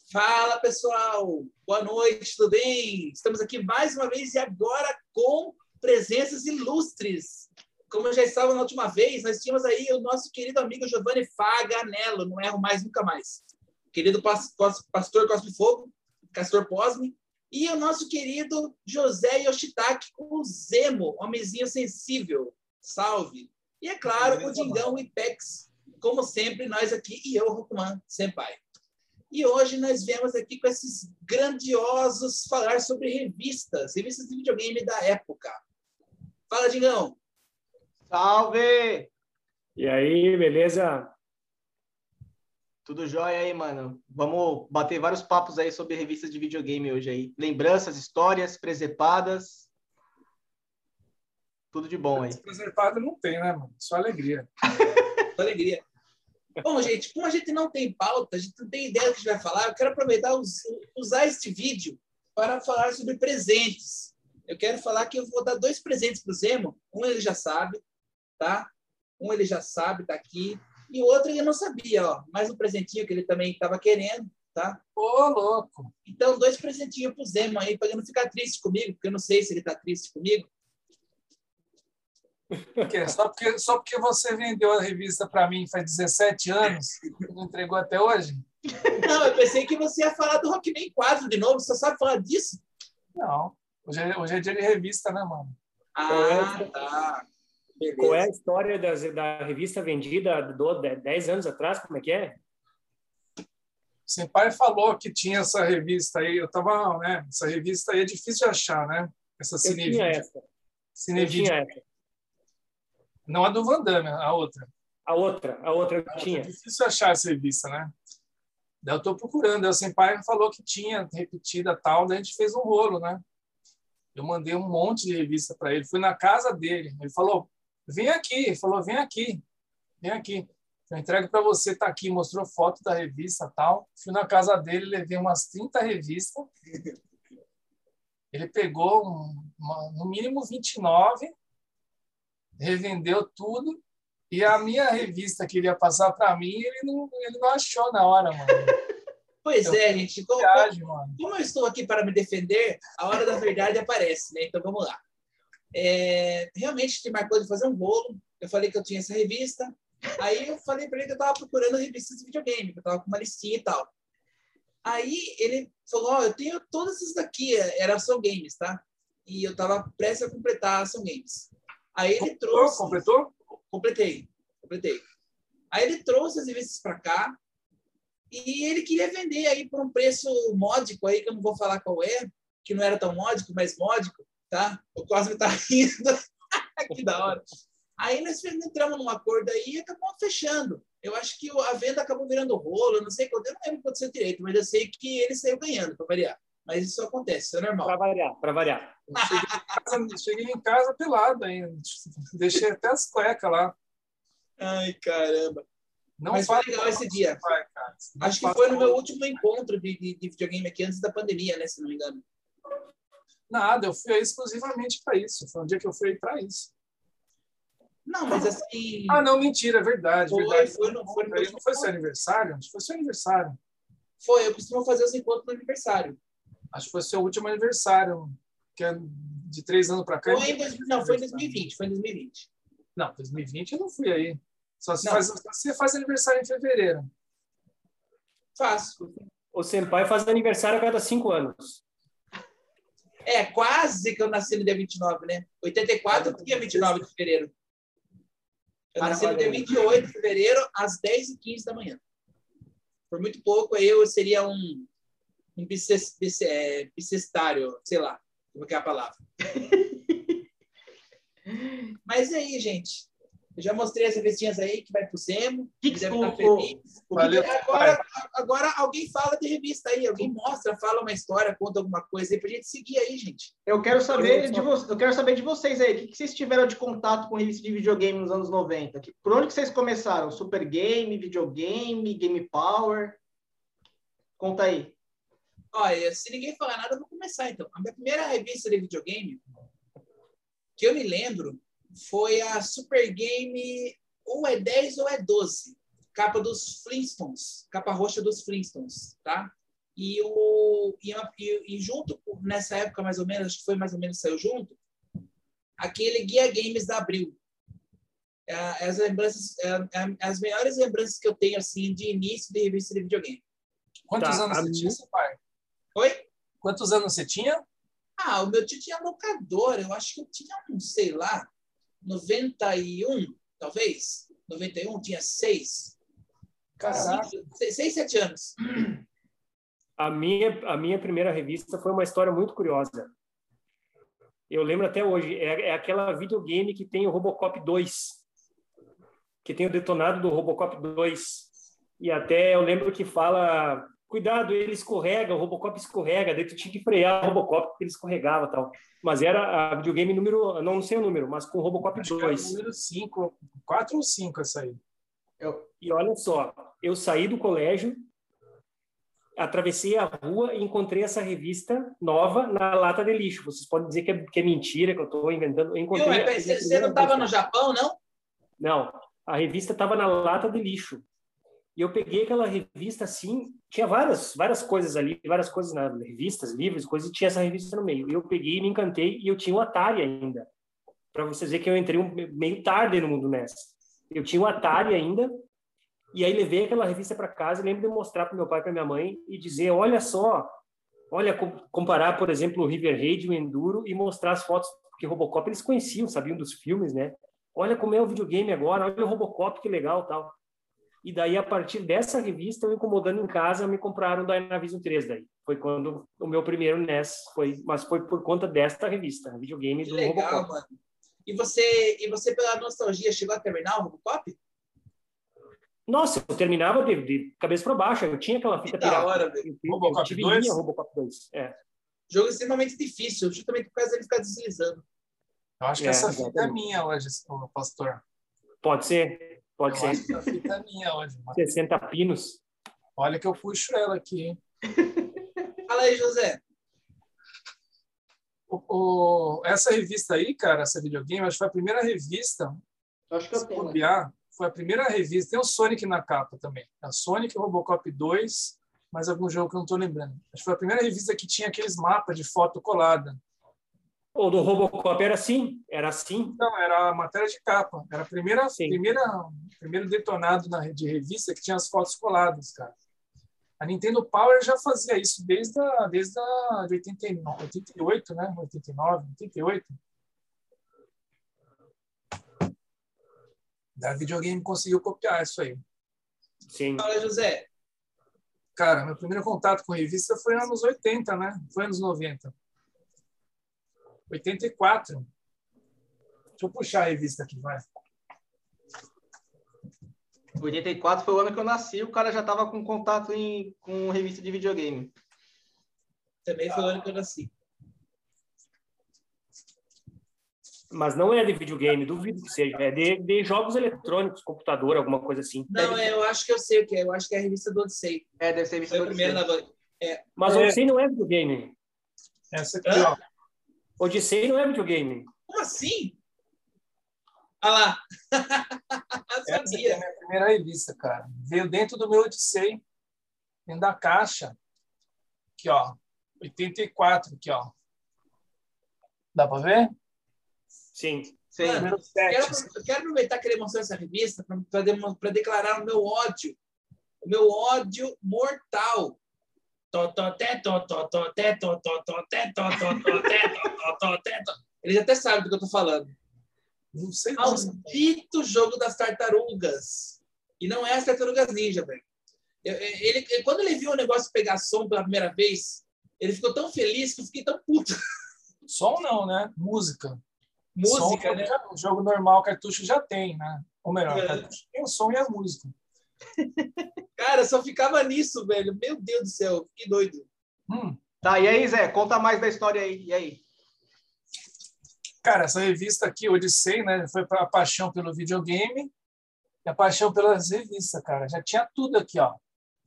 Fala, pessoal! Boa noite, tudo bem? Estamos aqui mais uma vez e agora com presenças ilustres. Como eu já estava na última vez, nós tínhamos aí o nosso querido amigo Giovanni Faganello, não erro mais, nunca mais. Querido pastor Cospe Fogo, Castor Posme, e o nosso querido José Yoshitaki, o Zemo, homenzinho sensível. Salve! E é claro, o Dingão Ipex, como sempre, nós aqui, e eu, Rokuman Senpai. E hoje nós viemos aqui com esses grandiosos falar sobre revistas de videogame da época. Fala, Dingão! Salve! E aí, beleza? Tudo jóia aí, mano? Vamos bater vários papos aí sobre revistas de videogame hoje aí. Lembranças, histórias, presepadas. Tudo de bom aí. Preservado não tem, né, mano? Só alegria. Só alegria. Bom, gente, como a gente não tem pauta, a gente não tem ideia do que a gente vai falar, eu quero aproveitar usar este vídeo para falar sobre presentes. Eu quero falar que eu vou dar 2 presentes para o Zemo. Um ele já sabe, tá? Um ele já sabe, tá aqui. E o outro ele não sabia, ó. Mais um presentinho que ele também estava querendo, tá? Ô, louco! Então, 2 presentinhos pro Zemo aí, para ele não ficar triste comigo, porque eu não sei se ele tá triste comigo. Por quê? Só porque você vendeu a revista para mim faz 17 anos e não entregou até hoje? Não, eu pensei que você ia falar do Rockman 4 de novo. Você sabe falar disso? Não. Hoje é dia de revista, né, mano? Ah, tá. Beleza. Qual é a história da revista vendida 10 anos atrás? Como é que é? Seu pai falou que tinha essa revista aí. Eu tava, né? Essa revista aí é difícil de achar, né? Essa Eu tinha essa. Cinevídeo. Não a do Van Damme, a outra. A outra eu tinha. É difícil achar essa revista, né? Daí eu estou procurando. Aí o Senpai falou que tinha repetida tal, daí a gente fez um rolo, né? Eu mandei um monte de revista para ele. Fui na casa dele. Ele falou, vem aqui. Ele falou, vem aqui. Vem aqui. Eu entrego para você, tá aqui. Mostrou foto da revista tal. Fui na casa dele, levei umas 30 revistas. Ele pegou no mínimo 29, revendeu tudo. E a minha revista que ele ia passar para mim, ele não achou na hora, mano. Pois é, gente. Como eu estou aqui para me defender, a hora da verdade aparece, né? Então, vamos lá. Realmente, te marcou de fazer um rolo. Eu falei que eu tinha essa revista. Aí, eu falei para ele que eu estava procurando revistas de videogame, que eu estava com uma listinha e tal. Aí, ele falou, eu tenho todas essas daqui. Era Ação Games, tá? E eu estava prestes a completar a Ação Games. Aí, ele trouxe... Completou? Completei. Aí, ele trouxe as revistas para cá. E ele queria vender aí por um preço módico aí, que eu não vou falar qual é, que não era tão módico, mas módico, tá? O Cosme tá rindo. Que da hora. Aí nós entramos num acordo aí e acabamos fechando. Eu acho que a venda acabou virando rolo, eu não sei quanto, eu não lembro o que aconteceu direito, mas eu sei que ele saiu ganhando, para variar. Mas isso acontece, isso é normal. Para variar. Cheguei em casa pelado ainda. Deixei até as cuecas lá. Ai, caramba. Mas foi legal esse dia. Acho que Não foi no meu último encontro de videogame aqui antes da pandemia, né? Se não me engano. Nada, eu fui aí exclusivamente para isso. Foi um dia que eu fui para isso. Não, mas assim... Ah, não, mentira, é verdade. Verdade. Não foi seu aniversário? Acho que foi seu aniversário. Foi, eu costumo fazer os encontros no aniversário. Acho que foi seu último aniversário, que é de 3 anos para cá. Foi em 2020. Foi em 2020. Não, 2020 eu não fui aí. Só você faz aniversário em fevereiro. Faço. O Senpai faz aniversário a cada 5 anos. Quase que eu nasci no dia 29, né? 84, dia 29 de fevereiro. Eu nasci no dia 28 de fevereiro, às 10h15 da manhã. Por muito pouco, aí eu seria um bissextário, sei lá, como é a palavra. Mas aí, gente, eu já mostrei as revistinhas aí que vai pro Zemo, que deve estar feliz. Agora alguém fala de revista aí, alguém mostra, fala uma história, conta alguma coisa aí pra gente seguir aí, gente. Eu quero saber de vocês aí, o que vocês tiveram de contato com revista de videogame nos anos 90? Por onde que vocês começaram? Super Game, videogame, Game Power? Conta aí. Olha, se ninguém falar nada, eu vou começar então. A minha primeira revista de videogame, que eu me lembro, foi a Super Game, ou é 10 ou é 12, capa dos Flintstones, capa roxa dos Flintstones, tá? E junto, nessa época mais ou menos, acho que foi mais ou menos, saiu junto, aquele Guia Games da Abril. As lembranças, as melhores lembranças que eu tenho assim de início de revista de videogame. Quantos anos você tinha, seu pai? Oi? Quantos anos você tinha? O meu tio tinha locadora. Eu acho que eu tinha sei lá, 91, talvez. 91, tinha 6. Caraca. 6, 7 anos. A minha primeira revista foi uma história muito curiosa. Eu lembro até hoje. É aquela videogame que tem o Robocop 2. Que tem o detonado do Robocop 2. E até eu lembro que fala... Cuidado, ele escorrega, o Robocop escorrega. Daí tu tinha que frear o Robocop porque ele escorregava e tal. Mas era a videogame número... Não sei o número, mas com o Robocop 2. Era número 5, 4 ou 5 essa aí. E olha só, eu saí do colégio, atravessei a rua e encontrei essa revista nova na lata de lixo. Vocês podem dizer que é mentira, que eu estou inventando. Eu encontrei. Você não estava no Japão, não? Não, a revista estava na lata de lixo. E eu peguei aquela revista assim, tinha várias coisas ali, várias coisas na revistas, livros, coisas, e tinha essa revista no meio. E eu peguei, me encantei, e eu tinha um Atari ainda. Para vocês verem que eu entrei meio tarde no mundo NES. Eu tinha um Atari ainda, e aí levei aquela revista para casa e lembro de mostrar para meu pai e para minha mãe e dizer, olha só, comparar, por exemplo, o River Raid e o Enduro e mostrar as fotos, porque Robocop eles conheciam, sabiam dos filmes, né? Olha como é o videogame agora, olha o Robocop, que legal, tal. E daí, a partir dessa revista, eu incomodando em casa, me compraram o Dynavision 3 daí. Foi quando o meu primeiro NES mas foi por conta desta revista, videogame do Robocop. Legal, mano. E você, pela nostalgia, chegou a terminar o Robocop? Nossa, eu terminava de cabeça para baixo. Eu tinha aquela fita pirata. Da hora, velho. Robocop 2? Robocop 2, Jogo extremamente difícil, justamente por causa dele ficar deslizando. Eu acho que essa fita é minha hoje, pastor. Pode ser. Pode ser. Acho que a fita é minha hoje. Mano. 60 pinos. Olha que eu puxo ela aqui, hein? Fala aí, José. Essa revista aí, cara, essa videogame, acho que foi a primeira revista. Acho que eu tenho. Foi a primeira revista. Tem o Sonic na capa também. A Sonic, Robocop 2, mais algum jogo que eu não estou lembrando. Acho que foi a primeira revista que tinha aqueles mapas de foto colada. O do Robocop era assim? Era assim? Não, era a matéria de capa. Era primeiro detonado de revista que tinha as fotos coladas, cara. A Nintendo Power já fazia isso desde a 88, né? 89, 88. Da videogame conseguiu copiar isso aí. Sim. Fala, José. Cara, meu primeiro contato com revista foi nos anos 80, né? Foi anos 90. 84. Deixa eu puxar a revista aqui, vai. 84 foi o ano que eu nasci, o cara já estava com contato com revista de videogame. Também foi o ano que eu nasci. Mas não é de videogame, duvido que seja. É de jogos eletrônicos, computador, alguma coisa assim. Não, eu acho que eu sei o que é. Eu acho que é a revista do Odyssey. Deve ser a revista do Odyssey. Mas o Odyssey não é videogame. Essa aqui, ó. Odyssey não é videogame. Como assim? Olha lá. Essa aqui é a minha primeira revista, cara. Veio dentro do meu Odyssey, dentro da caixa. Aqui, ó. 84, aqui, ó. Dá para ver? Sim. Mano, eu quero aproveitar que ele mostrou essa revista para declarar o meu ódio. O meu ódio mortal. Eles até sabem do que eu tô falando. Não sei. Maldito jogo das tartarugas. E não é as tartarugas ninja, velho. Quando ele viu o negócio pegar som pela primeira vez, ele ficou tão feliz que eu fiquei tão puto. Som não, né? Música. Música, som, né? O jogo normal, cartucho já tem, né? Ou melhor, cartucho tem o som e a música. Cara, só ficava nisso, velho. Meu Deus do céu, que doido. Tá, e aí, Zé? Conta mais da história aí. E aí? Cara, essa revista aqui, Odyssey, né? Foi a paixão pelo videogame e a paixão pelas revistas, cara. Já tinha tudo aqui, ó.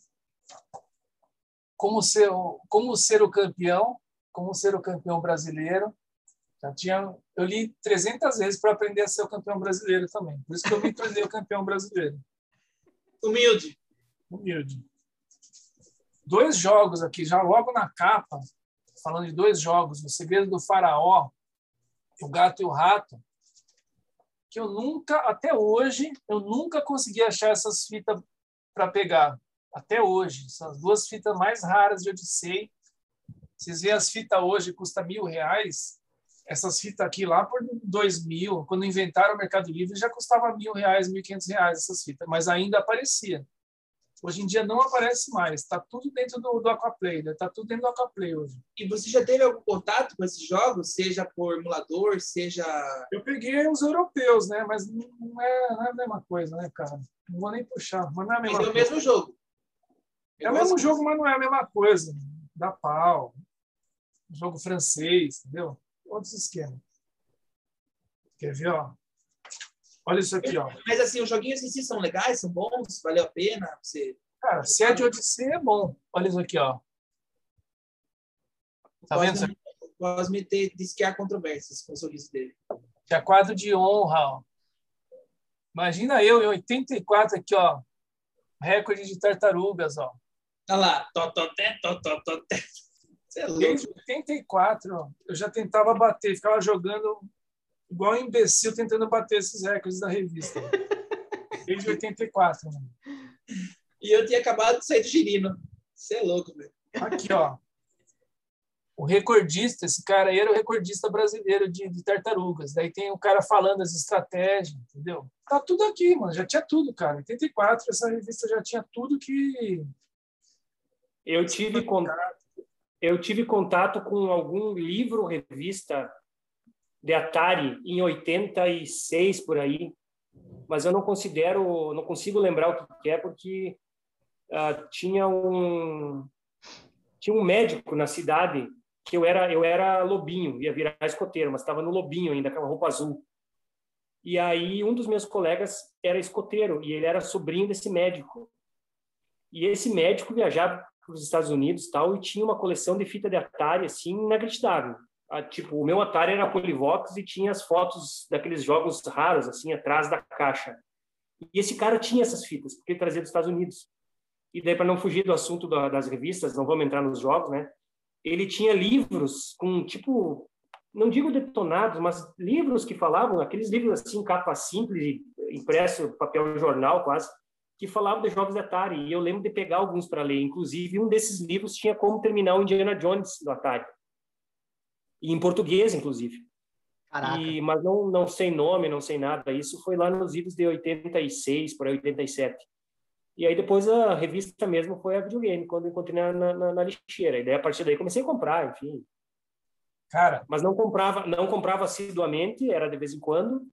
Como ser o campeão, como ser o campeão brasileiro. Eu li 300 vezes para aprender a ser o campeão brasileiro também. Por isso que eu me tornei o campeão brasileiro. Humilde. 2 jogos aqui, já logo na capa, falando de 2 jogos, O Segredo do Faraó, O Gato e o Rato, que eu nunca, até hoje, eu nunca consegui achar essas fitas para pegar. Até hoje. São as 2 fitas mais raras de Odyssey. Vocês veem as fitas hoje, custa R$1.000. Essas fitas aqui lá por 2.000. Quando inventaram o Mercado Livre, já custava R$1.000, R$1.500 essas fitas. Mas ainda aparecia. Hoje em dia não aparece mais. Está tudo dentro do Aquaplay. Está tudo dentro do Aquaplay hoje. E você já teve algum contato com esses jogos? Seja por emulador, seja... Eu peguei os europeus, né? Mas não é a mesma coisa, né, cara? Não vou nem puxar. Mas não é a mesma Mas é o coisa. mesmo jogo. É o mesmo jogo, mas não é a mesma coisa. Dá pau. Jogo francês, entendeu? Outros esquemas. Quer ver, ó? Olha isso aqui, ó. Mas assim, os joguinhos em si são legais, são bons, valeu a pena você... Cara, se é de Odyssey, é bom. Olha isso aqui, ó. Tá vendo isso aqui? Cosme disse que há controvérsias com o sorriso dele. Que é quadro de honra, ó. Imagina eu, em 84, aqui, ó. Recorde de tartarugas, ó. Olha lá. Tototé, tototé. Você é louco. Desde 84, eu já tentava bater, ficava jogando igual um imbecil tentando bater esses recordes da revista. Desde 84, mano. E eu tinha acabado de sair do girino. Você é louco, velho. Aqui, ó. O recordista, esse cara aí era o recordista brasileiro de tartarugas. Daí tem o cara falando as estratégias, entendeu? Tá tudo aqui, mano. Já tinha tudo, cara. Em 84, essa revista já tinha tudo que... Eu tive contato com algum livro, revista de Atari em 86, por aí, mas eu não consigo lembrar o que é, porque tinha um médico na cidade que eu era lobinho, ia virar escoteiro, mas estava no lobinho ainda, com a roupa azul. E aí um dos meus colegas era escoteiro e ele era sobrinho desse médico. E esse médico viajava para os Estados Unidos tal, e tinha uma coleção de fita de Atari assim inacreditável. Tipo, o meu Atari era Polivox e tinha as fotos daqueles jogos raros assim atrás da caixa. E esse cara tinha essas fitas porque ele trazia dos Estados Unidos. E daí, para não fugir do assunto das revistas, não vamos entrar nos jogos, né? Ele tinha livros com tipo, não digo detonados, mas livros que falavam, aqueles livros assim, capa simples, impresso, papel jornal quase, que falavam de jogos de Atari, e eu lembro de pegar alguns para ler. Inclusive, um desses livros tinha como terminar o Indiana Jones do Atari. E em português, inclusive. Caraca. Mas não sei nome, não sei nada. Isso foi lá nos idos de 86, por aí, 87. E aí depois a revista mesmo foi a videogame, quando eu encontrei na lixeira. E daí, a partir daí, comecei a comprar, enfim. Cara, Mas não comprava assiduamente, era de vez em quando.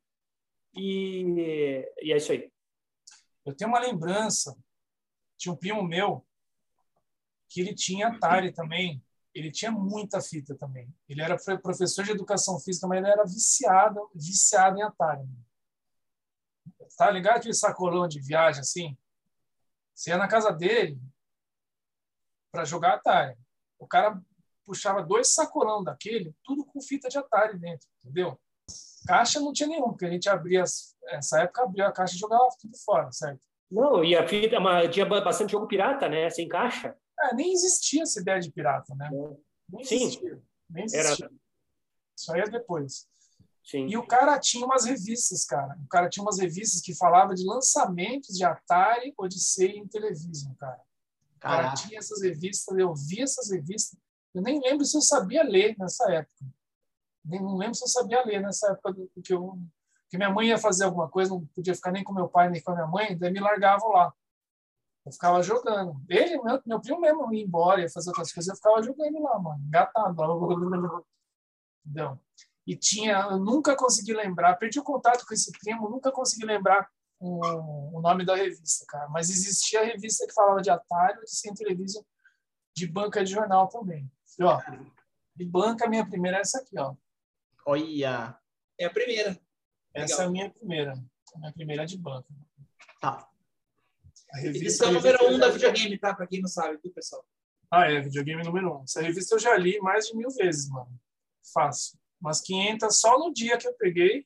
E é isso aí. eu tenho uma lembrança de um primo meu que ele tinha Atari também. Ele tinha muita fita também. Ele era professor de educação física, mas ele era viciado em Atari. Tá ligado aquele sacolão de viagem assim? Você ia na casa dele para jogar Atari. O cara puxava 2 sacolão daquele, tudo com fita de Atari dentro, entendeu? Caixa não tinha nenhum, porque a gente abria, nessa época abria a caixa e jogava tudo fora, certo? Não, e a fita, tinha bastante jogo pirata, né? Sem caixa. Nem existia essa ideia de pirata, né? Nem existia. Sim. Nem existia. Era... Só ia depois. Sim. E o cara tinha umas revistas, cara. O cara tinha umas revistas que falavam de lançamentos de Atari, Odyssey e Intellivision, cara. O cara tinha essas revistas, eu vi essas revistas. Eu nem lembro se eu sabia ler nessa época. Não lembro se eu sabia ler nessa época que minha mãe ia fazer alguma coisa, não podia ficar nem com meu pai nem com a minha mãe, daí me largavam lá. Eu ficava jogando. Ele, meu primo mesmo, ia embora, ia fazer outras coisas, eu ficava jogando lá, mano, engatado. Entendeu? E eu nunca consegui lembrar, perdi o contato com esse primo, nunca consegui lembrar o nome da revista, cara. Mas existia a revista que falava de Atari, de Sem Televisão, de banca de jornal também. E, ó, de banca, a minha primeira é essa aqui, ó. Olha. É a primeira. Essa Legal. é a minha primeira. A minha primeira é de banca. Tá. Esse é o número 1 da videogame, tá? Pra quem não sabe, viu, pessoal? Videogame número 1. Essa revista eu já li mais de 1000 vezes, mano. Fácil. Umas 500 só no dia que eu peguei.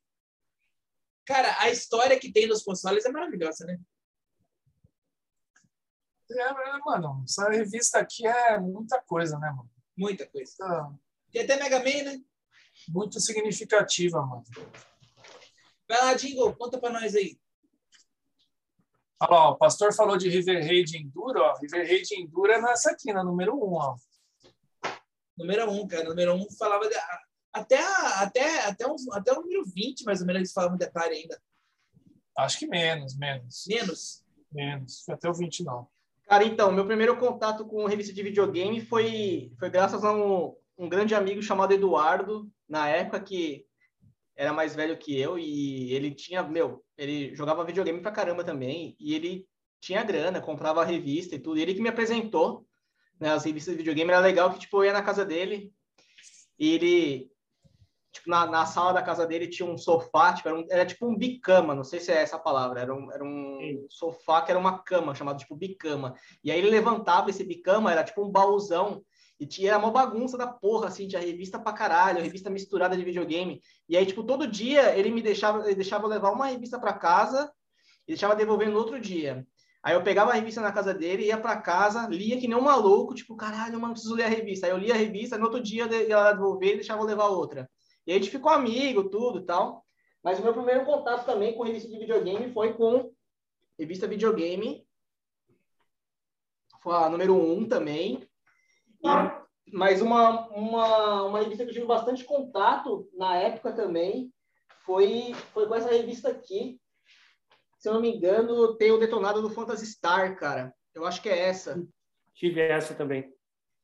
Cara, a história que tem nos consoles é maravilhosa, né? Mano, essa revista aqui é muita coisa, né, mano? Muita coisa. Tem até Mega Man, né? Muito significativa, mano. Vai lá, Jingle, conta pra nós aí. Olha lá, o pastor falou de River Raid Enduro, ó. River Raid Enduro é nessa aqui, na número 1, ó. Número 1, cara. Número 1 falava... Até o número 20, mais ou menos, eles falavam de Atari ainda. Acho que menos. Menos? Até o 20, não. Cara, então, meu primeiro contato com revista de videogame foi graças a um grande amigo chamado Eduardo, na época que era mais velho que eu, e ele tinha, ele jogava videogame pra caramba também, e ele tinha grana, comprava a revista e tudo, e ele que me apresentou, né, as revistas de videogame. Era legal que, tipo, eu ia na casa dele, e ele, tipo, na sala da casa dele tinha um sofá, tipo, era tipo um bicama, não sei se é essa a palavra, era um sofá que era uma cama, chamado tipo bicama, e aí ele levantava esse bicama, era tipo um baúzão, e era uma bagunça da porra, assim, tinha revista pra caralho, revista misturada de videogame, e aí, tipo, todo dia ele deixava eu levar uma revista pra casa e deixava devolver no outro dia. Aí eu pegava a revista na casa dele, ia pra casa, lia que nem um maluco, tipo, caralho, mano, preciso ler a revista. Aí eu lia a revista, no outro dia eu ia lá devolver e deixava eu levar outra. E aí a gente ficou amigo, tudo e tal. Mas o meu primeiro contato também com revista de videogame foi com revista videogame. Foi a número 1 também. Mas uma revista que eu tive bastante contato na época também foi com essa revista aqui. Se eu não me engano, tem o Detonado do Phantasy Star, cara. Eu acho que é essa. Tive essa também.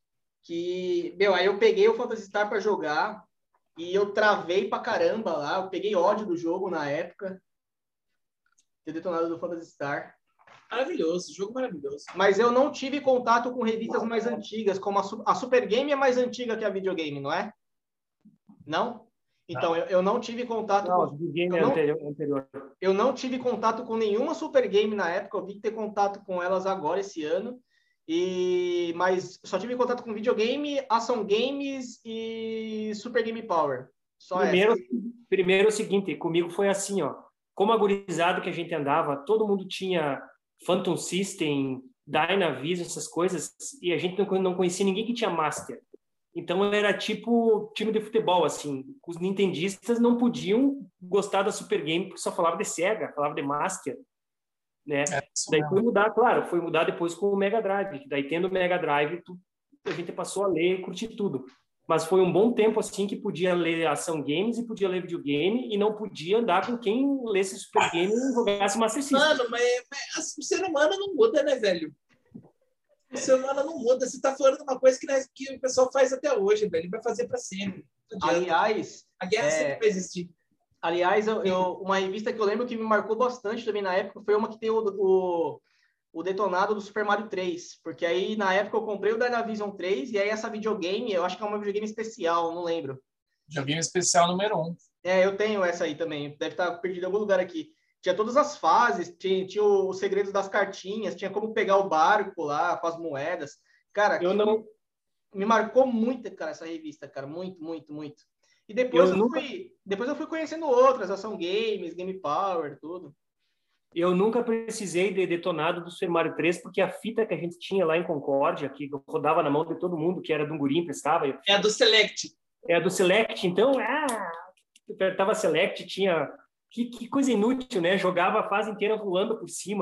Aí eu peguei o Phantasy Star para jogar e eu travei pra caramba lá. Eu peguei ódio do jogo na época. Ter Detonado do Phantasy Star. Maravilhoso, jogo maravilhoso. Mas eu não tive contato com revistas mais antigas, como a Super Game é mais antiga que a videogame, não é? Não? Então, eu não tive contato com... o videogame é anterior. Eu não tive contato com nenhuma Super Game na época, eu vi ter contato com elas agora, esse ano. Mas só tive contato com videogame, Ação Games e Super Game Power. Primeiro é o seguinte, comigo foi assim, ó. Como a gurizada que a gente andava, todo mundo tinha Phantom System, Dynavision, essas coisas, e a gente não conhecia ninguém que tinha Master. Então era tipo time de futebol, assim. Os nintendistas não podiam gostar da Super Game porque só falava de Sega, falava de Master, né? Daí foi mudar depois com o Mega Drive. Daí tendo o Mega Drive, a gente passou a ler e curtir tudo. Mas foi um bom tempo assim que podia ler Ação Games e podia ler videogame e não podia andar com quem lesse Super Game e jogasse Master System. Mano, mas o ser humano não muda, né, velho? O ser humano não muda. Você tá falando de uma coisa que o pessoal faz até hoje, velho. Ele vai fazer para sempre. Aliás, a guerra sempre vai existir. Aliás, uma revista que eu lembro que me marcou bastante também na época foi uma que tem o Detonado do Super Mario 3. Porque aí, na época, eu comprei o Dynavision 3 e aí essa videogame, eu acho que é uma videogame especial, não lembro. Videogame especial número 1. Eu tenho essa aí também. Deve estar perdida em algum lugar aqui. Tinha todas as fases, tinha os segredos das cartinhas, tinha como pegar o barco lá com as moedas. Cara, me marcou muito, cara, essa revista, cara. Muito, muito, muito. E depois eu fui conhecendo outras, Ação Games, Game Power, tudo. Eu nunca precisei de Detonado do Super Mario 3, porque a fita que a gente tinha lá em Concórdia, que rodava na mão de todo mundo, que era de um guri, emprestava. É a do Select. É a do Select, então, apertava Select, tinha... Que coisa inútil, né? Jogava a fase inteira voando por cima.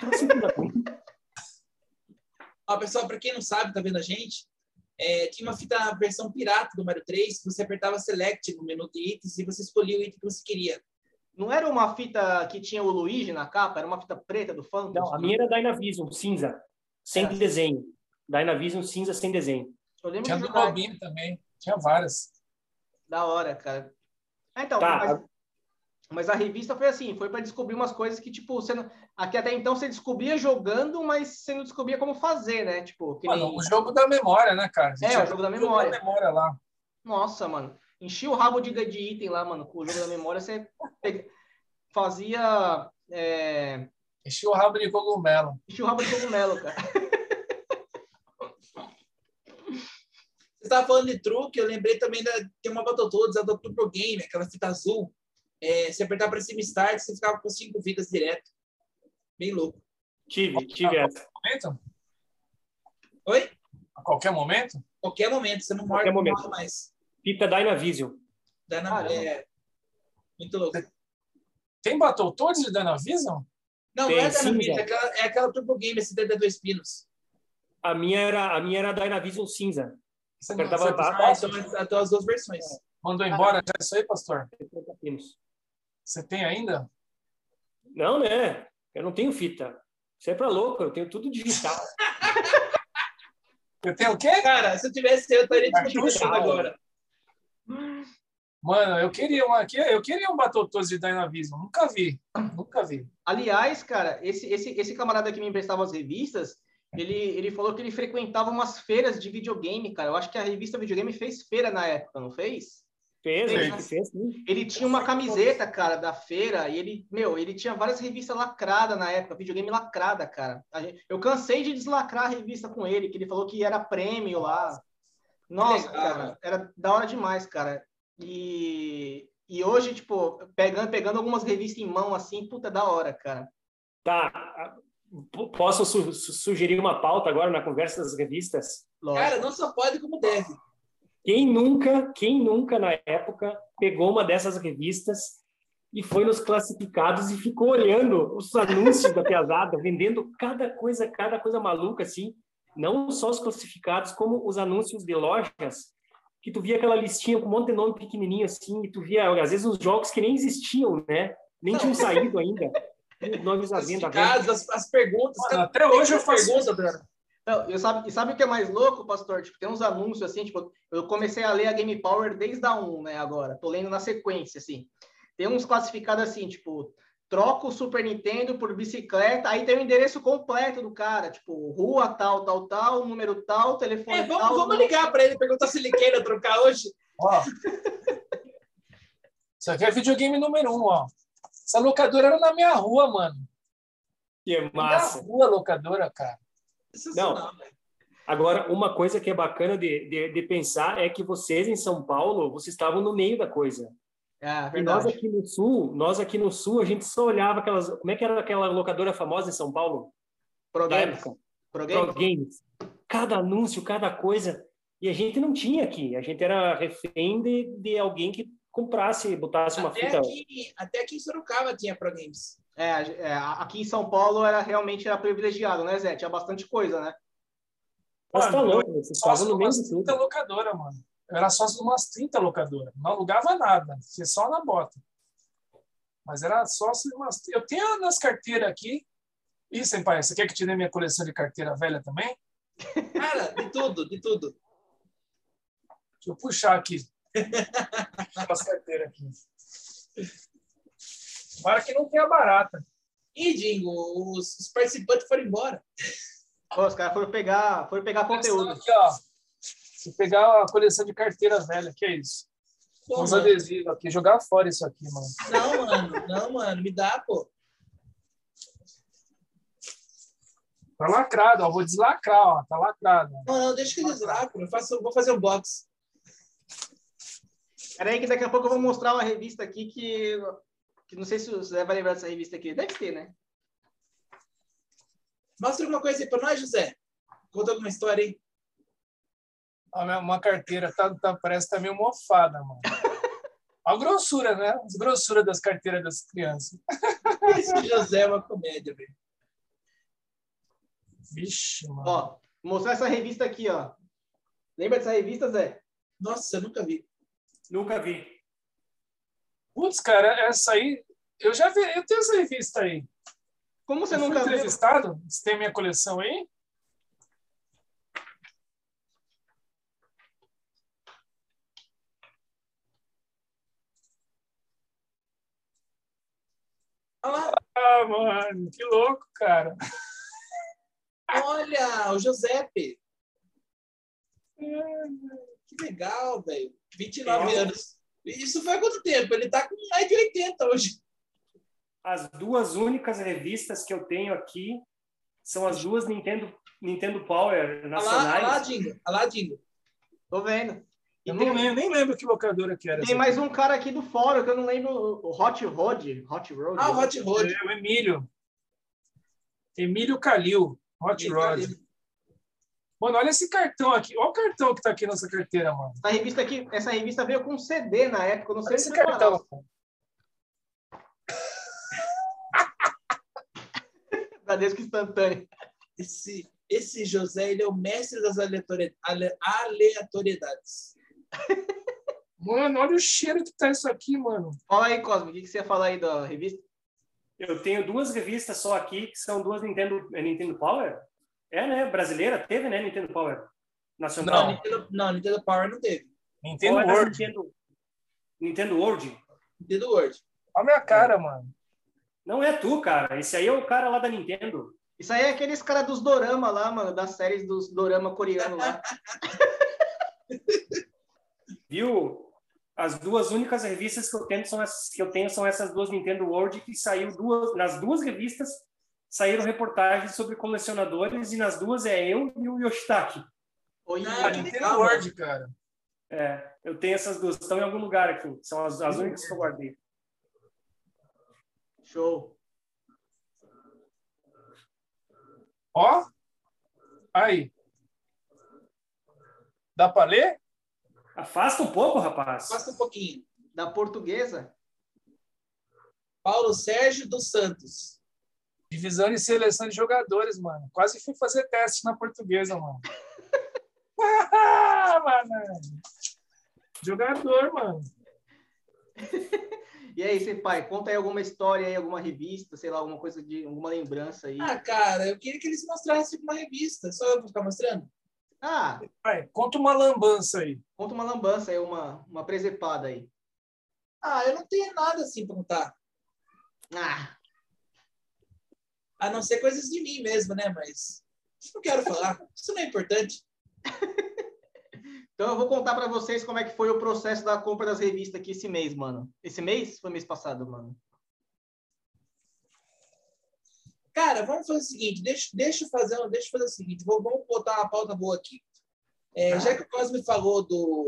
Ó, pessoal, para quem não sabe, tá vendo a gente? Tinha uma fita versão pirata do Mario 3, que você apertava Select no menu de itens e você escolhia o item que você queria. Não era uma fita que tinha o Luigi na capa? Era uma fita preta do Phantom? Não, a minha era Dynavision, cinza, sem desenho. Dynavision cinza, sem desenho. Tinha do Robinho também. Tinha várias. Da hora, cara. Então, mas a revista foi assim, foi para descobrir umas coisas que, tipo, aqui até então você descobria jogando, mas você não descobria como fazer, né? Tipo, o jogo da memória, né, cara? O jogo da memória. O jogo da memória lá. Nossa, mano. Enchia o rabo de item lá, mano. Com o jogo da memória, você fazia... Enchia o rabo de cogumelo. Enchia o rabo de cogumelo, cara. Você estava falando de truque, eu lembrei também tem uma Battletoads, a do Turbo Game, aquela fita azul. Se apertar para cima Start, você ficava com 5 vidas direto. Bem louco. Tive essa. Qualquer momento? Qualquer momento, você não Qualquer morre momento. mais. Fita Dynavision. Muito louco. Tem Battletoads de Dynavision? Não, Tem, não é Dynavision, cinza. é aquela Turbo Game ST2 pinos. A minha era a Dynavision cinza. Você Apertava Então as duas versões. mandou embora já isso aí, pastor? 70 pinos. Você tem ainda? Não, né? Eu não tenho fita. Você é pra louco, eu tenho tudo digital. Eu tenho o quê? Cara, se eu tivesse, eu estaria te Cartucho? mostrando agora. Mano, eu queria um Battletoads de Dynavision. Nunca vi. Aliás, cara, esse camarada que me emprestava as revistas, ele falou que ele frequentava umas feiras de videogame, cara. Eu acho que a revista Videogame fez feira na época, não fez? Fez, sim. Ele tinha uma camiseta, cara, da feira, e ele tinha várias revistas lacradas na época, videogame lacrada, cara. Eu cansei de deslacrar a revista com ele, que ele falou que era prêmio lá. Nossa, legal, cara, era da hora demais, cara. E hoje, tipo, pegando algumas revistas em mão, assim, puta, da hora, cara. Tá. Posso sugerir uma pauta agora na conversa das revistas? Lógico. Cara, não só pode como deve. Quem nunca na época pegou uma dessas revistas e foi nos classificados e ficou olhando os anúncios da piazada, vendendo cada coisa maluca, assim, não só os classificados, como os anúncios de lojas, que tu via aquela listinha com um monte de nome pequenininho, assim, e tu via, às vezes, os jogos que nem existiam, né? Nem tinham saído ainda. Os nomes à venda. As perguntas. Mano, até hoje eu faço pergunta, Adriano. Não, e sabe o que é mais louco, pastor? Tipo, tem uns anúncios assim, tipo, eu comecei a ler a Game Power desde a 1, né, agora. Tô lendo na sequência, assim. Tem uns classificados assim, tipo, troca o Super Nintendo por bicicleta, aí tem o endereço completo do cara, tipo, rua tal, número tal, telefone tal. Vamos ligar para ele, perguntar se ele quer trocar hoje. Ó. Isso aqui é videogame número 1, ó. Essa locadora era na minha rua, mano. Que massa. Na rua, locadora, cara. Não. Agora, uma coisa que é bacana de pensar é que vocês em São Paulo, vocês estavam no meio da coisa. É, e nós aqui no Sul, a gente só olhava aquelas... Como é que era aquela locadora famosa em São Paulo? Pro Games. Pro Games. Cada anúncio, cada coisa. E a gente não tinha aqui. A gente era refém de alguém que comprasse, botasse uma fita... Até aqui em Sorocaba tinha Pro Games. Aqui em São Paulo realmente era privilegiado, né, Zé? Tinha bastante coisa, né? Mas tá louco, vocês estavam no meio de tudo. 30 locadora, mano. Eu era sócio de umas 30 locadoras. Não alugava nada, ia só na bota. Mas era sócio de umas... Eu tenho nas carteiras aqui. Ih, senpai, você quer que te dê minha coleção de carteira velha também? Cara, de tudo. Deixa eu puxar aqui. As carteiras aqui. Tomara que não tenha barata. Ih, Dingo, os participantes foram embora. Pô, os caras foram pegar conteúdo. Aqui, ó. Vou pegar a coleção de carteira velha, que é isso? Pô, uns adesivos aqui, jogar fora isso aqui, mano. Não, mano, me dá, pô. Tá lacrado, ó. Vou deslacrar, ó. Tá lacrado. Não, deixa que eu deslacro. Vou fazer um box. Peraí que daqui a pouco eu vou mostrar uma revista aqui que não sei se o Zé vai lembrar dessa revista aqui. Deve ter, né? Mostra alguma coisa aí pra nós, José. Conta alguma história aí. Uma carteira parece que tá meio mofada, mano. A grossura, né? As grossuras das carteiras das crianças. Esse José é uma comédia, velho. Vixe, mano. Ó, vou mostrar essa revista aqui, ó. Lembra dessa revista, Zé? Nossa, eu nunca vi. Nunca vi. Putz, cara, essa aí... Eu já vi, eu tenho essa revista aí. Como você eu nunca fui viu? entrevistado? Você tem a minha coleção aí? Olha lá. Ah, mano, que louco, cara. Olha, o Giuseppe. Que legal, velho. 29 anos. Isso foi há quanto tempo? Ele tá com mais de 80 hoje. As duas únicas revistas que eu tenho aqui são as duas Nintendo Power nacionais. Olha lá, Dingo. Tô vendo. Eu nem lembro que locadora que era. Tem mais um cara aqui do fórum que eu não lembro. O Hot Road. Ah, o Hot Road. É o Emílio. Emílio Calil. Hot Rod. Mano, olha esse cartão aqui. Olha o cartão que tá aqui nessa carteira, mano. Essa revista veio com CD na época, eu não sei Olha esse cartão. Bradesco instantâneo. Esse José, ele é o mestre das aleatoriedades. Mano, olha o cheiro que tá isso aqui, mano. Fala aí, Cosme, o que você ia falar aí da revista? Eu tenho 2 revistas só aqui, que são 2 Nintendo Power. É, né? Brasileira teve, né? Nintendo Power. Nacional. Não, Nintendo Power não teve. Nintendo Qual é World. Nintendo World? Nintendo World. Olha a minha cara, mano. Não é tu, cara. Esse aí é o cara lá da Nintendo. Isso aí é aqueles caras dos dorama lá, mano, das séries dos dorama coreano lá. Viu? As 2 únicas revistas que eu tenho são essas 2 Nintendo World, que saiu nas 2 revistas saíram reportagens sobre colecionadores, e nas 2 é eu e o Yoshitaki. Oi, A Nintendo World, cara. É, eu tenho essas 2, estão em algum lugar aqui. São as únicas que eu guardei. Show. Ó. Aí. Dá pra ler? Afasta um pouco, rapaz. Passa um pouquinho. Da portuguesa? Paulo Sérgio dos Santos. Divisão de seleção de jogadores, mano. Quase fui fazer teste na portuguesa, mano. Mano. Jogador, mano. E aí, Senpai, conta aí alguma história aí, alguma revista, sei lá, alguma coisa alguma lembrança aí. Ah, cara, eu queria que eles mostrassem uma revista. Só eu vou ficar mostrando? Ah, Vai, conta uma lambança aí. conta uma lambança aí, uma presepada aí. Ah, eu não tenho nada assim pra contar. Ah, A não ser coisas de mim mesmo, né? Mas isso não quero falar. Isso não é importante. então eu vou contar pra vocês como é que foi o processo da compra das revistas aqui esse mês, mano. Esse mês? Foi mês passado, mano. Cara, vamos fazer o seguinte. Deixa eu fazer o seguinte. Vamos botar uma pauta boa aqui. Já que o Cosme falou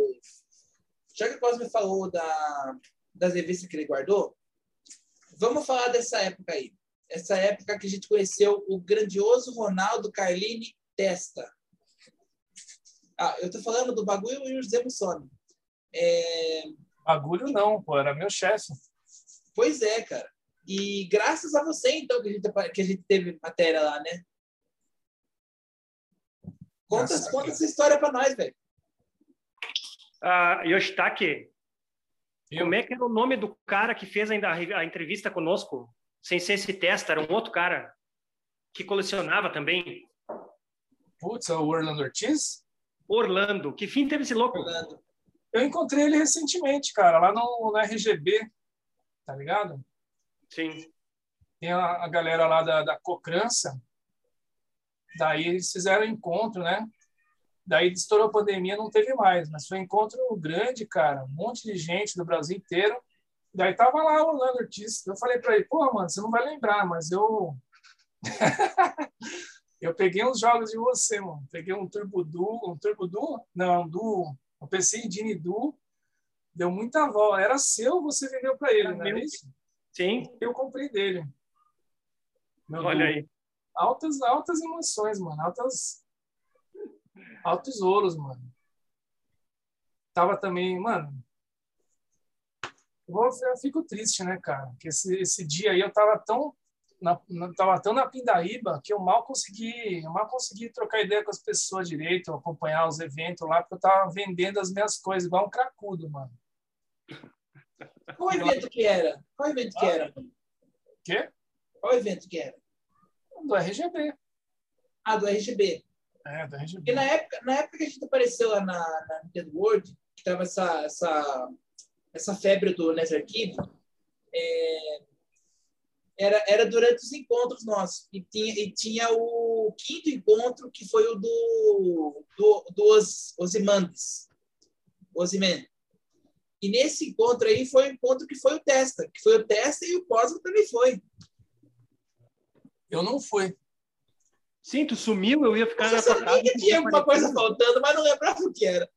das revistas que ele guardou, vamos falar dessa época aí. Essa época que a gente conheceu o grandioso Ronaldo Carlini Testa. Ah, eu tô falando do Bagulho e o José Mussoni. Bagulho não, pô. Era meu chefe. Pois é, cara. E graças a você, então, que a gente teve matéria lá, né? Conta essa história pra nós, velho. Yoshitaki, como é que era o nome do cara que fez ainda a entrevista conosco? Sem ser esse Testa, era um outro cara que colecionava também. Putz, é o Orlando Ortiz? Orlando. Que fim teve esse louco? Orlando. Eu encontrei ele recentemente, cara, lá no RGB, tá ligado? Sim. Tem a galera lá da Cocrança. Daí eles fizeram encontro, né? Daí estourou a pandemia, não teve mais. Mas foi um encontro grande, cara. Um monte de gente do Brasil inteiro. Daí tava lá o Orlando Ortiz. Eu falei para ele, pô, mano, você não vai lembrar, mas eu... eu peguei uns jogos de você, mano. Peguei um Turbo Duo? Não, um PC Engine Duo. Deu muita volta. Era seu, você vendeu para ele, não é isso? Sim. Eu comprei dele. Olha aí. Altas emoções, mano. Altos ouros, mano. Tava também, mano... Eu fico triste, né, cara? Porque esse dia aí eu tava tão na pindaíba que eu mal consegui trocar ideia com as pessoas direito, acompanhar os eventos lá, porque eu tava vendendo as minhas coisas, igual um cracudo, mano. Qual evento que era? Quê? Qual evento que era? Do RGB. Ah, do RGB. É, do RGB. Porque na época que a gente apareceu lá na Nintendo World, que tava essa febre do NES-Archive, era durante os encontros nossos. E tinha o 5º encontro, que foi o do Ozymandias. Ozyman. E nesse encontro aí foi o encontro que foi o Testa. Que foi o Testa e o Cosmo também foi. Eu não fui. Sim, tu sumiu, eu ia ficar Eu na só tua sabia casa. que tinha alguma coisa faltando, mas não lembrava o que era.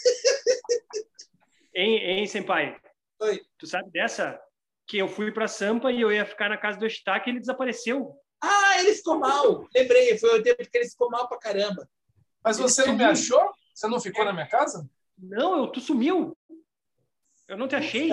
Hein, Senpai? Oi. Tu sabe dessa? Que eu fui pra Sampa e eu ia ficar na casa do Yoshitaki e ele desapareceu. Ah, ele ficou mal. Lembrei, foi o tempo que ele ficou mal pra caramba. Mas você não me achou? Você não ficou na minha casa? Não, tu sumiu. Eu não te achei.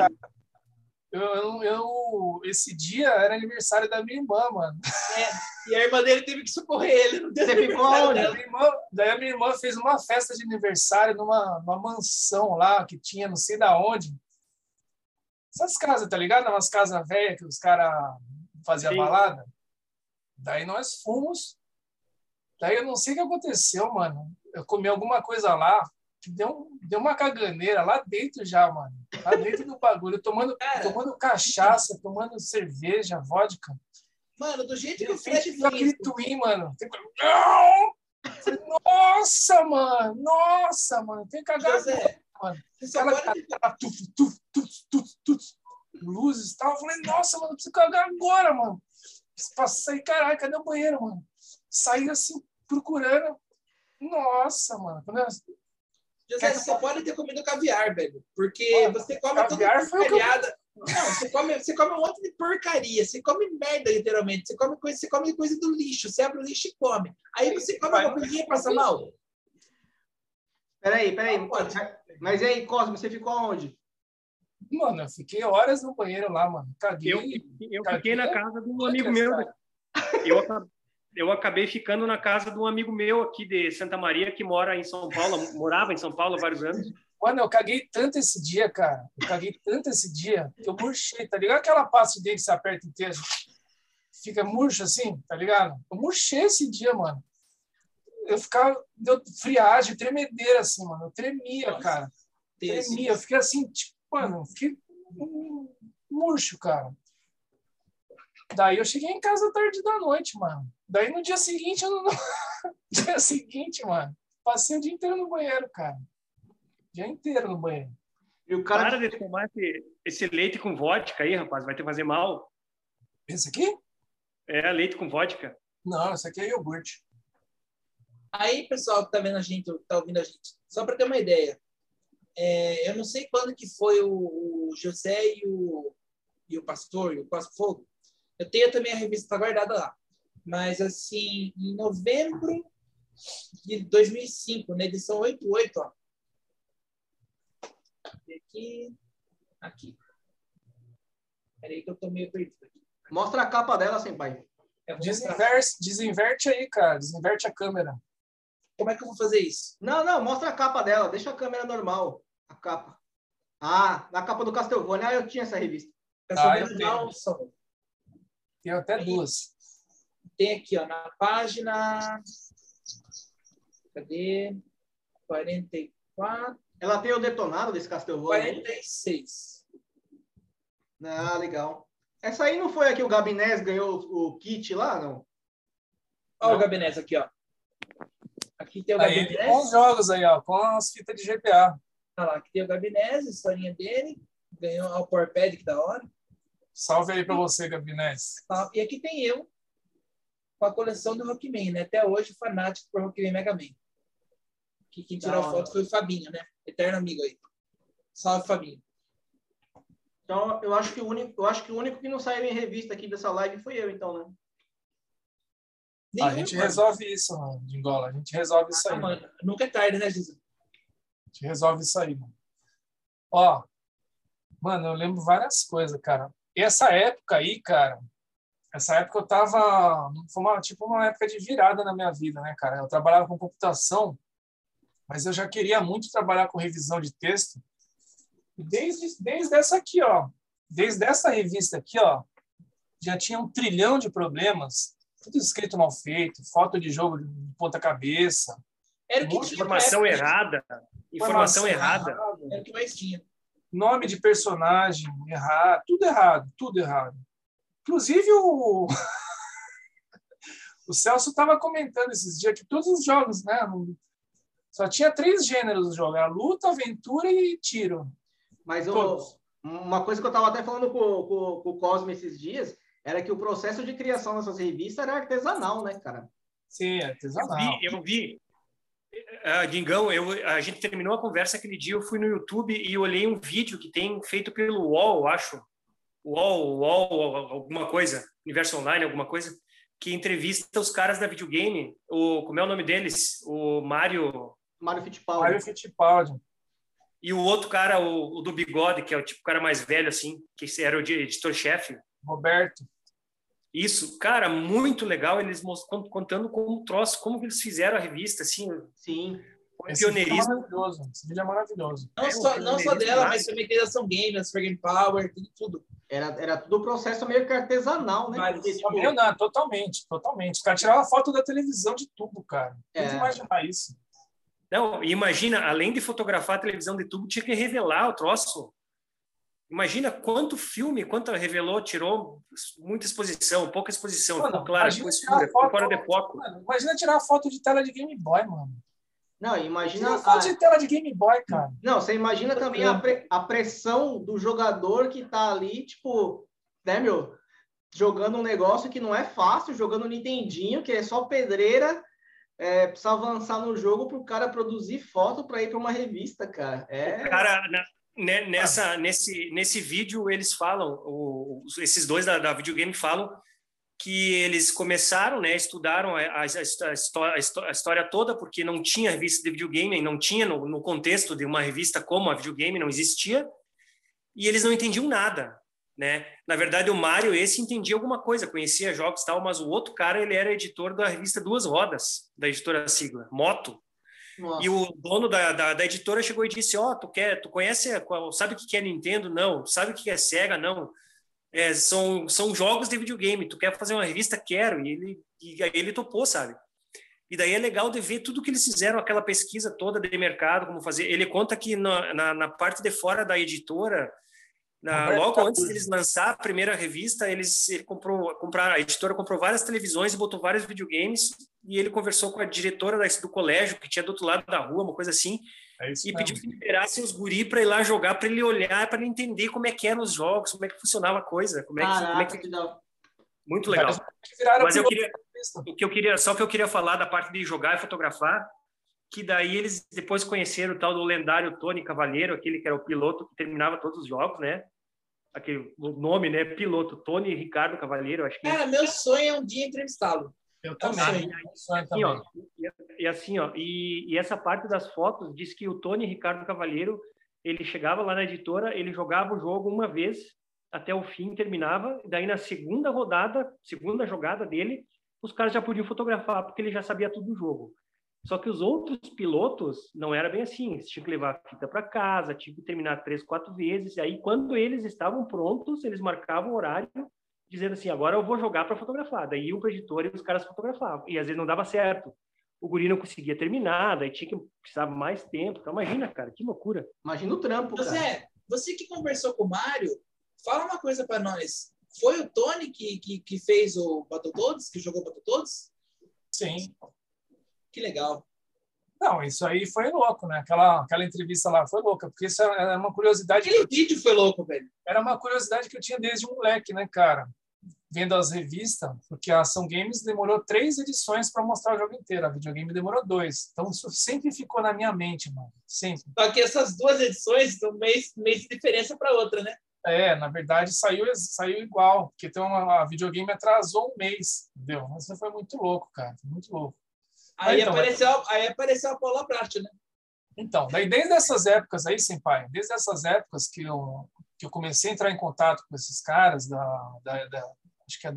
Esse dia era aniversário da minha irmã, mano. E a irmã dele teve que socorrer ele. Não deu Você ficou onde? Daí a minha irmã fez uma festa de aniversário numa mansão lá que tinha não sei da onde. Essas casas, tá ligado? Umas casas velhas que os caras faziam balada. Daí nós fomos. Daí eu não sei o que aconteceu, mano. Eu comi alguma coisa lá que deu uma caganeira lá dentro já, mano. Lá dentro do bagulho. Tomando cachaça, tomando cerveja, vodka. Mano, do jeito que o Fred Fred fez aquele twin, mano. Não! Nossa, mano! Nossa, mano! Tem que cagar. José, mano. você só pode... Luzes e tal. Eu falei, nossa, mano, preciso cagar agora, mano. Passei, caralho, cadê o banheiro, mano? Saí assim, procurando. Nossa, mano. José, você pode ter comido caviar, velho. Porque você come toda porcariada. Não, você come um monte de porcaria. Você come merda, literalmente. Você come coisa do lixo. Você abre o lixo e come. Aí você come uma coisinha e passa mal. Peraí. Mas e aí, Cosmo, você ficou aonde? Mano, eu fiquei horas no banheiro lá, mano. Caguei. Eu fiquei na casa de um amigo meu. Eu acabei ficando na casa de um amigo meu aqui de Santa Maria, que mora em São Paulo, morava em São Paulo há vários anos. Mano, eu caguei tanto esse dia, cara. Que eu murchei, tá ligado? Aquela pasta de dente que você aperta inteiro, fica murcho assim, tá ligado? Eu murchei esse dia, mano. Eu ficava, deu friagem, tremedeira assim, mano. Eu tremia, cara. Tremia, eu fiquei assim, tipo, mano, fiquei murcho, cara. Daí eu cheguei em casa tarde da noite, mano. Daí no dia seguinte, mano, passei o dia inteiro no banheiro, cara. O dia inteiro no banheiro. E o cara... Para de tomar esse leite com vodka aí, rapaz. Vai te fazer mal. Esse aqui? É, leite com vodka. Não, esse aqui é iogurte. Aí, pessoal que tá vendo a gente, tá ouvindo a gente, só para ter uma ideia. Eu não sei quando que foi o José e o Pastor, e o Cosmo Fogo. Eu tenho também a revista, tá guardada lá. Mas, assim, em novembro de 2005, na edição 88, ó. Aqui. Peraí que eu tô meio perdido aqui. Mostra a capa dela, senpai. Desinverte aí, cara. Desinverte a câmera. Como é que eu vou fazer isso? Não, mostra a capa dela. Deixa a câmera normal. A capa. Ah, na capa do Castlevania. Ah, eu tinha essa revista. Tem até duas. Tem aqui, ó, na página... Cadê? 44... Ela tem o detonado desse Castlevania? 46. Ah, legal. Essa aí não foi a que o Gabinés ganhou o kit lá, não? Olha o Gabinés aqui, ó. Aqui tem o Gabinés. Aí, com os jogos aí, ó, com as fitas de GTA. Olha lá, aqui tem o Gabinés, a historinha dele. Ganhou o Powerpad, que da hora. Salve aí pra você, Gabinés. E aqui tem eu, com a coleção do Rockman, né? Até hoje, fanático por Rockman Mega Man. Que quem tirou a foto foi o Fabinho, né? Eterno amigo aí. Salve, Fabinho. Então, eu acho que o único que não saiu em revista aqui dessa live foi eu, então, né? A gente resolve isso, mano, Dingola. A gente resolve isso aí. Mano, nunca é tarde, né, Jesus? A gente resolve isso aí, mano. Ó, mano, eu lembro várias coisas, cara. E essa época aí, cara, eu tava... Foi uma época de virada na minha vida, né, cara? Eu trabalhava com computação, mas eu já queria muito trabalhar com revisão de texto. Desde essa aqui, ó. Desde essa revista aqui, ó, já tinha 1 trilhão de problemas. Tudo escrito mal feito, foto de jogo de ponta cabeça. Era o que tinha. Informação errada. Informação errada. Era o que mais tinha. Nome de personagem errado. Tudo errado. Inclusive, o Celso estava comentando esses dias que todos os jogos, né? Só tinha 3 gêneros do jogo. Era luta, aventura e tiro. Mas uma coisa que eu estava até falando com o Cosmo esses dias era que o processo de criação dessas revistas era artesanal, né, cara? Sim, artesanal. Eu vi. Dingão, a gente terminou a conversa aquele dia, eu fui no YouTube e olhei um vídeo que tem feito pelo UOL, acho. UOL, alguma coisa. Universo Online, alguma coisa. que entrevista os caras da videogame. Como é o nome deles? O Mário Fittipaldi. Mário Fittipaldi. E o outro cara, o do bigode, que é o tipo cara mais velho, assim, que era o editor-chefe. Roberto. Isso, cara, muito legal. Eles contando como o troço, como que eles fizeram a revista, assim. Sim. Esse vídeo é maravilhoso. Esse vídeo é maravilhoso. Não só dela, mas também da Ação Game, a Super Game Power, tudo. Era tudo processo meio que artesanal, né? Mas, tipo... Não, totalmente. Os caras tiravam foto da televisão de tubo, cara. Tem que imaginar isso. Não, imagina, além de fotografar a televisão de tubo, tinha que revelar o troço. Imagina quanto filme, quanto revelou, tirou muita exposição, pouca exposição. Mano, ficou claro, ficou escura, ficou fora de foco. Mano, imagina tirar foto de tela de Game Boy, mano. Não, imagina... Tira foto de tela de Game Boy, cara. Não, você imagina também a pressão do jogador que tá ali, tipo, né, meu? Jogando um negócio que não é fácil, jogando Nintendinho, que é só pedreira... precisa avançar no jogo para o cara produzir foto para ir para uma revista, cara. Cara, nesse vídeo eles falam, esses dois da videogame falam que eles começaram, né, estudaram a história toda, porque não tinha revista de videogame, não tinha no contexto de uma revista como a videogame, não existia, e eles não entendiam nada. Né? Na verdade, o Mário entendia alguma coisa, conhecia jogos e tal, mas o outro cara ele era editor da revista Duas Rodas, da editora Sigla, Moto. Nossa. E o dono da editora chegou e disse: tu conhece, sabe o que é Nintendo? Não. Sabe o que é Sega? Não. São jogos de videogame, tu quer fazer uma revista? Quero. E aí ele topou, sabe? E daí é legal de ver tudo que eles fizeram, aquela pesquisa toda de mercado, como fazer. Ele conta que na parte de fora da editora, logo antes de eles lançar a primeira revista, a editora comprou várias televisões e botou vários videogames, e ele conversou com a diretora do colégio, que tinha do outro lado da rua, uma coisa assim, e pediu que liberassem os guri para ir lá jogar, para ele olhar, para ele entender como é que eram os jogos, como é que funcionava a coisa, como é que... Muito legal. Mas eu queria falar da parte de jogar e fotografar, que daí eles depois conheceram o tal do lendário Tony Cavaleiro, aquele que era o piloto que terminava todos os jogos, né? O nome, né? Piloto, Tony Ricardo Cavaleiro, acho que... Cara, meu sonho é um dia entrevistá-lo. Eu também. E essa parte das fotos diz que o Tony Ricardo Cavaleiro, ele chegava lá na editora, ele jogava o jogo uma vez, até o fim, terminava, e daí na segunda jogada dele, os caras já podiam fotografar, porque ele já sabia tudo do jogo. Só que os outros pilotos não era bem assim. Eles tinham que levar a fita para casa, tinham que terminar 3, 4 vezes. E aí, quando eles estavam prontos, eles marcavam o horário, dizendo assim, agora eu vou jogar para fotografar. Daí iam para o editor e os caras fotografavam. E às vezes não dava certo. O guri não conseguia terminar, daí precisava mais tempo. Então, imagina, cara, que loucura. Imagina o trampo, cara. Zé, você que conversou com o Mário, fala uma coisa para nós. Foi o Tony que fez o Battletoads, que jogou Battletoads? Sim. Que legal. Não, isso aí foi louco, né? Aquela entrevista lá foi louca, porque isso era uma curiosidade. Aquele vídeo foi louco, velho. Era uma curiosidade que eu tinha desde um moleque, né, cara? Vendo as revistas, porque a Ação Games demorou 3 edições para mostrar o jogo inteiro, a videogame demorou 2. Então isso sempre ficou na minha mente, mano. Sempre. Só que essas 2 edições são mês de diferença para outra, né? Na verdade saiu igual, porque a videogame atrasou um mês, entendeu? Mas isso foi muito louco, cara. Muito louco. Aí apareceu a Paula Brat, né? Então, daí desde essas épocas aí, senpai, desde essas épocas que eu comecei a entrar em contato com esses caras acho que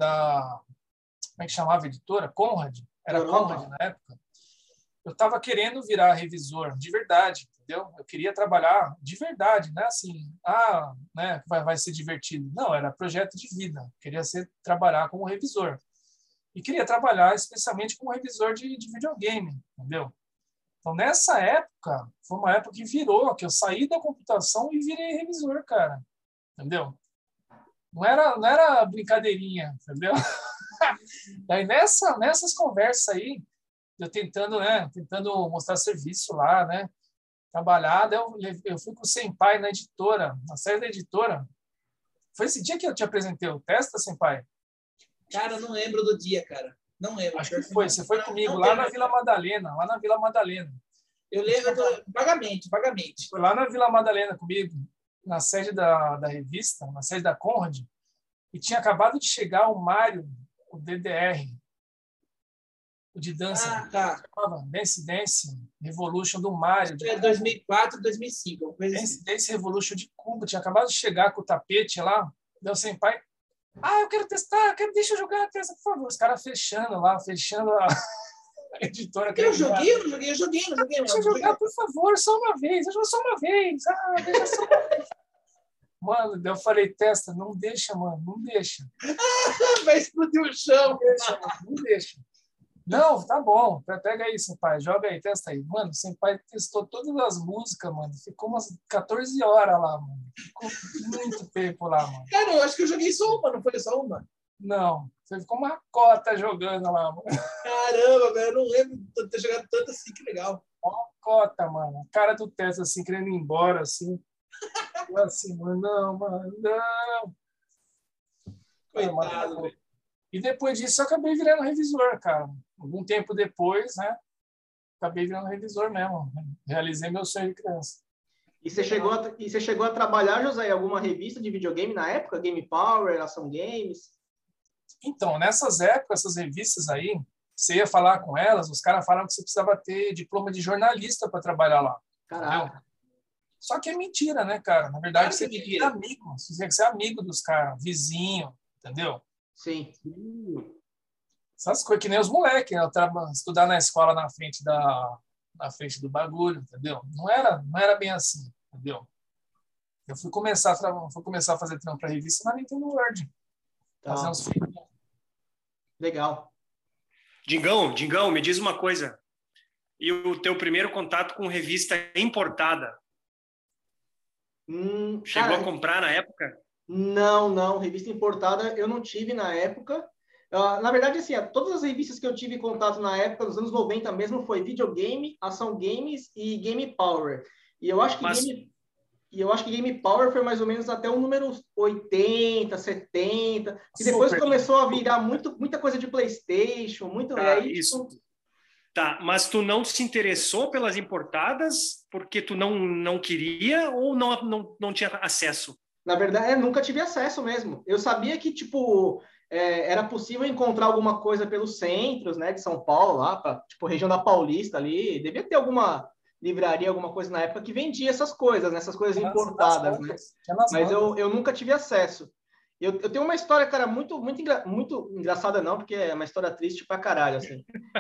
como é que chamava a editora? Conrad? Era Conrad na época. Eu estava querendo virar revisor de verdade, entendeu? Eu queria trabalhar de verdade, não é assim, né, vai ser divertido. Não, era projeto de vida. Eu queria trabalhar como revisor. E queria trabalhar especialmente como revisor de videogame, entendeu? Então, nessa época, foi uma época que virou, que eu saí da computação e virei revisor, cara. Entendeu? Não era brincadeirinha, entendeu? Daí, nessas conversas aí, eu tentando mostrar serviço lá, né? Trabalhar, daí eu fui com o senpai na editora, na sede da editora. Foi esse dia que eu te apresentei o Testa, senpai? Cara, eu não lembro do dia, cara. Não lembro. Acho que foi. Você foi comigo lá na Vila Madalena. Lá na Vila Madalena. Eu lembro vagamente. Foi lá na Vila Madalena comigo, na sede da revista, na sede da Conrad. E tinha acabado de chegar o Mário, o DDR. O de dança. Ah, tá. Dance Revolution do Mario. É 2004, 2005. Coisa assim. Dance Revolution de Cuba. Tinha acabado de chegar com o tapete lá. Deu sem pai. Eu quero testar, deixa eu jogar, testa, por favor. Os caras fechando a editora. Eu joguei. Deixa eu jogar, por favor, só uma vez. Eu jogo só uma vez. Deixa só uma vez. Mano, eu falei, testa, não deixa, mano, não deixa. Vai explodir o chão. Não deixa. Não, tá bom. Pega aí, Senpai, joga aí, testa aí. Mano, o Senpai testou todas as músicas, mano. Ficou umas 14 horas lá, mano. Ficou muito tempo lá, mano. Cara, eu acho que eu joguei só uma, não foi só uma? Não, você ficou uma cota jogando lá, mano. Caramba, velho, eu não lembro de ter jogado tanto assim, que legal. Uma cota, mano. A cara do Testa, assim, querendo ir embora, assim. Eu assim, mano, não. Coitado, velho. E depois disso, eu acabei virando revisor, cara. Algum tempo depois, né? Acabei virando revisor mesmo. Realizei meu sonho de criança. E você chegou a trabalhar, José, em alguma revista de videogame na época? Game Power, Ação Games? Então, nessas épocas, essas revistas aí, você ia falar com elas, os caras falaram que você precisava ter diploma de jornalista para trabalhar lá. Caraca. Entendeu? Só que é mentira, né, cara? Na verdade, Claro você tem que ser amigo. Você tem que ser amigo dos caras, vizinho, entendeu? Sim. Essas coisas que nem os moleques, estudar na escola na frente do bagulho, entendeu? Não era bem assim, entendeu? Eu fui começar a fazer trampo para revista na Nintendo World. Tá. Fazer uns... Legal. Dingão, me diz uma coisa. E o teu primeiro contato com revista importada? Chegou a comprar na época? Não. Revista importada eu não tive na época. Na verdade, assim, todas as revistas que eu tive contato na época, nos anos 90 mesmo, foi Videogame, Ação Games e Game Power. E eu acho que Game Power foi mais ou menos até o número 80, 70, e depois começou a virar muita coisa de PlayStation, isso. Tá, mas tu não se interessou pelas importadas porque tu não queria ou não tinha acesso? Na verdade, nunca tive acesso mesmo. Eu sabia que, tipo, era possível encontrar alguma coisa pelos centros, né, de São Paulo, lá, tipo, região da Paulista ali. Devia ter alguma livraria, alguma coisa na época que vendia essas coisas, né, essas coisas importadas, né? Mas eu nunca tive acesso. Eu tenho uma história, cara, muito engraçada, não, porque é uma história triste pra caralho, assim.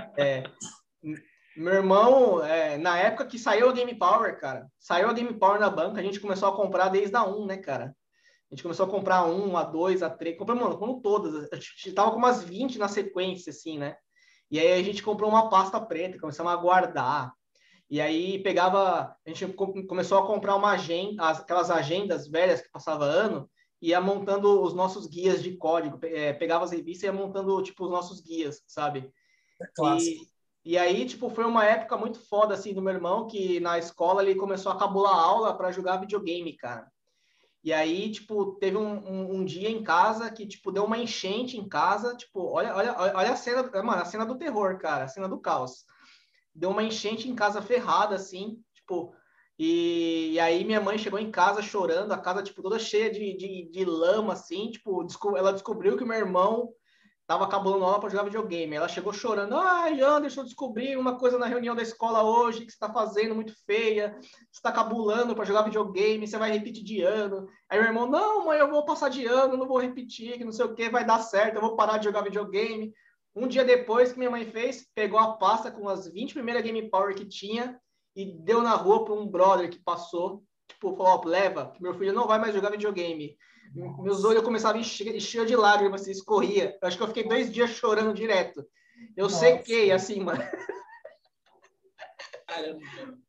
Meu irmão, na época que saiu a Game Power, cara, saiu a Game Power na banca, a gente começou a comprar desde a 1, né, cara? A gente começou a comprar a 1, a 2, a 3, compramos todas. A gente tava com umas 20 na sequência, assim, né? E aí a gente comprou uma pasta preta, começamos a guardar. E aí a gente começou a comprar aquelas agendas velhas que passava ano, e ia montando os nossos guias de código, pegava as revistas e ia montando, tipo, os nossos guias, sabe? É clássico. E aí, tipo, foi uma época muito foda, assim, do meu irmão, que na escola ele começou a cabular aula para jogar videogame, cara. E aí, tipo, teve um dia em casa que, tipo, deu uma enchente em casa, tipo, olha a cena, mano, a cena do terror, cara, a cena do caos. Deu uma enchente em casa ferrada, assim, tipo, e aí minha mãe chegou em casa chorando, a casa, tipo, toda cheia de lama, assim, tipo, ela descobriu que o meu irmão tava cabulando aula para jogar videogame. Ela chegou chorando. Ai, Anderson, eu descobri uma coisa na reunião da escola hoje que você está fazendo muito feia. Você está cabulando para jogar videogame, você vai repetir de ano. Aí meu irmão, não, mãe, eu vou passar de ano, não vou repetir, que não sei o que, vai dar certo, eu vou parar de jogar videogame. Um dia depois, que minha mãe fez, pegou a pasta com as 20 primeiras Game Power que tinha e deu na rua para um brother que passou. Tipo, falou, ó, leva, que meu filho não vai mais jogar videogame. Meus olhos começavam a encher de lágrimas, assim, escorria. Eu acho que eu fiquei 2 dias chorando direto. Eu sequei, assim, mano. Caramba.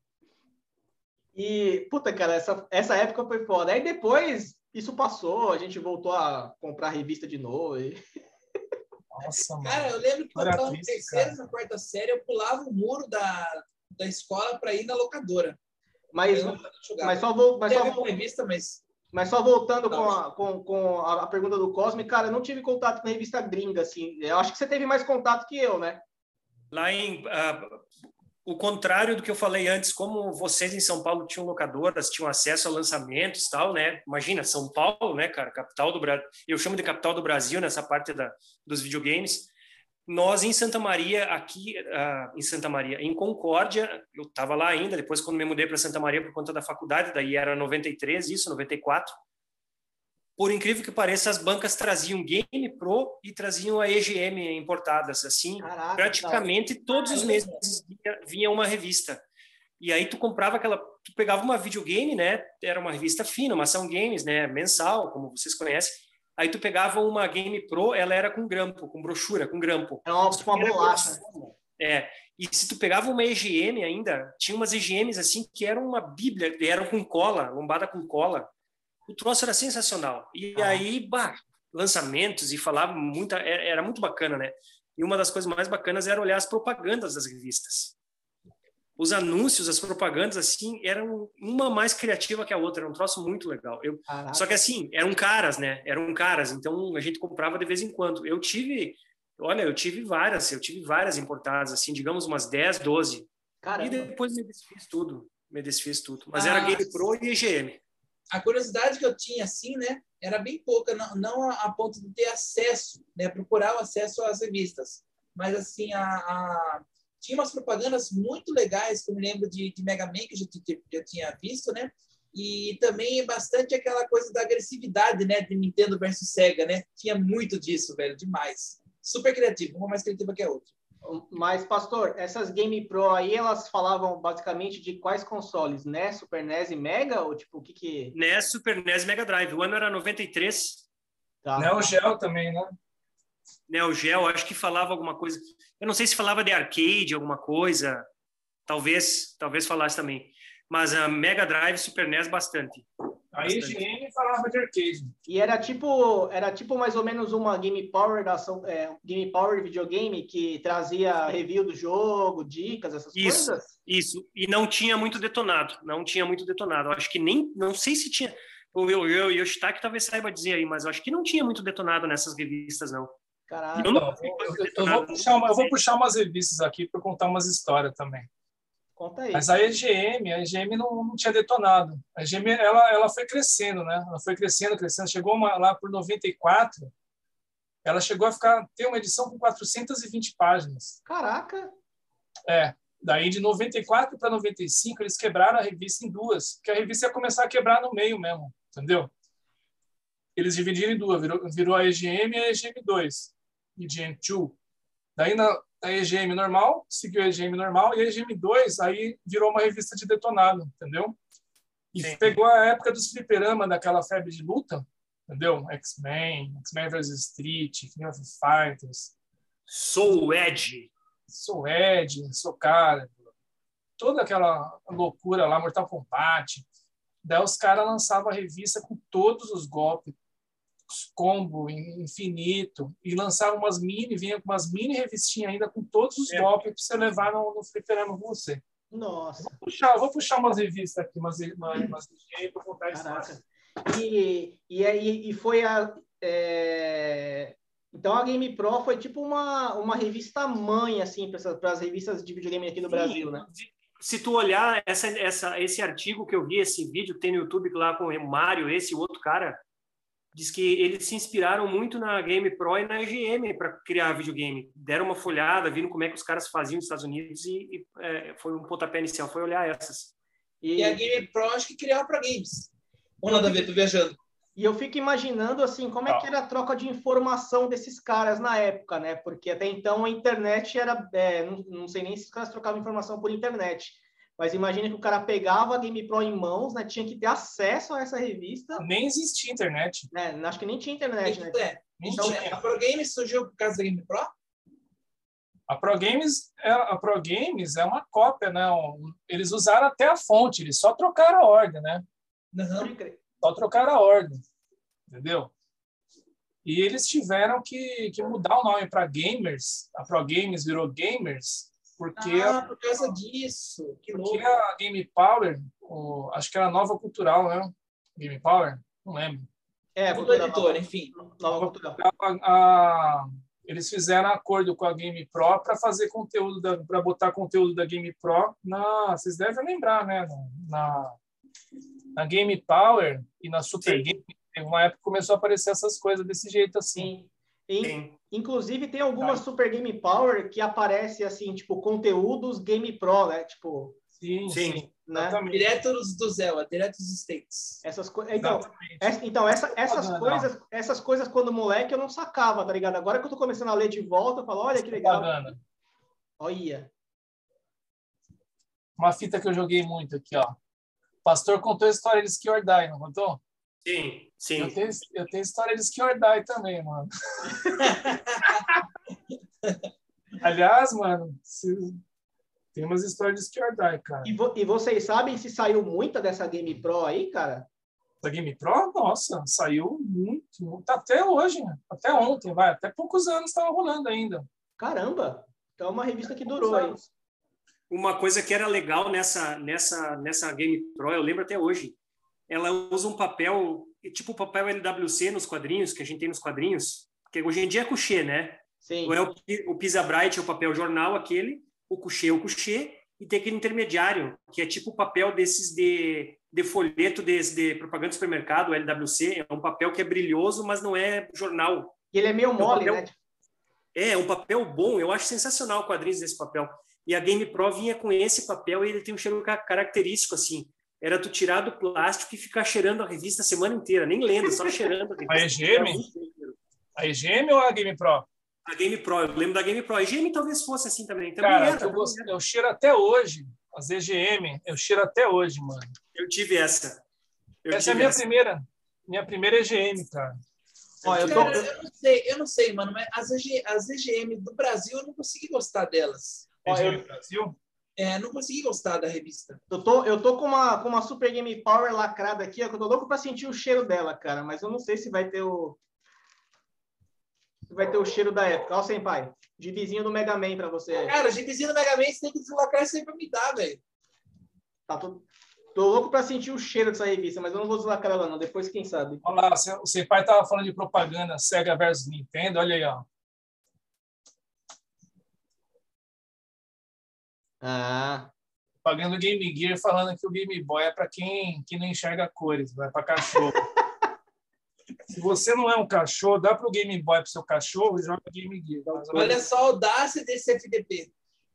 E, puta, cara, essa época foi foda. Aí depois, isso passou, a gente voltou a comprar revista de novo. Nossa, mano. Cara, eu lembro que quando eu estava na terceira, na quarta série, eu pulava o muro da escola para ir na locadora. Mas só voltando com a pergunta do Cosme, cara, eu não tive contato com a revista gringa, assim. Eu acho que você teve mais contato que eu, né? Lá o contrário do que eu falei antes, como vocês em São Paulo tinham locadoras, tinham acesso a lançamentos e tal, né? Imagina, São Paulo, né, cara, capital do Brasil. Eu chamo de capital do Brasil nessa parte dos videogames. Nós em Santa Maria, em Santa Maria, em Concórdia, eu estava lá ainda, depois quando me mudei para Santa Maria por conta da faculdade, daí era 93, isso, 94. Por incrível que pareça, as bancas traziam Game Pro e traziam a EGM importadas, assim, Caraca, praticamente todos os meses vinha uma revista. E aí tu comprava tu pegava uma videogame, né? Era uma revista fina, uma ação games, né? Mensal, como vocês conhecem. Aí tu pegava uma Game Pro, ela era com grampo, com brochura, com grampo. É uma bolacha. E se tu pegava uma EGM ainda, tinha umas EGMs assim que eram uma bíblia, eram com cola, lombada com cola. O troço era sensacional. E aí, lançamentos e falava era muito bacana, né? E uma das coisas mais bacanas era olhar as propagandas das revistas. Os anúncios, as propagandas, assim, eram uma mais criativa que a outra. Era um troço muito legal. Só que, assim, eram caras, né? Então, a gente comprava de vez em quando. Eu tive várias importadas, assim, digamos umas 10, 12. Caramba. E depois me desfiz tudo. Mas era Game Pro e EGM. A curiosidade que eu tinha, assim, né, era bem pouca, não a ponto de ter acesso, né, procurar o acesso às revistas. Mas, assim, tinha umas propagandas muito legais, que eu me lembro de Mega Man, que eu já tinha visto, né? E também bastante aquela coisa da agressividade, né, de Nintendo versus Sega, né? Tinha muito disso, velho, demais. Super criativo, uma mais criativa que a outra. Mas, Pastor, essas Game Pro aí, elas falavam basicamente de quais consoles? NES, Super NES e Mega? Ou tipo, o que... NES, Super NES e Mega Drive. O ano era 93. Tá. Neo Geo também, né? Neo Geo, acho que falava alguma coisa. Eu não sei se falava de arcade, alguma coisa. Talvez falasse também. Mas a Mega Drive, Super NES, bastante. A IGN falava de arcade. E era tipo mais ou menos uma Game Power Game Power videogame que trazia review do jogo, dicas, essas coisas? Isso. E não tinha muito detonado. Acho que não sei se tinha. O Yoshitaki talvez saiba dizer aí, mas eu acho que não tinha muito detonado nessas revistas, não. Caraca. Eu vou puxar umas revistas aqui para contar umas histórias também. Conta aí. Mas a EGM não tinha detonado. A EGM, ela foi crescendo, né? Ela foi crescendo. Chegou lá por 94, ela chegou a ter uma edição com 420 páginas. Caraca! Daí de 94 para 95, eles quebraram a revista em duas, porque a revista ia começar a quebrar no meio mesmo, entendeu? Eles dividiram em duas, virou a EGM e a EGM2, EGM2. Daí a EGM normal, seguiu a EGM normal, e a EGM2 aí virou uma revista de detonado, entendeu? E pegou a época dos fliperama, daquela febre de luta, entendeu? X-Men vs Street, King of Fighters. Soul Edge, Soul Calibur, toda aquela loucura lá, Mortal Kombat. Daí os caras lançavam a revista com todos os golpes, combo infinito, e lançavam vinha com umas mini revistinhas ainda com todos os golpes para você levar no fliperama com você. Nossa. Vou puxar umas revistas aqui, umas para contar isso. E foi então a Game Pro foi tipo uma revista mãe assim para as revistas de videogame aqui no Brasil, né? Se tu olhar esse artigo que eu vi, esse vídeo tem no YouTube lá com o Mário, esse outro cara, diz que eles se inspiraram muito na Game Pro e na EGM para criar videogame. Deram uma folhada, viram como é que os caras faziam nos Estados Unidos e foi um pontapé inicial, foi olhar essas. E a Game Pro acho que criava para games. Ou nada a ver, tô viajando. E eu fico imaginando, assim, como é que era a troca de informação desses caras na época, né? Porque até então a internet era... não sei nem se os caras trocavam informação por internet. Mas imagina que o cara pegava a Game Pro em mãos, né? Tinha que ter acesso a essa revista. Nem existia internet. Acho que nem tinha internet, né? Então, a Pro Games surgiu por causa da Game Pro? A Pro Games é uma cópia, né? Eles usaram até a fonte, eles só trocaram a ordem, né? Uhum. Só trocaram a ordem, entendeu? E eles tiveram que mudar o nome para Gamers. A Pro Games virou Gamers porque por causa disso. Que louco. Porque a Game Power, acho que era Nova Cultural, né? Game Power, não lembro. Editora, enfim. Nova Cultural. Eles fizeram acordo com a Game Pro para fazer conteúdo para botar conteúdo da Game Pro vocês devem lembrar, né? Na Game Power e na Super Game, teve uma época que começou a aparecer essas coisas desse jeito assim. Sim. Inclusive, tem algumas Super Game Power que aparece assim, tipo, conteúdos Game Pro, né? Tipo, Sim, sim. né? Exatamente. Direto do Zé, direto dos States. Essas coisas. Exatamente. Essas coisas, quando moleque, eu não sacava, tá ligado? Agora que eu tô começando a ler de volta, eu falo, olha que legal. Propaganda. Olha. Uma fita que eu joguei muito aqui, ó. O pastor contou a história de Ski or Die, não contou? Sim, sim. Eu tenho história de Ski or Die também, mano. Aliás, mano, tem umas histórias de Ski or Die, cara. E vocês sabem se saiu muita dessa Game Pro aí, cara? Da Game Pro, nossa, saiu muito. Até hoje, né? Até ontem, vai. Até poucos anos estava rolando ainda. Caramba! Então é uma revista que durou aí. Uma coisa que era legal nessa Game Pro, eu lembro até hoje, ela usa um papel, tipo o papel LWC nos quadrinhos, que a gente tem nos quadrinhos, que hoje em dia é couché, né? Sim. O Pisa Bright é o papel jornal aquele, o couché, e tem aquele intermediário, que é tipo o papel desses de folheto de propaganda de supermercado, o LWC, é um papel que é brilhoso, mas não é jornal. E ele é meio mole, papel, né? É um papel bom, eu acho sensacional quadrinhos desse papel. E a Game Pro vinha com esse papel e ele tem um cheiro característico, assim. Era tu tirar do plástico e ficar cheirando a revista a semana inteira, nem lendo, só cheirando a revista. A EGM? A EGM ou a Game Pro? A Game Pro, eu lembro da Game Pro. A EGM talvez fosse assim também. Cara, eu cheiro até hoje. As EGM, eu cheiro até hoje, mano. Eu tive essa. Essa é a minha primeira EGM, cara. Eu não sei, mano, mas as EGM do Brasil eu não consegui gostar delas. EGM Brasil? Não consegui gostar da revista. Eu tô com uma Super Game Power lacrada aqui, ó, que eu tô louco pra sentir o cheiro dela, cara, mas eu não sei se vai ter o cheiro da época. Ó, Senpai, gibizinho do Mega Man pra você. Cara, gibizinho do Mega Man você tem que deslacrar isso aí pra me dar, velho. Tô louco pra sentir o cheiro dessa revista, mas eu não vou deslacrar ela não, depois quem sabe. Olha lá, o Senpai tava falando de propaganda Sega versus Nintendo, olha aí, ó. Propaganda do Game Gear falando que o Game Boy é para quem não enxerga cores, vai para cachorro. Se você não é um cachorro, dá para o Game Boy para seu cachorro e joga Game Gear. Olha só a audácia desse FDP.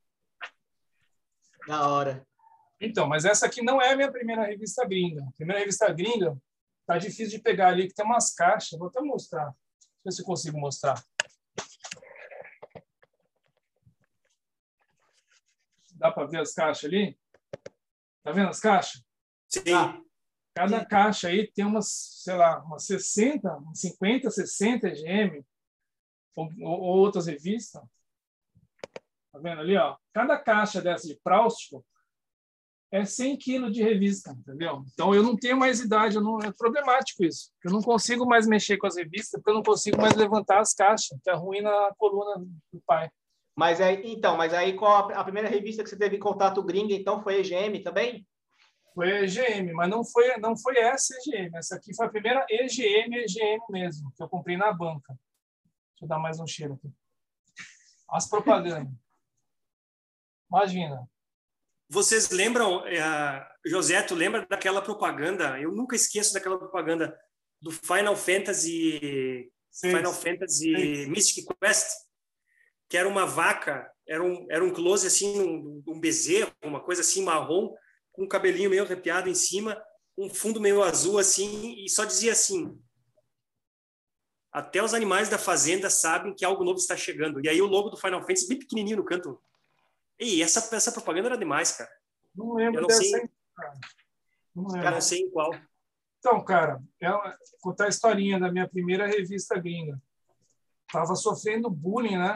Da hora. Então, mas essa aqui não é a minha primeira revista gringa. A primeira revista gringa tá difícil de pegar ali, que tem umas caixas. Vou até mostrar. Deixa eu ver se eu consigo mostrar. Dá para ver as caixas ali? Tá vendo as caixas? Sim. Cada caixa aí tem umas, sei lá, umas 60, 50, 60 EGM ou outras revistas. Tá vendo ali, ó? Cada caixa dessa de plástico é 100 quilos de revista, entendeu? Então, eu não tenho mais idade, é problemático isso. Eu não consigo mais mexer com as revistas, porque eu não consigo mais levantar as caixas, que arruína a coluna do pai. Mas aí qual a primeira revista que você teve contato gringa, então, foi a EGM também? Foi a EGM, mas não foi essa EGM. Essa aqui foi a primeira EGM mesmo, que eu comprei na banca. Deixa eu dar mais um cheiro aqui. As propagandas. Imagina. Vocês lembram, José, tu lembra daquela propaganda? Eu nunca esqueço daquela propaganda do Final Fantasy Mystic Quest, que era uma vaca, era um close assim, um bezerro, uma coisa assim marrom, com um cabelinho meio arrepiado em cima, um fundo meio azul assim, e só dizia assim: até os animais da fazenda sabem que algo novo está chegando. E aí o logo do Final Fantasy bem pequenininho no canto. E essa propaganda era demais, cara. Não lembro dessa aí, cara. Eu não sei em qual. Então, cara, vou contar a historinha da minha primeira revista gringa. Tava sofrendo bullying, né?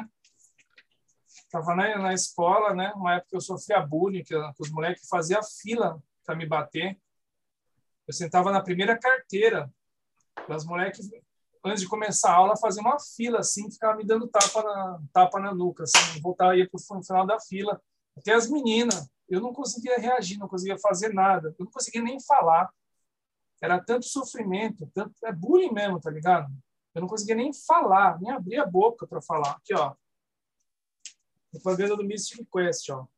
Tava na escola, né? Uma época que eu sofria bullying, que os moleques faziam fila para me bater. Eu sentava na primeira carteira. Os moleques, antes de começar a aula, faziam uma fila assim, ficava me dando tapa na nuca, assim, ia para o final da fila. Até as meninas, eu não conseguia reagir, não conseguia fazer nada, eu não conseguia nem falar. Era tanto sofrimento, é bullying mesmo, tá ligado? Eu não conseguia nem falar, nem abrir a boca para falar. Aqui, ó. Propaganda do Mystic Quest, ó.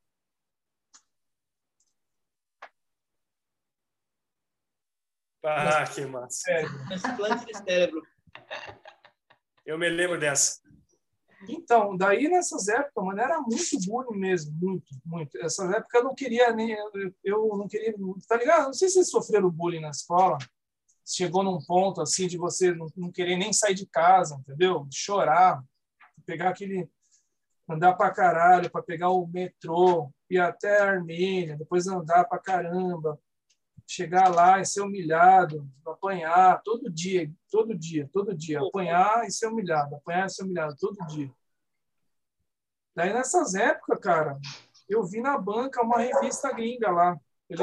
Ah, que massa. Transplante de cérebro. Eu me lembro dessa. Então, daí nessas épocas, mano, era muito bullying mesmo, muito, muito. Essas épocas eu não queria nem, eu não queria, tá ligado? Não sei se vocês sofreram bullying na escola. Chegou num ponto assim de você não querer nem sair de casa, entendeu? Chorar, pegar aquele, andar pra caralho, para pegar o metrô, ir até a Armênia, depois andar pra caramba, chegar lá e ser humilhado, apanhar todo dia, todo dia, todo dia, apanhar e ser humilhado, todo dia. Daí nessas épocas, cara, eu vi na banca uma revista gringa lá,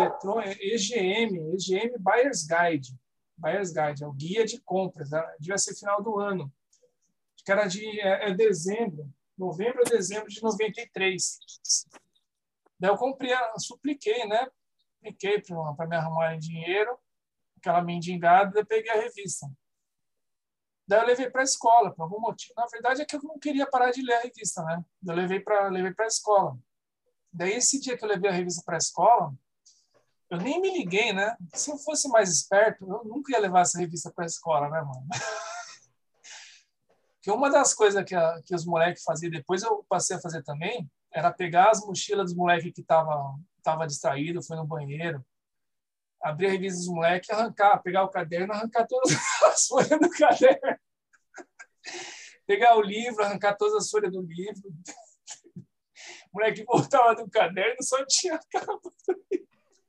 EGM Buyer's Guide. Buyer's Guide, é o guia de compras, né? Devia ser final do ano. Acho que era de dezembro, novembro ou dezembro de 93. Daí eu comprei, supliquei, né? Supliquei para me arrumarem dinheiro, aquela mendigada, daí eu peguei a revista. Daí eu levei para a escola, por algum motivo. Na verdade é que eu não queria parar de ler a revista, né? Eu levei para a escola. Daí esse dia que eu levei a revista para a escola, eu nem me liguei, né? Se eu fosse mais esperto, eu nunca ia levar essa revista para a escola, né, mano? Porque uma das coisas que os moleques faziam, depois eu passei a fazer também, era pegar as mochilas dos moleques que tava distraído, foi no banheiro, abrir a revista dos moleques, arrancar, pegar o caderno, arrancar todas as folhas do caderno. Pegar o livro, arrancar todas as folhas do livro. O moleque voltava do caderno, só tinha a capa do livro.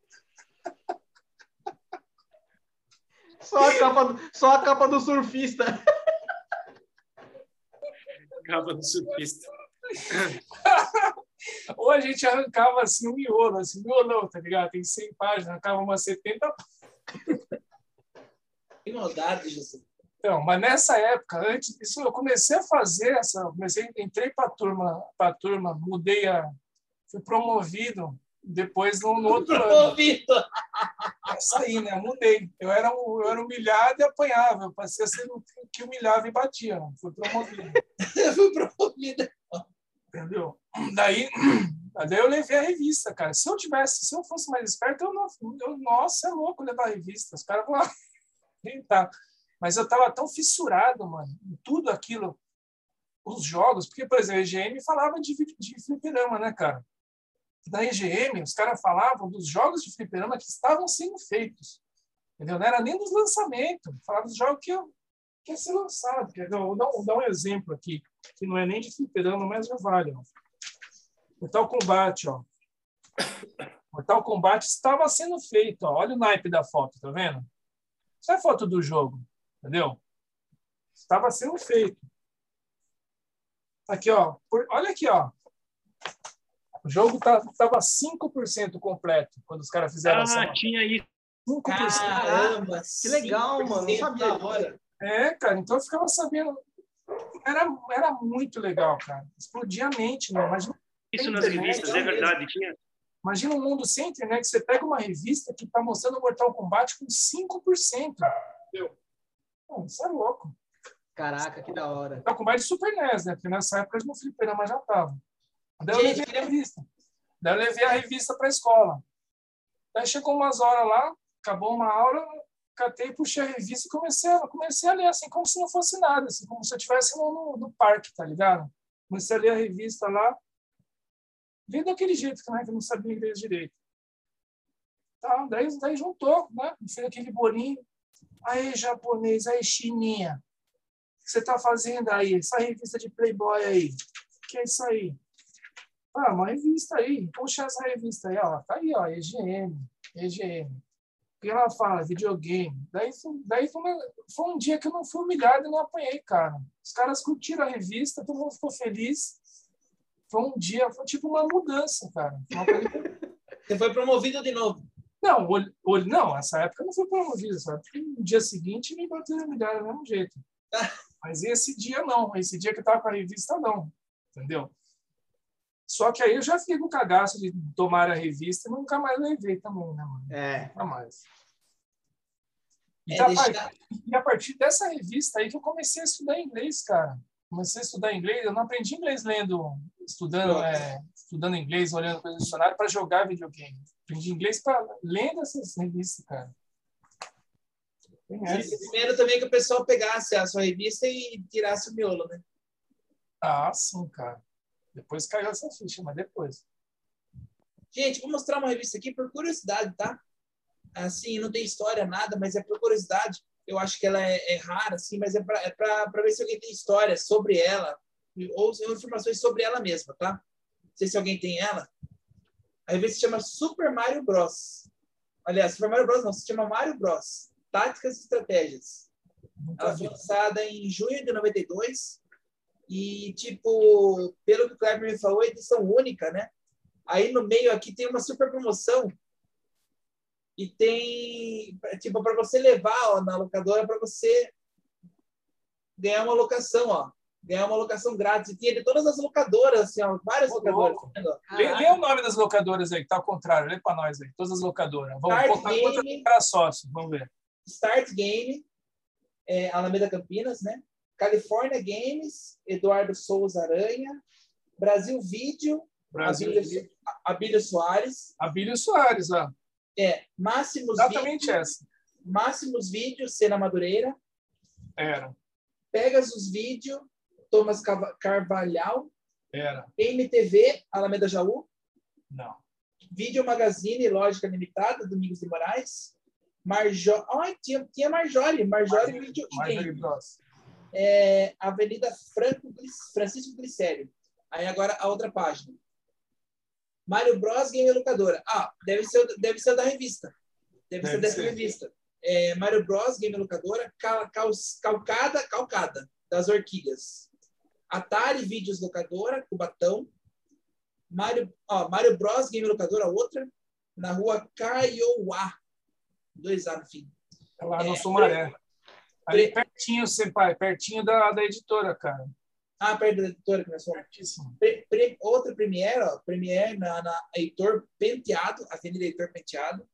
Só a capa do surfista. Capa do surfista. Ou a gente arrancava assim um miolo, assim, miolão, tá ligado? Tem 100 páginas, arrancava umas 70. Que maldade, Jesus. Então, mas nessa época, antes disso, eu comecei a fazer entrei para a turma, fui promovido depois no outro ano. Essa aí, né? Mudei. Eu era humilhado e apanhava. Eu passei a ser o que humilhava e batia. Fui promovido. Fui promovido. Entendeu? Daí eu levei a revista, cara. Se eu fosse mais esperto, nossa, é louco levar a revista. Os caras vão lá. Tá. Mas eu tava tão fissurado, mano, em tudo aquilo, os jogos, porque, por exemplo, a EGM falava de fliperama, né, cara? Da EGM, os caras falavam dos jogos de fliperama que estavam sendo feitos. Entendeu? Não era nem dos lançamentos. Falavam dos jogos que ia ser lançado. Vou dar um exemplo aqui, que não é nem de fliperama, mas já vale. Ó. Mortal Kombat, ó. Mortal Kombat estava sendo feito. Ó. Olha o naipe da foto, tá vendo? Isso é foto do jogo. Entendeu? Estava sendo feito. Aqui, ó. Olha aqui, ó. O jogo estava 5% completo quando os caras fizeram essa. Tinha isso. 5%. Caramba, que legal, mano. Não sabia. Hora. Cara, então eu ficava sabendo. Era muito legal, cara. Explodia a mente, né? Imagina, isso nas revistas, é verdade. Tinha. Imagina um mundo sem internet. Você pega uma revista que está mostrando o Mortal Kombat com 5%. Entendeu? Isso é louco. Caraca, que da hora. Mortal Kombat de Super NES, né? Porque nessa época no fliperama já tava. Daí eu levei a revista para a escola. Daí chegou umas horas lá, acabou uma aula, catei, puxei a revista e comecei a ler, assim, como se não fosse nada, assim, como se eu estivesse no parque, tá ligado? Comecei a ler a revista lá, vi daquele jeito, né, que eu não sabia inglês direito. Tá, daí juntou, né? Fez aquele bolinho. Aí, japonês, aí, chininha. O que você tá fazendo aí? Essa revista de Playboy aí. O que é isso aí? Uma revista aí. Puxa essa revista aí, ó. Tá aí, ó. EGM. O que ela fala? Videogame. Daí foi um dia que eu não fui humilhado e não apanhei, cara. Os caras curtiram a revista, todo mundo ficou feliz. Foi um dia, foi tipo uma mudança, cara. Você foi promovido de novo? Não, essa época eu não fui promovido. Sabe? No dia seguinte me bateram humilhado do mesmo jeito. Mas esse dia não. Esse dia que eu tava com a revista, não. Entendeu? Só que aí eu já fiquei com cagaço de tomar a revista e nunca mais levei também, né, mano? Nunca mais. E a partir dessa revista aí que eu comecei a estudar inglês, cara. Eu não aprendi inglês estudando inglês, olhando coisas do dicionário para jogar videogame. Aprendi inglês lendo essas revistas, cara. Primeiro também que o pessoal pegasse a sua revista e tirasse o miolo, né? Ah, sim, cara. Depois caiu essa ficha, mas depois. Gente, vou mostrar uma revista aqui por curiosidade, tá? Assim, não tem história, nada, mas é por curiosidade. Eu acho que ela é rara, assim, mas é para ver se alguém tem história sobre ela ou informações sobre ela mesma, tá? Não sei se alguém tem ela. A revista se chama Super Mario Bros. Aliás, Super Mario Bros. Não, se chama Mario Bros. Táticas e Estratégias. Ela foi lançada em junho de 92 e, tipo, pelo que o Kleber me falou, é edição única, né? Aí no meio aqui tem uma super promoção e tem, tipo, para você levar ó, na locadora, para você ganhar uma locação, ó. Ganhar uma locação grátis. E tinha de todas as locadoras, assim, ó, várias locadoras. Lê o nome das locadoras aí, que tá ao contrário. Lê para nós aí, todas as locadoras. Vamos Start contar Game, quantas para sócio, vamos ver. Start Game, Alameda Campinas, né? California Games, Eduardo Souza Aranha, Brasil Vídeo, Abílio Soares. Abílio Soares, ó. Máximos Exatamente Vídeo, essa. Máximos Vídeo, Sena Madureira. Era. Pegasus Vídeo, Thomas Carvalhal. Era. MTV, Alameda Jaú. Não. Vídeo Magazine, Lógica Limitada, Domingos de Moraes. Tinha Marjorie Vídeo e Game. Avenida Francisco Glicério. Aí agora a outra página. Mario Bros. Game Locadora. Deve ser da revista. Deve ser dessa revista. Mario Bros. Game Locadora, calcada das Orquídeas. Atari Vídeos Locadora, Cubatão. Mario Bros. Game Locadora, outra, na rua Kaiowá. 2A no fim. Lá no Sumaré. Ali pertinho, Senpai, pertinho da editora, cara. Perto da editora que nós fomos. Outra Premiere, ó, Premiere na Heitor Penteado, Avenida Heitor Penteado.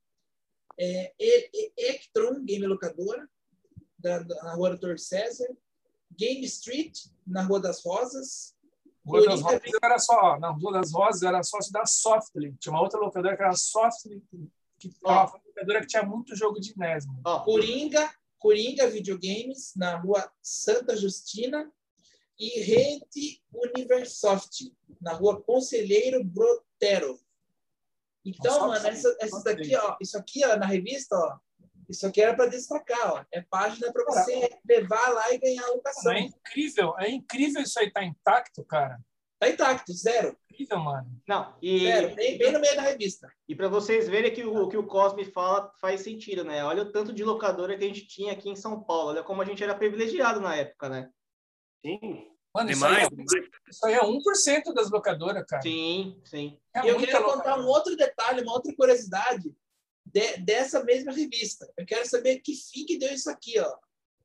Ectron, Game Locadora, na rua Doutor César. Game Street, na Rua das Rosas. Rua das Rosas era só, na Rua das Rosas era sócio da Softly. Tinha uma outra locadora que era a Softly, que era uma locadora que tinha muito jogo de NES. Coringa Videogames, na Rua Santa Justina. E Rede Universoft, na Rua Conselheiro Brotero. Então, mano, essas daqui, ó, isso aqui, ó, na revista, ó, isso aqui era para destacar, ó. É página para você levar lá e ganhar a locação. É incrível isso aí, tá intacto, cara. Tá intacto, zero. Incrível, mano. Não, zero, bem no meio da revista. E para vocês verem que o que o Cosme fala faz sentido, né? Olha o tanto de locadora que a gente tinha aqui em São Paulo. Olha como a gente era privilegiado na época, né? Sim. Mano, demais. Isso aí é 1% das locadoras, cara. Sim. E eu queria contar um outro detalhe, uma outra curiosidade dessa mesma revista. Eu quero saber que fim que deu isso aqui, ó.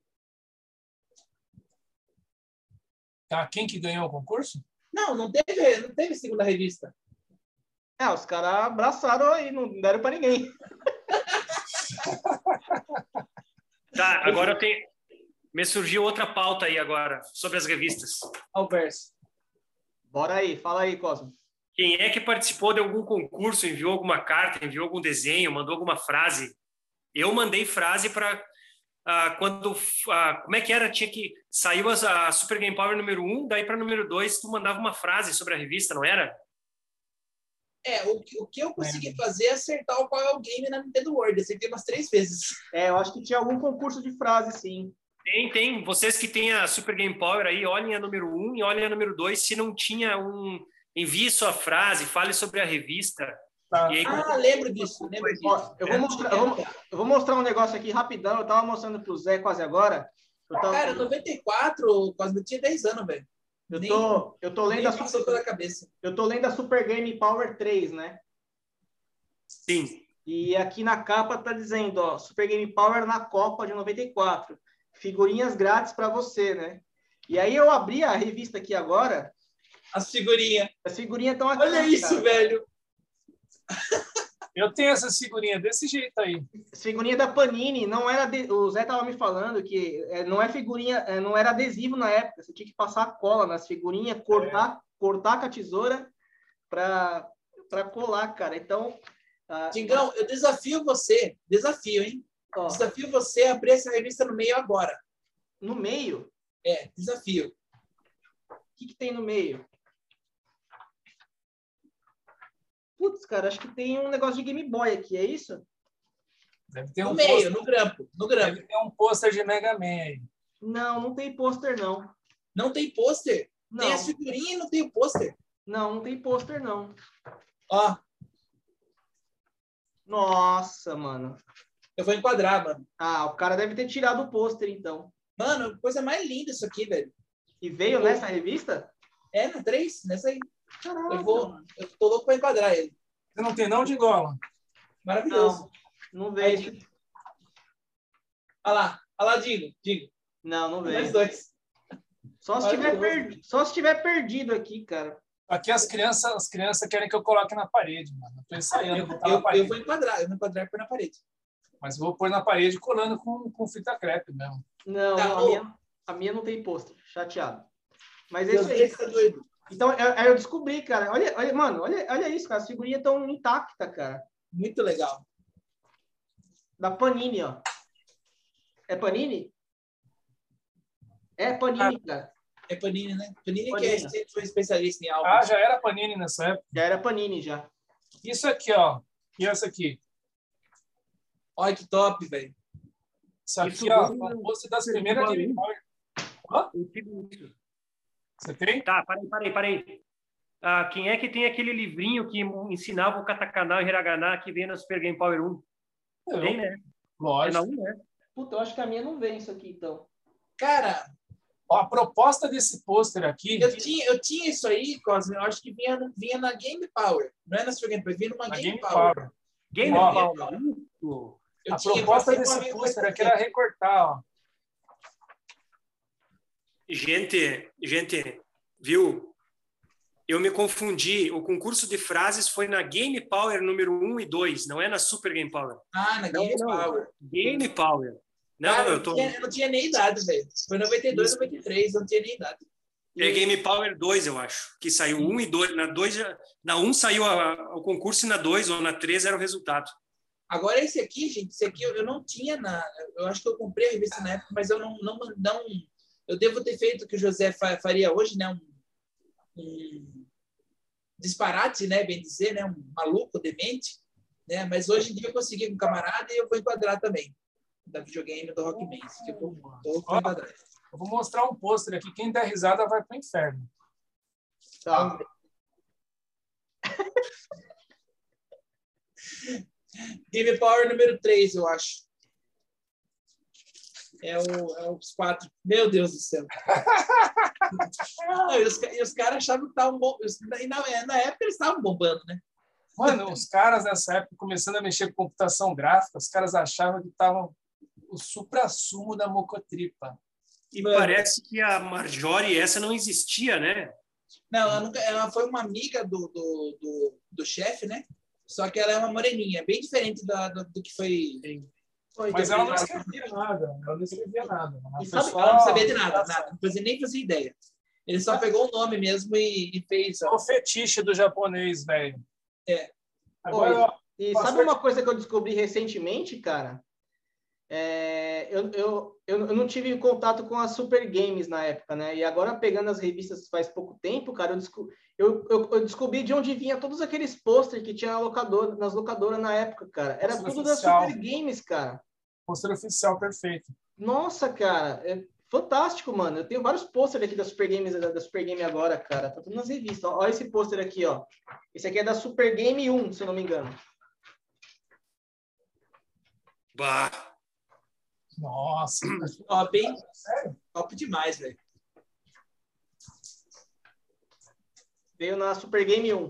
Quem que ganhou o concurso? Não teve segunda revista. Os caras abraçaram e não deram para ninguém. Tá, agora eu tenho... Me surgiu outra pauta aí agora, sobre as revistas. Ao verso. Bora aí, fala aí, Cosmo. Quem é que participou de algum concurso, enviou alguma carta, enviou algum desenho, mandou alguma frase? Eu mandei frase para quando... como é que era? Tinha que... Saiu a Super Game Power número 1, daí para número 2, tu mandava uma frase sobre a revista, não era? O que eu consegui fazer é acertar qual é o game na Nintendo World. Acertei umas 3 vezes. Eu acho que tinha algum concurso de frase, sim. Tem. Vocês que têm a Super Game Power aí, olhem a número 1 e olhem a número 2. Se não tinha envie sua frase, fale sobre a revista. Tá. E aí, lembro disso. Eu vou mostrar um negócio aqui rapidão. Eu tava mostrando pro Zé quase agora. Cara, 94, quase tinha 10 anos, velho. Eu tô lendo pela cabeça. Eu tô lendo a Super Game Power 3, né? Sim. E aqui na capa tá dizendo, ó, Super Game Power na Copa de 94. Figurinhas grátis para você, né? E aí eu abri a revista aqui agora. As figurinhas estão aqui. Olha isso, cara. Velho. Eu tenho essa figurinha desse jeito aí. Figurinha da Panini, não era o Zé tava me falando que não é figurinha, não era adesivo na época. Você tinha que passar cola nas figurinhas, cortar com a tesoura para colar, cara. Então, Tingão, eu desafio você, hein? Desafio você a abrir essa revista no meio agora. No meio? Desafio. que tem no meio? Putz, cara, acho que tem um negócio de Game Boy aqui, é isso? Deve ter No um meio, pôster, no grampo. No grampo. deve ter um pôster de Mega Man aí. Não, não tem pôster, não. Não tem pôster? Tem Não, as figurinhas e não tem o pôster. não tem pôster, não. Ó, Nossa, mano. eu vou enquadrar, mano. Ah, o cara deve ter tirado o pôster, então. Mano, coisa mais linda isso aqui, velho. E veio nessa revista? É, na 3, nessa aí. Caraca, Eu tô louco pra enquadrar ele. Você não tem não de gola? Maravilhoso. Não Aí, veio. olha lá, Digo. Não Nós veio. dois. Só se tiver perdido aqui, cara. Aqui as crianças querem que eu coloque na parede, mano. Eu tô ensaiando botar na Eu parede. vou enquadrar e pôr na parede. Mas eu vou pôr na parede colando com fita crepe mesmo. Não, Tá, não, a minha não tem pôster. Chateado. Mas é Meu isso aí. Deus, tá doido. Então, eu descobri, cara. Olha, mano, olha isso, cara. As figurinhas estão intactas, cara. Muito legal. Da Panini, ó. É Panini? É Panini, cara. É Panini, né? Panini que Panini. sempre foi especialista em álbum. Ah, já era Panini nessa época. Já era Panini, já. Isso aqui, ó. E essa aqui. Olha que top, velho. Isso aqui, Isso ó. tudo É o pôster das não- primeiras Game Boy. Hã? Eu tive isso. Você tem? Tá, parei. Ah, quem é que tem aquele livrinho que ensinava o katakana e hiragana que veio na Super Game Power 1? Eu. Tem, né? É na Lógico. 1, né? Puta, eu acho que a minha não vem isso aqui, então. Cara, Ó, a proposta desse pôster aqui... eu tinha isso aí, Cosme. Eu acho que vinha na Game Power. Não é na Super Game Power, vinha numa na Game Game Power. Power. Game Ó, Power. Isso. Eu A tinha, proposta passei pro desse amigo pôster mais aqui era recortar, ó. Gente, viu? Eu me confundi. O concurso de frases foi na Game Power número 1 e 2, não é na Super Game Power. Ah, na Game Não. Power. Game Power. Não, Cara, eu tô... eu não tinha nem idade, velho. Foi 92, 93, eu não tinha nem idade. É Game Power 2, eu acho, que saiu 1 e 2. Na 1 saiu o concurso e na 2 ou na 3 era o resultado. Agora, esse aqui, gente, esse aqui eu não tinha eu acho que eu comprei a revista na época, mas eu não eu devo ter feito o que o José faria hoje, né? Um disparate, né? Bem dizer, né? Um maluco, demente, né? Mas hoje em dia eu consegui com um camarada e eu vou enquadrar também. Da videogame do Rockman, que eu tô enquadrar. Eu vou mostrar um pôster aqui. Quem der risada vai pro inferno. Tá. Game Power número 3, eu acho. É os 4. Meu Deus do céu. Não, e os caras achavam que estavam bom. Na época eles estavam bombando, né? Mano, os caras nessa época, começando a mexer com computação gráfica, os caras achavam que estavam o suprassumo da mocotripa. E parece que a Marjorie, essa não existia, né? Não, ela foi uma amiga do chefe, né? Só que ela é uma moreninha, bem diferente do que foi. Mas ela não escrevia nada. Ela não escrevia nada. Ela não sabia de nada. Não fazia nem fazia ideia. Ele só pegou o nome mesmo e fez. É o fetiche do japonês, velho. É. Agora, e sabe uma coisa que eu descobri recentemente, cara? Eu não tive contato com as Super Games na época, né? E agora, pegando as revistas faz pouco tempo, cara, eu descobri de onde vinha todos aqueles pôsteres que tinha nas locadoras na época, cara. Era tudo das Super Games, cara. Pôster oficial perfeito. Nossa, cara, é fantástico, mano. Eu tenho vários pôsteres aqui da Super Games, da Super Game agora, cara. Tá tudo nas revistas. Olha esse pôster aqui, ó. Esse aqui é da Super Game 1, se eu não me engano. Bah. Nossa. Ó, bem top demais, velho. Veio na Super Game 1.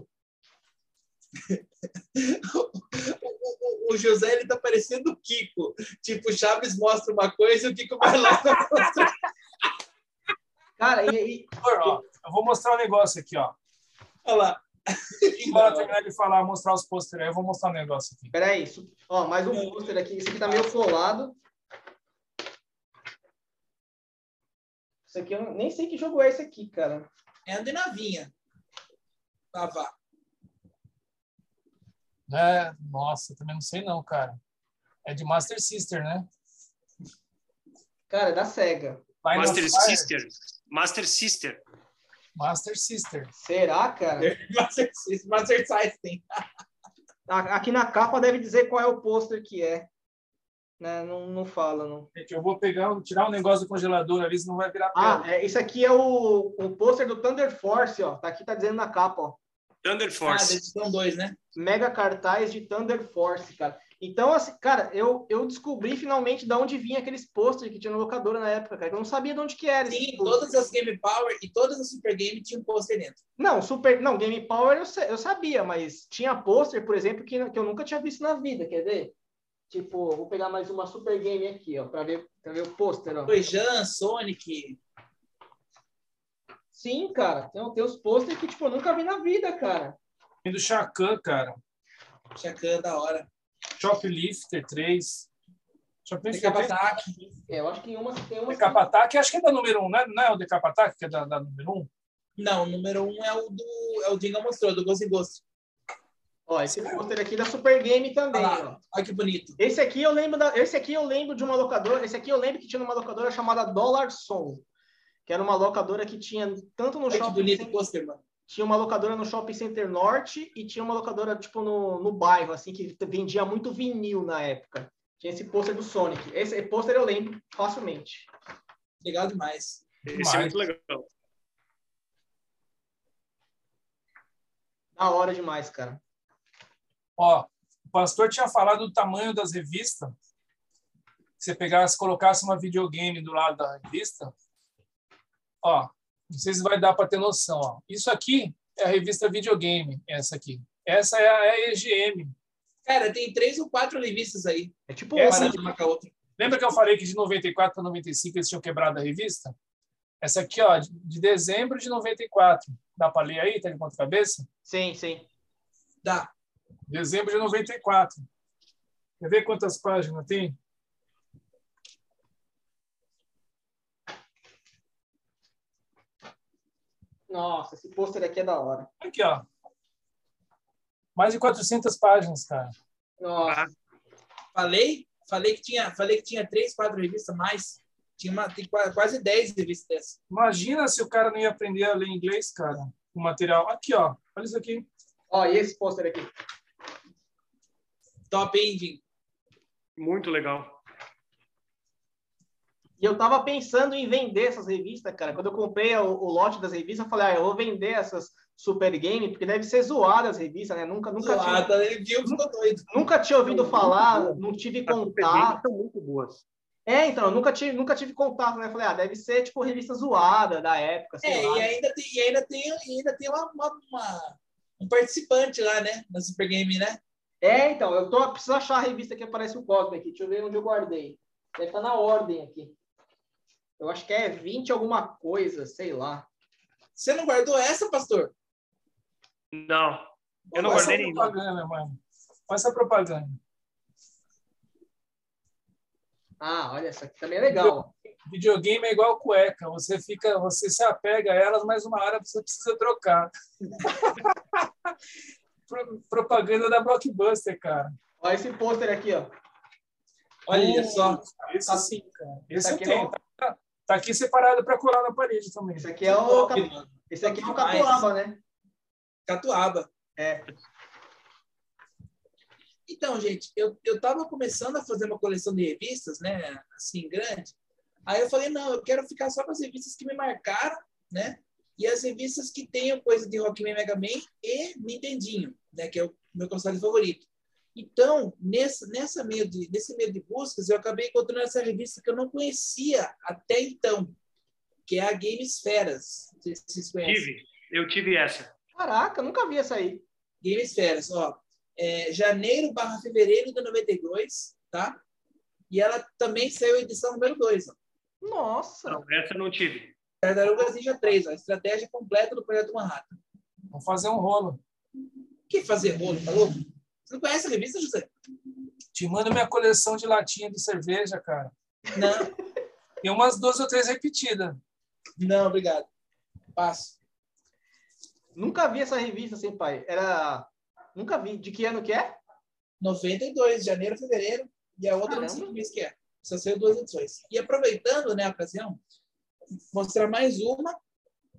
O José, ele tá parecendo o Kiko. Tipo, o Chaves mostra uma coisa e o Kiko vai lá pra mostrar. Cara, Ó, eu vou mostrar um negócio aqui, ó. Olha lá. Embora terminar de falar, mostrar os pôsteres aí, eu vou mostrar um negócio aqui. Peraí, ó, mais um pôster aqui. Esse aqui tá meio colado. Isso aqui eu nem sei que jogo é esse aqui, cara. É a de navinha. Tava. Nossa, também não sei não, cara. É de Master System, né? Cara, é da SEGA. Master System. Master System. Será, cara? Master System. Aqui na capa deve dizer qual é o pôster que é. Né? Não fala, não. Gente, eu vou tirar um negócio do congelador ali, senão vai virar pedra. Isso aqui é o pôster do Thunder Force, ó. Tá dizendo na capa, ó. Thunder Force. Da edição 2, né? Mega cartaz de Thunder Force, cara. Então, assim, cara, eu descobri finalmente de onde vinha aqueles pôsteres que tinha na locadora na época, cara. Eu não sabia de onde que era. Sim, todas as Game Power e todas as Super Game tinham pôster dentro. Não, Game Power eu sabia, mas tinha pôster, por exemplo, que eu nunca tinha visto na vida, quer ver? Tipo, vou pegar mais uma Super Game aqui, ó, pra ver o pôster, ó. Toy-Jan, Sonic. Sim, cara. Tem os pôsteres que, tipo, eu nunca vi na vida, cara. Tem do Chacan, cara. Chacan, da hora. Shoplifter 3. Shoplifter Decap 3. Attack. Eu acho que tem uma... Decap Attack, acho que é da número 1, não é o Decap Attack que é da número 1? Não, o número 1 é o Dinga mostrou, do Ghost Ghost. Ó, esse pôster aqui da Super Game também, ó. Olha que bonito. Esse aqui eu lembro de uma locadora. Esse aqui eu lembro que tinha uma locadora chamada Dollar Som, que era uma locadora que tinha tanto no Olha que shopping bonito o center, pôster, mano. tinha uma locadora no Shopping Center Norte e tinha uma locadora tipo no bairro, assim, que vendia muito vinil na época. Tinha esse pôster do Sonic. Esse pôster eu lembro facilmente. Legal demais. Esse é muito legal. Da hora demais, cara. Ó, o pastor tinha falado do tamanho das revistas. Se você colocasse uma videogame do lado da revista, ó, não sei se vai dar para ter noção, ó. Isso aqui é a revista videogame, essa aqui. Essa é a EGM. Cara, tem 3 ou 4 revistas aí. É tipo Essa de uma com a outra. Lembra que eu falei que de 94 para 95 eles tinham quebrado a revista? Essa aqui, ó, de dezembro de 94. Dá para ler aí? Tá de ponta cabeça? Sim, sim. Dá. Dezembro de 94. Quer ver quantas páginas tem? Nossa, esse pôster aqui é da hora. Aqui, ó. Mais de 400 páginas, cara. Nossa. Falei que tinha 3, 4 revistas mais. Tem quase 10 revistas dessas. Imagina se o cara não ia aprender a ler inglês, cara. O material. Aqui, ó. Olha isso aqui. Ó, e esse pôster aqui? Top Ending. Muito legal. E eu tava pensando em vender essas revistas, cara. Quando eu comprei o lote das revistas, eu falei, eu vou vender essas Super Game, porque deve ser zoada as revistas, né? Nunca Zoada, ele viu que ficou doido. Nunca tinha ouvido falar, não tive contato. São muito boas. Então, eu nunca tive contato, né? Falei, deve ser, tipo, revista zoada da época, sei lá. E ainda tem um participante lá, né? Na Super Game, né? Então, preciso achar a revista que aparece o Cosme aqui. Deixa eu ver onde eu guardei. Deve estar na ordem aqui. Eu acho que é 20 alguma coisa, sei lá. Você não guardou essa, pastor? Não. Eu não guardei nenhuma. Propaganda, mano. Faz essa propaganda. Olha, essa aqui também é legal. Videogame é igual cueca. Você se apega a elas, mas uma hora você precisa trocar. Propaganda da Blockbuster, cara. Olha esse pôster aqui, ó. Olha só. Esse assim, cara. Esse aqui tem. Tá aqui separado para colar na parede também. Esse aqui é o Catuaba, né? Catuaba. É. Então, gente, eu estava começando a fazer uma coleção de revistas, né? Assim, grande. Aí eu falei, não, eu quero ficar só com as revistas que me marcaram, né? E as revistas que tenham coisa de Rockman, Mega Man e Nintendinho, né? Que é o meu console favorito. Então, nesse meio de buscas, eu acabei encontrando essa revista que eu não conhecia até então, que é a Gamesferas. Não sei se vocês conhecem. Eu tive essa. Caraca, nunca vi essa aí. Gamesferas, ó. Janeiro/fevereiro de 92, tá? E ela também saiu a edição número 2, ó. Nossa! Não, essa eu não tive. Tartarugas Ninja 3, ó. Estratégia completa do Projeto Manhattan. Vamos fazer um rolo. Que fazer rolo, tá louco? Você não conhece a revista, José? Te mando minha coleção de latinha de cerveja, cara. Não. Tem umas 2 ou 3 repetidas. Não, obrigado. Passo. Nunca vi essa revista, sem pai. Nunca vi. De que ano que é? 92, janeiro, fevereiro. E a outra não sei que mês que é. Só saiu 2 edições. E aproveitando, né, a ocasião, mostrar mais uma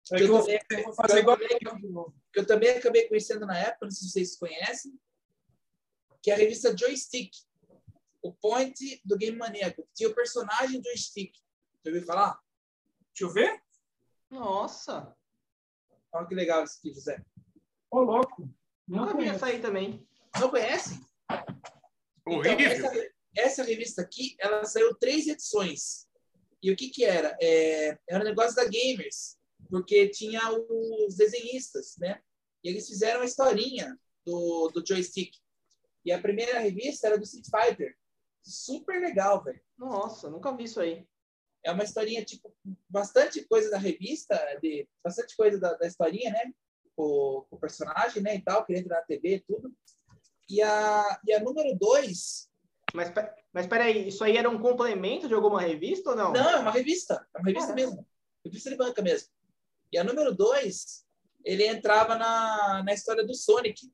É que eu vou fazer igual de novo. Que eu também acabei conhecendo na época, não sei se vocês conhecem, que é a revista Joystick, o point do Game Maníaco. Tinha o personagem Joystick. Já ouviu falar? Deixa eu ver. Nossa. Olha que legal isso aqui, José. Ô, louco. Nunca vi essa aí também. Não conhece? Horrível. Então, essa revista aqui, ela saiu 3 edições. E o que era? Era um negócio da Gamers, porque tinha os desenhistas, né? E eles fizeram uma historinha do Joystick. E a primeira revista era do Street Fighter. Super legal, velho. Nossa, nunca vi isso aí. É uma historinha, tipo, bastante coisa da revista, bastante coisa da historinha, né? O personagem, né? E tal, que entra na TV e tudo. E a número 2... Mas peraí, isso aí era um complemento de alguma revista ou não? Não, é uma revista. É uma revista mesmo. Revista de banca mesmo. E a número 2, ele entrava na história do Sonic.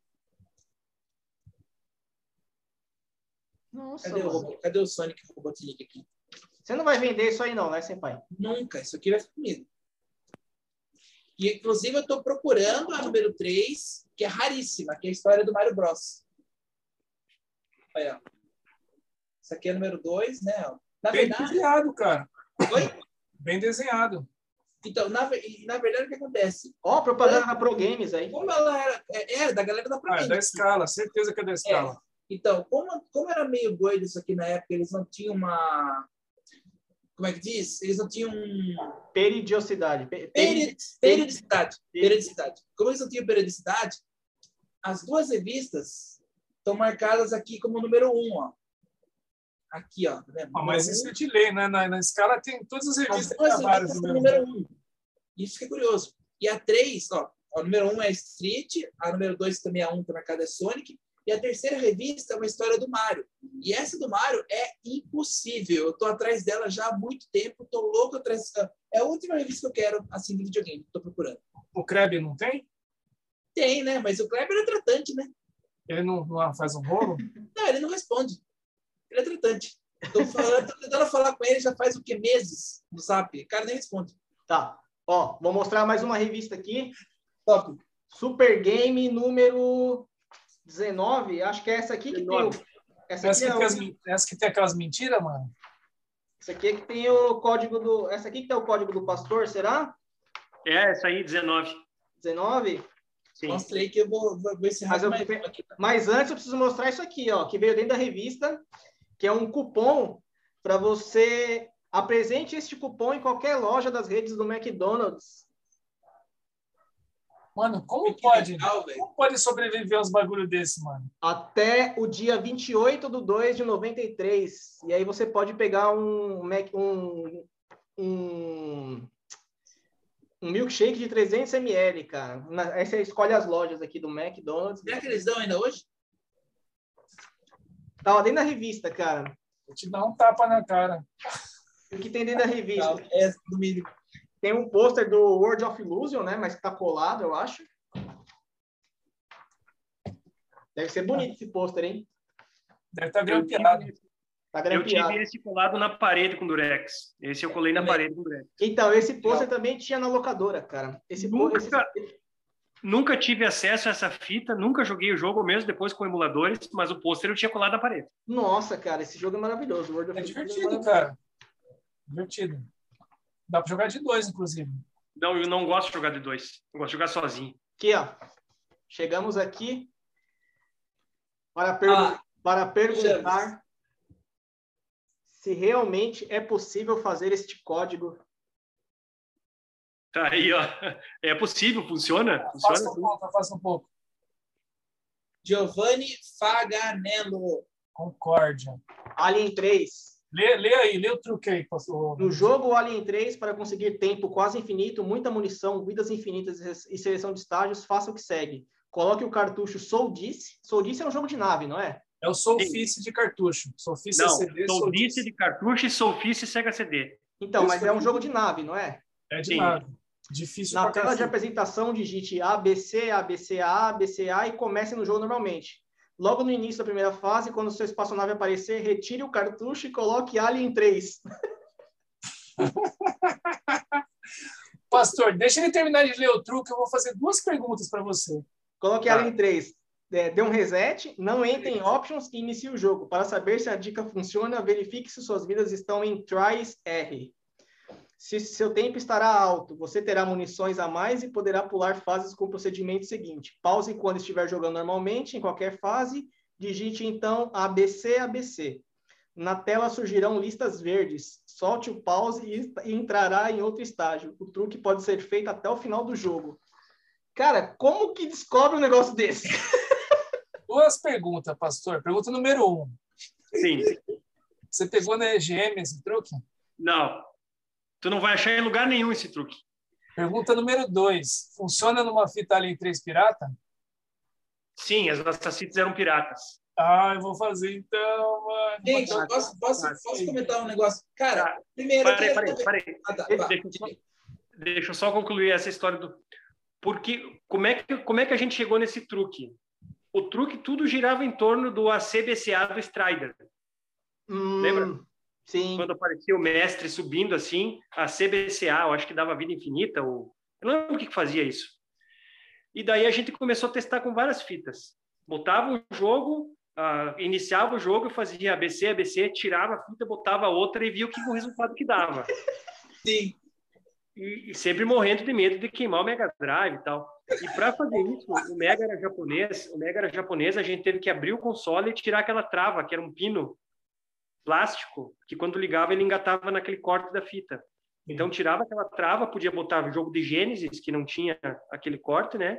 Nossa, Cadê o Sonic Robotnik aqui? Você não vai vender isso aí não, né, Senpai? Nunca. Isso aqui vai ficar comigo. E, inclusive, eu estou procurando a número 3, que é raríssima, que é a história do Mario Bros. Olha, ó. Isso aqui é a número 2, né? Na Bem verdade... desenhado, cara. Oi? Bem desenhado. Então, na verdade, o que acontece? Ó, propaganda da Pro Games aí. Como ela era da galera da Pro É da Games. Escala. Certeza que é da Escala. Então, como era meio doido isso aqui na época, eles não tinham uma... Como é que diz? Eles não tinham... Periodicidade. Periodicidade. Como eles não tinham periodicidade, as 2 revistas estão marcadas aqui como número 1, ó. Aqui, ó. Tá vendo? Mas isso é de lei, né? Na Escala tem todas as As revistas 2 que vários revistas são número 1. Isso que é curioso. E a 3, ó. A número 1 é Street, a número 2 também é 1, tá marcada é Sonic. E a terceira revista é uma história do Mario. E essa do Mario é impossível. Eu tô atrás dela já há muito tempo. Tô louco atrás. É a última revista que eu quero, assim, de videogame. Tô procurando. O Kreb não tem? Tem, né? Mas o Kleber é tratante, né? Ele não faz um rolo? Não, ele não responde. Ele é tratante. Tô tentando falar com ele já faz o quê? Meses no Zap. O cara nem responde. Tá. Ó, vou mostrar mais uma revista aqui. Top. Super Game número 19. Acho que é essa aqui que 19. Tem Essa que tem aquelas mentiras, mano? Essa aqui é que tem o código do... Essa aqui que tem o código do pastor, será? É, essa aí, 19. 19? Sim. Mostra aí que eu vou encerrar aqui. Mas antes eu preciso mostrar isso aqui, ó, que veio dentro da revista, que é um cupom para você... Apresente este cupom em qualquer loja das redes do McDonald's. Mano, como pode sobreviver aos bagulho desse, mano? Até o dia 28/2 de 93. E aí você pode pegar um milkshake de 300 ml, cara. Aí você escolhe as lojas aqui do McDonald's. Será que eles dão ainda hoje? Tá dentro da revista, cara. Vou te dar um tapa na cara. O que tem dentro da revista? É do mínimo. Tem um pôster do World of Illusion, né? Mas que tá colado, eu acho. Deve ser bonito esse pôster, hein? Deve estar grampeado. Eu tive esse colado na parede com durex. Esse eu colei na parede com durex. Então, esse pôster também tinha na locadora, cara. Nunca tive acesso a essa fita, nunca joguei o jogo mesmo depois com emuladores, mas o pôster eu tinha colado na parede. Nossa, cara, esse jogo é maravilhoso. É divertido, cara. Divertido. Dá pra jogar de 2, inclusive. Não, eu não gosto de jogar de 2. Eu gosto de jogar sozinho. Aqui, ó. Chegamos aqui para perguntar se realmente é possível fazer este código. Tá aí, ó. É possível, funciona? Faça um pouco. Giovanni Faganello. Concórdia. Alien 3. Lê o truque aí, pastor. No jogo Alien 3, para conseguir tempo quase infinito, muita munição, vidas infinitas e seleção de estágios, faça o que segue. Coloque o cartucho Soldice. Soldice é um jogo de nave, não é? É o Solfice de cartucho. Solfice não, CD. Soldice de cartucho e Solfice Sega CD. Então, mas é um jogo de nave, não é? É de nave. Difícil. Na tela de apresentação, digite ABC, ABCA, ABCA e comece no jogo normalmente. Logo no início da primeira fase, quando o seu espaçonave aparecer, retire o cartucho e coloque Alien 3. Pastor, deixa ele terminar de ler o truque, eu vou fazer 2 perguntas para você. Coloque ela em 3. Dê um reset, não entre em options e inicie o jogo. Para saber se a dica funciona, verifique se suas vidas estão em tries R. Se seu tempo estará alto, você terá munições a mais e poderá pular fases com o procedimento seguinte. Pause quando estiver jogando normalmente, em qualquer fase. Digite, então, ABC, ABC. Na tela surgirão listas verdes. Solte o pause e entrará em outro estágio. O truque pode ser feito até o final do jogo. Cara, como que descobre um negócio desse? 2 perguntas, pastor. Pergunta número 1. Sim. Você pegou na EGM esse truque? Não. Tu não vai achar em lugar nenhum esse truque. Pergunta número 2. Funciona numa fita Alien 3 pirata? Sim, as nossas fitas eram piratas. Ah, eu vou fazer então, mano. Gente, posso comentar um negócio? Cara, primeiro... Parei. Deixa eu só concluir essa história do... Porque, como é que a gente chegou nesse truque? O truque tudo girava em torno do ACBCA do Strider. Lembra? Sim. Quando aparecia o mestre subindo assim, a CBCA, eu acho que dava vida infinita, ou... eu não lembro o que fazia isso. E daí a gente começou a testar com várias fitas. Botava um jogo, iniciava o jogo, fazia ABC, ABC, tirava a fita, botava outra e via o resultado que dava. Sim. E sempre morrendo de medo de queimar o Mega Drive e tal. E para fazer isso, o Mega era japonês, a gente teve que abrir o console e tirar aquela trava, que era um pino plástico, que quando ligava ele engatava naquele corte da fita. Então tirava aquela trava, podia botar jogo de Genesis, que não tinha aquele corte, né?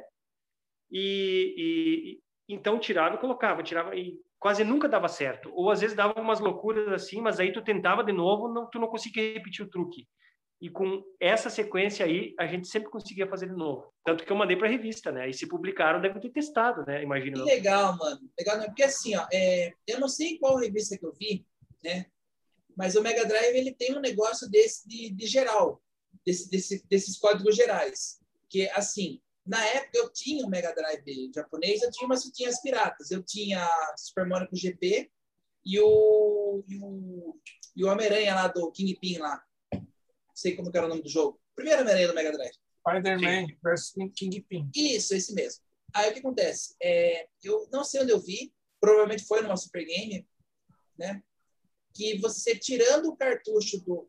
E então tirava e colocava, e quase nunca dava certo. Ou às vezes dava umas loucuras assim, mas aí tu tentava de novo, tu não conseguia repetir o truque. E com essa sequência aí, a gente sempre conseguia fazer de novo. Tanto que eu mandei para a revista, né? E se publicaram, devem ter testado, né? Imagino. Que legal, mano. Legal, né? Porque assim, ó, eu não sei qual revista que eu vi, né? Mas o Mega Drive, ele tem um negócio desse de geral, desses códigos gerais. Que, assim, na época eu tinha o Mega Drive japonês, eu tinha umas fitinhas piratas. Eu tinha Super Mario GP e o Homem-Aranha lá do Kingpin lá. Não sei como era o nome do jogo. Primeiro Homem-Aranha do Mega Drive. Spider-Man vs Kingpin. Isso, esse mesmo. Aí o que acontece? Eu não sei onde eu vi, provavelmente foi numa Super Game, né? Que você tirando o cartucho do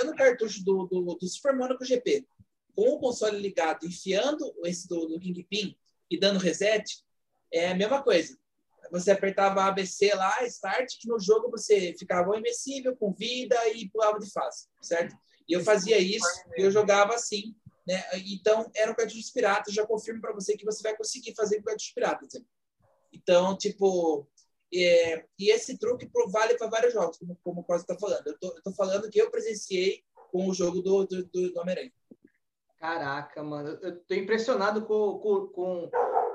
Super Mario GP com o console ligado, enfiando esse do Kingpin e dando reset, é a mesma coisa. Você apertava ABC lá, Start, que no jogo você ficava invencível, com vida e pulava de fase, certo? E eu fazia isso, e eu jogava assim, né? Então, eram cartuchos piratas, já confirmo para você que você vai conseguir fazer com cartuchos piratas. Né? Então, tipo... e esse truque vale para vários jogos, como o Costa está falando. Eu tô falando que eu presenciei com o jogo do Homem-Aranha. Caraca, mano. Eu tô impressionado com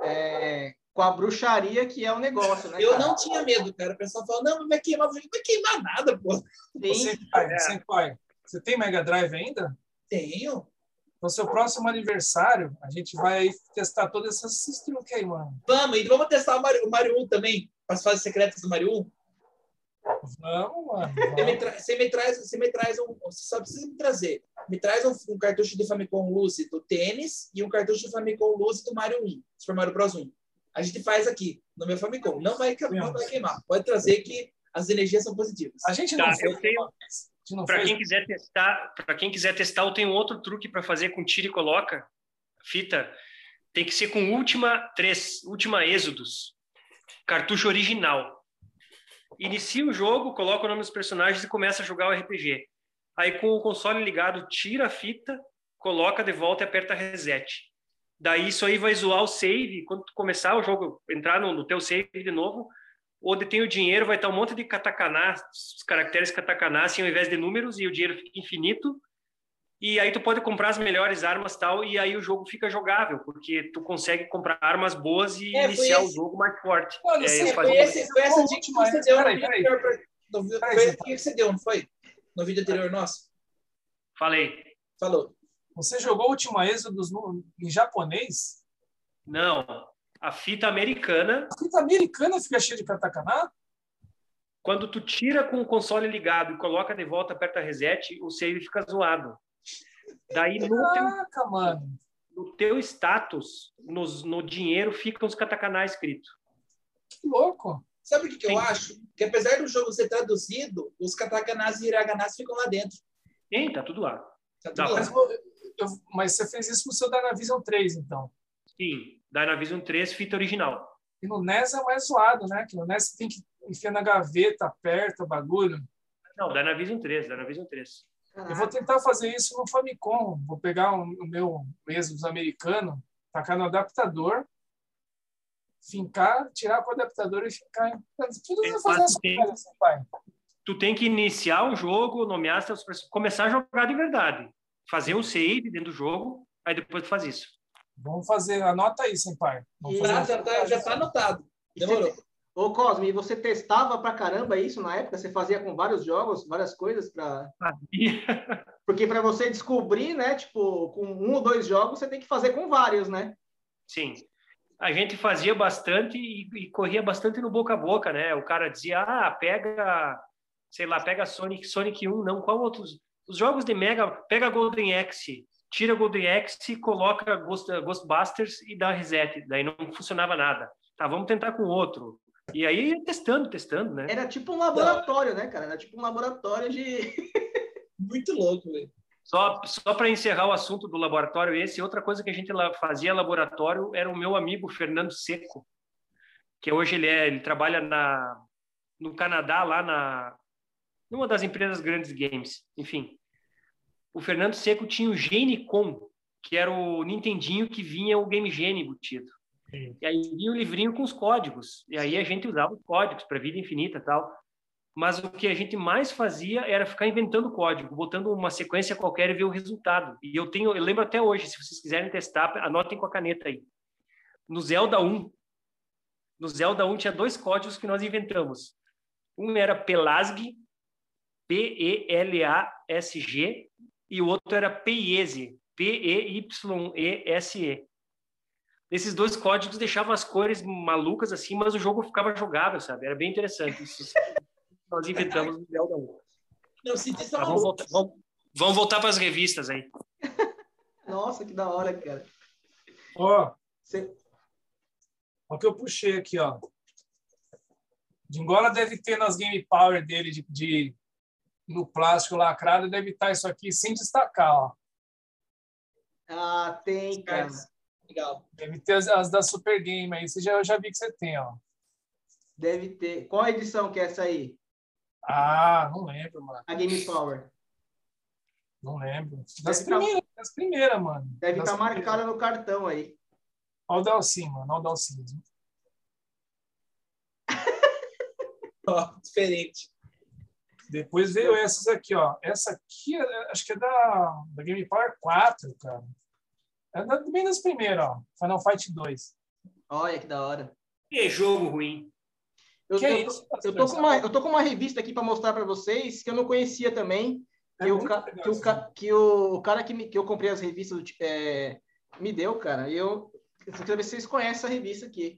a bruxaria que é o negócio, né? Eu não tinha medo, cara. O pessoal fala, não, não vai queimar. Não vai queimar nada, pô. Senpai, você tem Mega Drive ainda? Tenho. No seu próximo aniversário, a gente vai testar todos esses truques aí, mano. Vamos testar o Mario 1 também, as fases secretas do Mario 1. Vamos, mano. Você me traz você só precisa me trazer. Me traz um cartucho do Famicom Lucy do tênis e um cartucho do Famicom Lucy do Mario 1, Super Mario Bros 1. A gente faz aqui no meu Famicom. Não vai queimar. Pode trazer que as energias são positivas. A gente não fez. Para quem quiser testar, eu tenho outro truque para fazer com tira e coloca fita. Tem que ser com última Êxodos, cartucho original. Inicia o jogo, coloca o nome dos personagens e começa a jogar o RPG. Aí com o console ligado, tira a fita, coloca de volta e aperta reset. Daí isso aí vai zoar o save. Quando tu começar o jogo, entrar no teu save de novo, onde tem o dinheiro, vai estar um monte de katakana, os caracteres katakana, assim, ao invés de números, e o dinheiro fica infinito. E aí tu pode comprar as melhores armas e tal, e aí o jogo fica jogável, porque tu consegue comprar armas boas e iniciar o jogo mais forte. Mano, foi essa dica que você deu no vídeo anterior. Foi a que você deu, não foi? No vídeo anterior nosso? Falou. Você jogou Última Êxodos em japonês? Não. A fita americana... A fita americana fica cheia de katakana? Quando tu tira com o console ligado e coloca de volta, aperta reset, o save fica zoado. Daí Caraca, mano. no teu status, no dinheiro, ficam os katakana escritos. Que louco. Sabe o que eu Sim. acho? Que apesar do jogo ser traduzido, os katakanas e hiraganas ficam lá dentro. Tem, tá tudo lá. Tá tudo Não, lá. Mas você fez isso no seu Dynavision 3, então. Sim, Dynavision 3, fita original. E no NES é mais zoado, né? Que no NES você tem que enfiar na gaveta, aperta o bagulho. Não, Dynavision 3. Eu vou tentar fazer isso no Famicom. Vou pegar o meu mesmo dos americanos, tacar no adaptador, fincar, tirar com o adaptador e ficar... Tudo vai fazer essa coisa, assim, pai. Tu tem que iniciar o jogo, nomear seus personagens, começar a jogar de verdade. Fazer um save dentro do jogo, aí depois tu faz isso. Vamos fazer, anota aí, senpai. Vamos fazer Já tá anotado. Demorou. Ô, Cosme, e você testava pra caramba isso na época? Você fazia com vários jogos, várias coisas para... Porque para você descobrir, né, tipo, com 1 ou 2 jogos, você tem que fazer com vários, né? Sim. A gente fazia bastante e corria bastante no boca a boca, né? O cara dizia, pega, sei lá, pega Sonic 1, não, qual outros? Os jogos de Mega, pega Golden Axe, tira Golden Axe, coloca Ghostbusters e dá reset. Daí não funcionava nada. Tá, vamos tentar com outro. E aí testando, né? Era tipo um laboratório, né, cara? Era tipo um laboratório de... Muito louco, velho. Só para encerrar o assunto do laboratório, outra coisa que a gente fazia laboratório era o meu amigo Fernando Seco, que hoje ele trabalha no Canadá, lá numa das empresas grandes de games. Enfim, o Fernando Seco tinha o Genecom, que era o Nintendinho que vinha o Game Genie embutido. Sim. E aí vinha o livrinho com os códigos. E aí a gente usava os códigos para vida infinita e tal. Mas o que a gente mais fazia era ficar inventando código, botando uma sequência qualquer e ver o resultado. E eu lembro até hoje, se vocês quiserem testar, anotem com a caneta aí. No Zelda 1 tinha 2 códigos que nós inventamos. Um era Pelasg, P-E-L-A-S-G, e o outro era Peyese, P-E-Y-E-S-E. Esses 2 códigos deixavam as cores malucas assim, mas o jogo ficava jogável, sabe? Era bem interessante isso. Nós inventamos o Zelda 1. Não, cientista Vamos voltar para as revistas aí. Nossa, que da hora, cara. Ó, Você... o que eu puxei aqui, ó. Dingola deve ter nas Game Power dele no plástico lacrado, deve estar isso aqui sem destacar, ó. Ah, tem, cara. Legal. Deve ter as da Super Game aí. Eu já vi que você tem, ó. Deve ter. Qual a edição que é essa aí? Ah, não lembro, mano. A Game Power. Não lembro. Das primeiras, mano. Deve estar marcada no cartão aí. Olha o Dalcin, mano. Olha o Dalcin. Ó, diferente. Depois veio essas aqui, ó. Essa aqui, acho que é da Game Power 4, cara. É bem das primeiras, ó. Final Fight 2. Olha que da hora. Que jogo ruim. Eu tô com uma revista aqui para mostrar para vocês que eu não conhecia também. Que o cara que eu comprei as revistas me deu, cara. E eu quero ver se vocês conhecem essa revista aqui.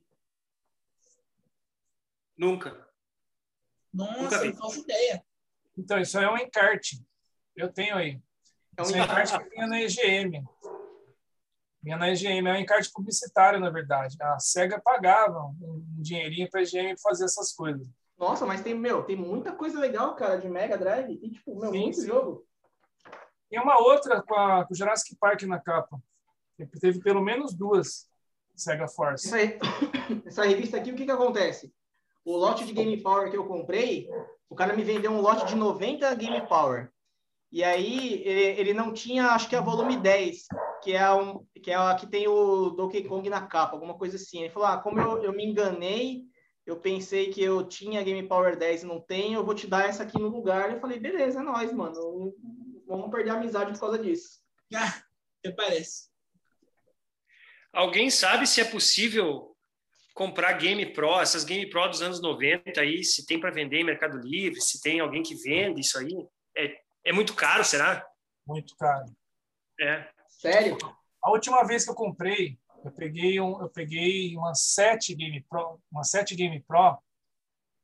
Nunca Nossa, vi. não faço ideia. Então, isso aí é um encarte. Eu tenho aí. Isso é um encarte que vinha na EGM. Vinha na EGM. É um encarte publicitário, na verdade. A SEGA pagava um dinheirinho para a EGM fazer essas coisas. Nossa, mas tem muita coisa legal, cara, de Mega Drive. Tem, tipo, muito jogo. E uma outra com o Jurassic Park na capa. Teve pelo menos 2 Sega Force. Essa revista aqui, o que acontece? O lote de Game Power que eu comprei, o cara me vendeu um lote de 90 Game Power. E aí, ele não tinha, acho que é a volume 10, que é a que tem o Donkey Kong na capa, alguma coisa assim. Ele falou, como eu me enganei, eu pensei que eu tinha Game Power 10 e não tenho, eu vou te dar essa aqui no lugar. Eu falei, beleza, é nóis, mano. Vamos perder a amizade por causa disso. Até parece. Alguém sabe se é possível comprar Game Pro, essas Game Pro dos anos 90 aí, se tem para vender em Mercado Livre, se tem alguém que vende isso aí? É muito caro, será? Muito caro. É. Sério? A última vez que eu comprei, eu peguei umas 7 Game Pro,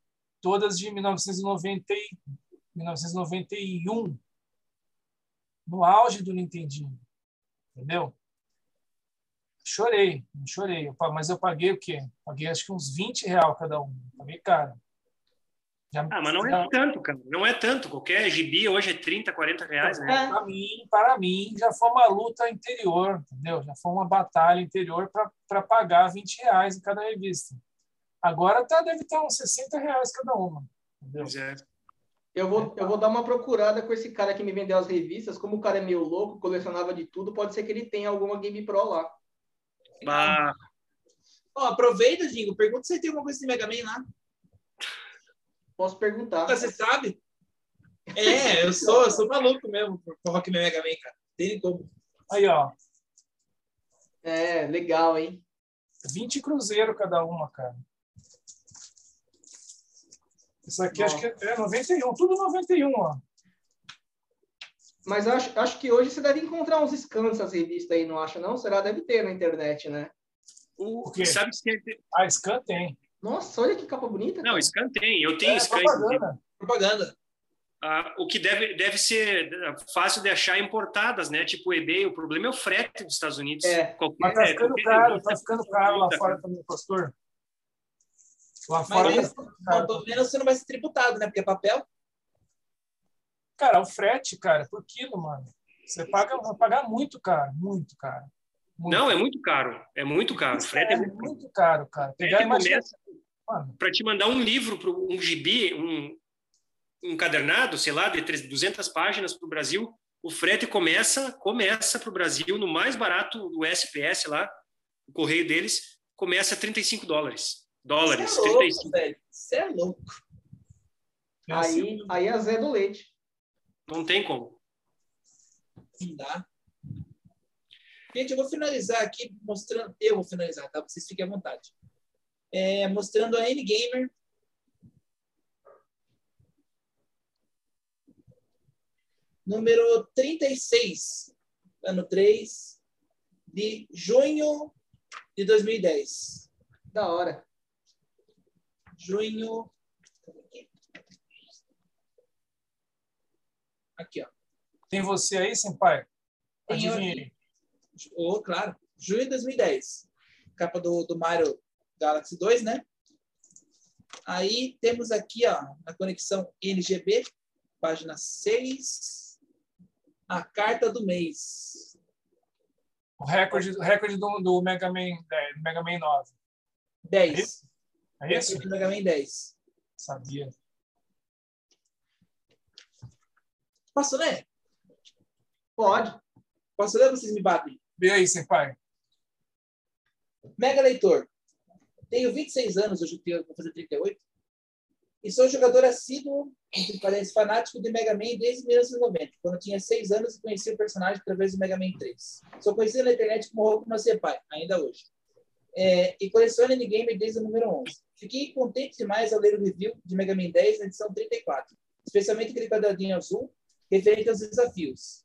todas de 1991. no auge do Nintendinho. Entendeu? Chorei. Mas eu paguei o quê? Paguei acho que uns R$20 cada um. Paguei caro. Mas não é tanto, cara. Não é tanto. Qualquer gibi hoje é 30, 40 reais, né? Para mim, já foi uma luta interior, entendeu? Já foi uma batalha interior para pagar R$20 em cada revista. Agora deve estar uns R$60 cada uma. Entendeu? Pois é. Eu vou dar uma procurada com esse cara que me vendeu as revistas. Como o cara é meio louco, colecionava de tudo, pode ser que ele tenha alguma Game Pro lá. Aproveita, Dingo. Pergunta se tem alguma coisa de Mega Man lá. Posso perguntar. Você sabe? Eu sou maluco mesmo por Rockman Mega Man, cara. Tem como. Aí, ó. Legal, hein? 20 cruzeiro cada uma, cara. Isso aqui acho que é 91. Tudo 91, ó. Mas acho que hoje você deve encontrar uns scans dessas revistas aí, não acha, não? Será? Deve ter na internet, né? O quê? Sabe que A scan tem. Nossa, olha que capa bonita. Não, cara. scan tem. Eu tenho scan. Propaganda. O que deve ser fácil de achar importadas, né? Tipo o eBay. O problema é o frete dos Estados Unidos. Mas tá ficando caro lá fora também, pastor. Lá fora. Mas pelo menos você não vai ser tributado, né? Porque é papel. Cara, o frete, cara, por quilo, mano. Você vai pagar muito caro, muito caro. Não, é muito caro. É muito caro. O frete é muito caro, cara. Para te mandar um livro, um gibi, um encadernado, sei lá, de 200 páginas para o Brasil, o frete começa para o Brasil no mais barato do SPS lá, o correio deles, começa a $35. Dólares. Você é louco, 35. Velho. Você é louco. Aí é Zé do Leite. Não tem como. Não dá. Gente, eu vou finalizar aqui mostrando... Eu vou finalizar, tá? Vocês fiquem à vontade. Mostrando a N-Gamer. Número 36. Ano 3. De junho de 2010. Da hora. Junho... Aqui, ó. Tem você aí, senpai? Adivinha. Claro. Junho de 2010. Capa do Mario Galaxy 2, né? Aí temos aqui, ó, na conexão NGB, página 6, a carta do mês. O recorde do Mega Man 10, do Mega Man 9. 10. É isso? Do Mega Man 10. Sabia. Posso ler? Pode. Posso ler ou vocês me batem? Vê aí, senpai. Mega leitor. Tenho 26 anos, hoje vou fazer 38. E sou jogador assíduo, entre parênteses, fanático de Mega Man desde 1990, quando eu tinha 6 anos e conheci o personagem através do Mega Man 3. Sou conhecido na internet como Rockman Senpai, ainda hoje. E coleciono N-Gamer desde o número 11. Fiquei contente demais ao ler o review de Mega Man 10 na edição 34, especialmente aquele quadradinho azul referente aos desafios.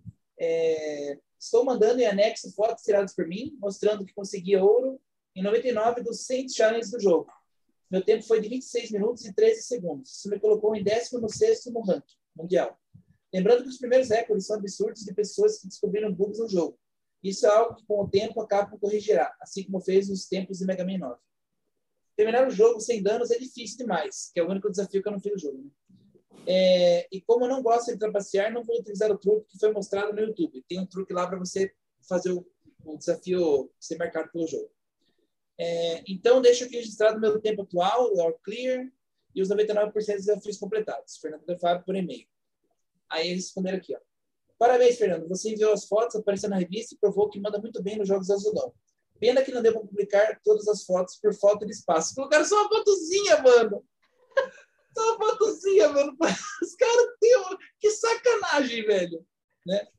Estou mandando em anexo fotos tiradas por mim, mostrando que consegui ouro em 99 dos 100 challenges do jogo. Meu tempo foi de 26 minutos e 13 segundos. Isso me colocou em 16º no ranking mundial. Lembrando que os primeiros recordes são absurdos de pessoas que descobriram bugs no jogo. Isso é algo que, com o tempo, a Capcom corrigirá, assim como fez nos tempos de Mega Man 9. Terminar o jogo sem danos é difícil demais, que é o único desafio que eu não fiz no jogo. Né? E como eu não gosto de trapacear, não vou utilizar o truque que foi mostrado no YouTube. Tem um truque lá para você fazer o desafio ser marcado pelo jogo. Então, deixo aqui registrado meu tempo atual, o All Clear, e os 99% dos desafios completados. Fernando de Fábio por e-mail. Aí eles responderam aqui, ó. Parabéns, Fernando. Você enviou as fotos, apareceu na revista e provou que manda muito bem nos jogos azulão. Pena que não deu para publicar todas as fotos por falta de espaço. Colocaram só uma fotozinha, mano. Só uma fotozinha, mano. Os caras têm uma... Que sacanagem, velho. Né?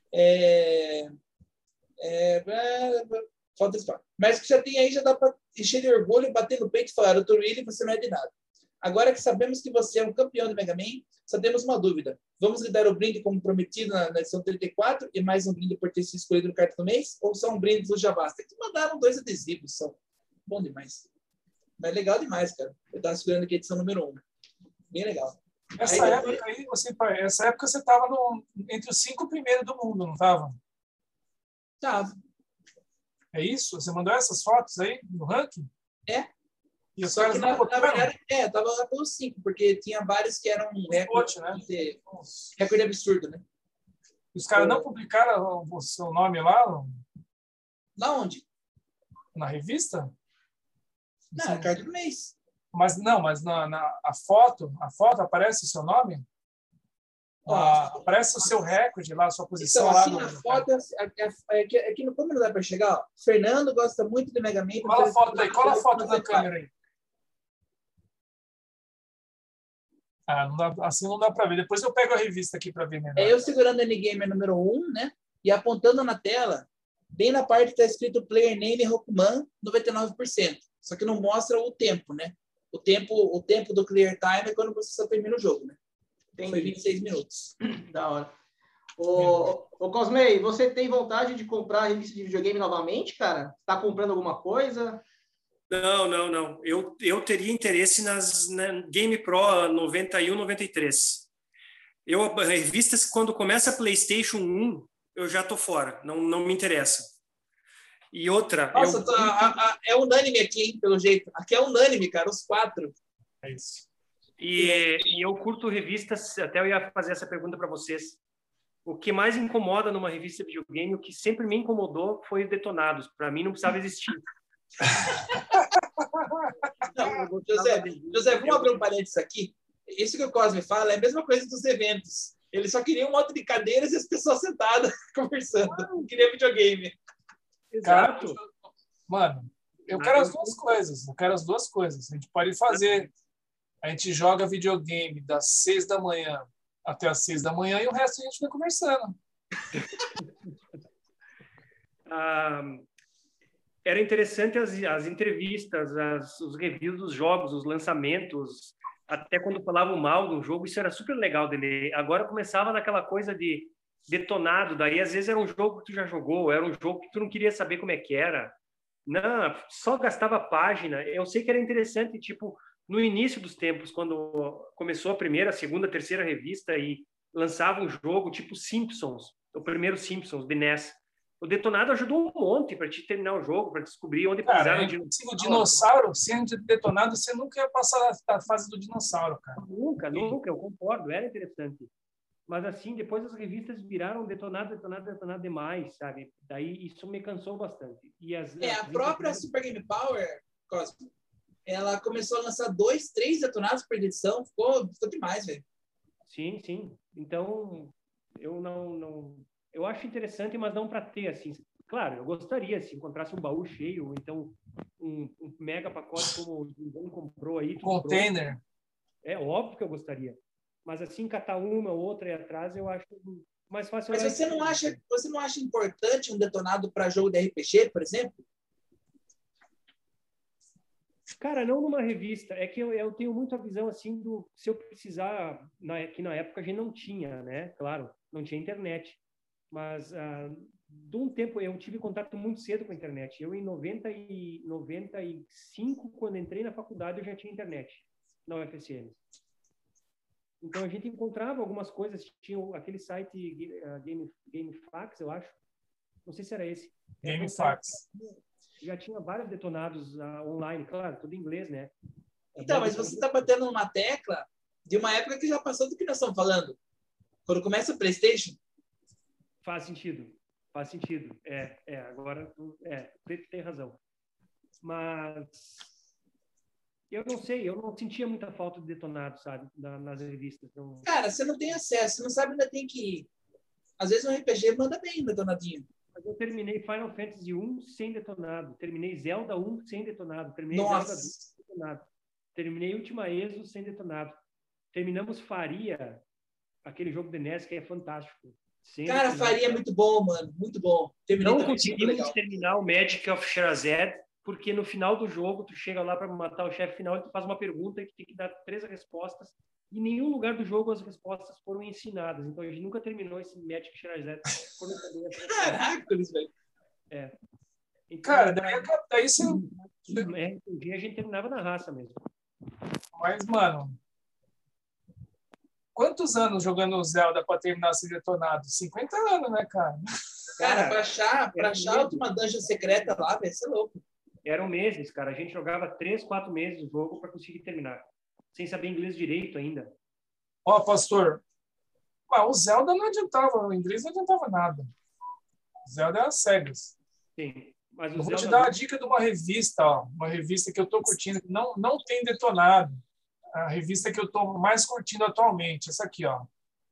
Falta de espaço. Mas que já tem aí, já dá para encher de orgulho, bater no peito e falar, Dr. Willy, você não é de nada. Agora que sabemos que você é um campeão de Mega Man, só temos uma dúvida. Vamos lhe dar o brinde como prometido na edição 34 e mais um brinde por ter sido escolhido no cartão do mês? Ou só um brinde do Jabás? Tem que mandaram 2 adesivos só. Bom demais. Mas legal demais, cara. Eu estava segurando aqui a edição número 1. Bem legal. Essa época aí, essa época você estava entre os 5 primeiros do mundo, não estava? Tava. É isso? Você mandou essas fotos aí no ranking? É. E os Só caras que, não na botaram? verdade, tava lá pelos 5, porque tinha vários que eram recorde, né? Recorde absurdo, né? Os caras não publicaram o seu nome lá Na onde? na revista? Na carta do mês. Mas não, mas a foto aparece o seu nome? Aparece o seu recorde lá, a sua posição então, aqui lá. na foto, aqui no como não dá para chegar, ó. Fernando gosta muito do Mega Man. Cola a foto aí, cola a foto na câmera aí. Não dá, assim não dá para ver. Depois eu pego a revista aqui para ver melhor. É eu segurando o N-Gamer número 1, né? E apontando na tela, bem na parte que está escrito Player Name Rokuman, 99%. Só que não mostra o tempo, né? O tempo do clear time é quando você só termina o jogo, né? Entendi. Foi 26 minutos. Da hora. Ô Cosmei, você tem vontade de comprar a revista de videogame novamente, cara? Tá comprando alguma coisa? Não. Eu teria interesse na Game Pro 91, 93. Revistas, quando começa a PlayStation 1, eu já tô fora. Não me interessa. E outra... Nossa, é unânime aqui, hein, pelo jeito. Aqui é unânime, cara, os 4. É isso. E eu curto revistas, até eu ia fazer essa pergunta para vocês. O que mais incomoda numa revista de videogame, o que sempre me incomodou foi os detonados. Para mim, não precisava existir. Não, José, vamos abrir um parênteses aqui. Isso que o Cosme fala é a mesma coisa dos eventos. Eles só queriam um monte de cadeiras e as pessoas sentadas conversando. Não queria videogame. Exato. Mano, eu quero as duas coisas. A gente pode fazer. A gente joga videogame das 6 da manhã até as 6 da manhã e o resto a gente vai conversando. Era interessante as entrevistas, os reviews dos jogos, os lançamentos, até quando falavam mal do jogo, isso era super legal de ler. Agora começava naquela coisa de detonado, daí às vezes era um jogo que tu já jogou, era um jogo que tu não queria saber como é que era. Não, só gastava página. Eu sei que era interessante, tipo, no início dos tempos, quando começou a primeira, a segunda, a terceira revista e lançava um jogo tipo Simpsons, o primeiro Simpsons, de NES. O detonado ajudou um monte para te terminar o jogo, para descobrir onde pisaram o dinossauro. Sendo detonado, você nunca ia passar a fase do dinossauro, cara. Nunca, eu concordo, era interessante. Mas assim, depois as revistas viraram detonado demais, sabe? Daí isso me cansou bastante. E a própria Super Game Power, Cosmo, ela começou a lançar 2, 3 detonados por edição, ficou demais, velho. Sim. Então, eu acho interessante, mas não para ter, assim. Claro, eu gostaria, se encontrasse um baú cheio, ou então um mega pacote como o João comprou aí. Container. É óbvio que eu gostaria. Mas assim, catar uma ou outra e atrás, eu acho mais fácil. Mas você não acha importante um detonado para jogo de RPG, por exemplo? Cara, não numa revista. É que eu tenho muito a visão assim se eu precisar, que na época a gente não tinha, né? Claro, não tinha internet. Mas de um tempo eu tive contato muito cedo com a internet. Eu em 95, quando entrei na faculdade, eu já tinha internet na UFSM. Então a gente encontrava algumas coisas, tinha aquele site GameFAQs, eu acho. Não sei se era esse. GameFAQs. Já tinha vários detonados online, claro, tudo em inglês, né? Então, mas você está batendo numa tecla de uma época que já passou do que nós estamos falando. Quando começa o PlayStation. Faz sentido. Agora tem razão. Mas eu não sei, eu não sentia muita falta de detonado, sabe, nas revistas. Então... Cara, você não tem acesso, você não sabe onde tem que ir. Às vezes um RPG manda bem um detonadinho. Mas eu terminei Final Fantasy 1 sem detonado, terminei Zelda 1 sem detonado, terminei Nossa. Zelda 2 sem detonado, terminei Última ESO sem detonado, terminamos Faria, aquele jogo de NES que é fantástico. Cara, Faria é muito bom, mano, muito bom. Não conseguimos terminar o Magic of Sherazade, porque no final do jogo, tu chega lá para matar o chefe final e tu faz uma pergunta e tu tem que dar 3 respostas. Em nenhum lugar do jogo as respostas foram ensinadas. Então a gente nunca terminou esse Magic Sherazade. Caraca, velho. Então, cara, daí você... a gente terminava na raça mesmo. Mas, mano... quantos anos jogando Zelda para terminar esse detonado? 50 anos, né, cara? Cara, pra achar a última dungeon secreta lá, vai ser louco. Eram meses, cara. A gente jogava 3, 4 meses de jogo para conseguir terminar. Sem saber inglês direito ainda. Ó, pastor, o Zelda não adiantava, o inglês não adiantava nada. O Zelda era cegas. Sim. Mas eu vou te dar a dica de uma revista, ó, uma revista que eu tô curtindo, que não tem detonado. A revista que eu tô mais curtindo atualmente, essa aqui, ó.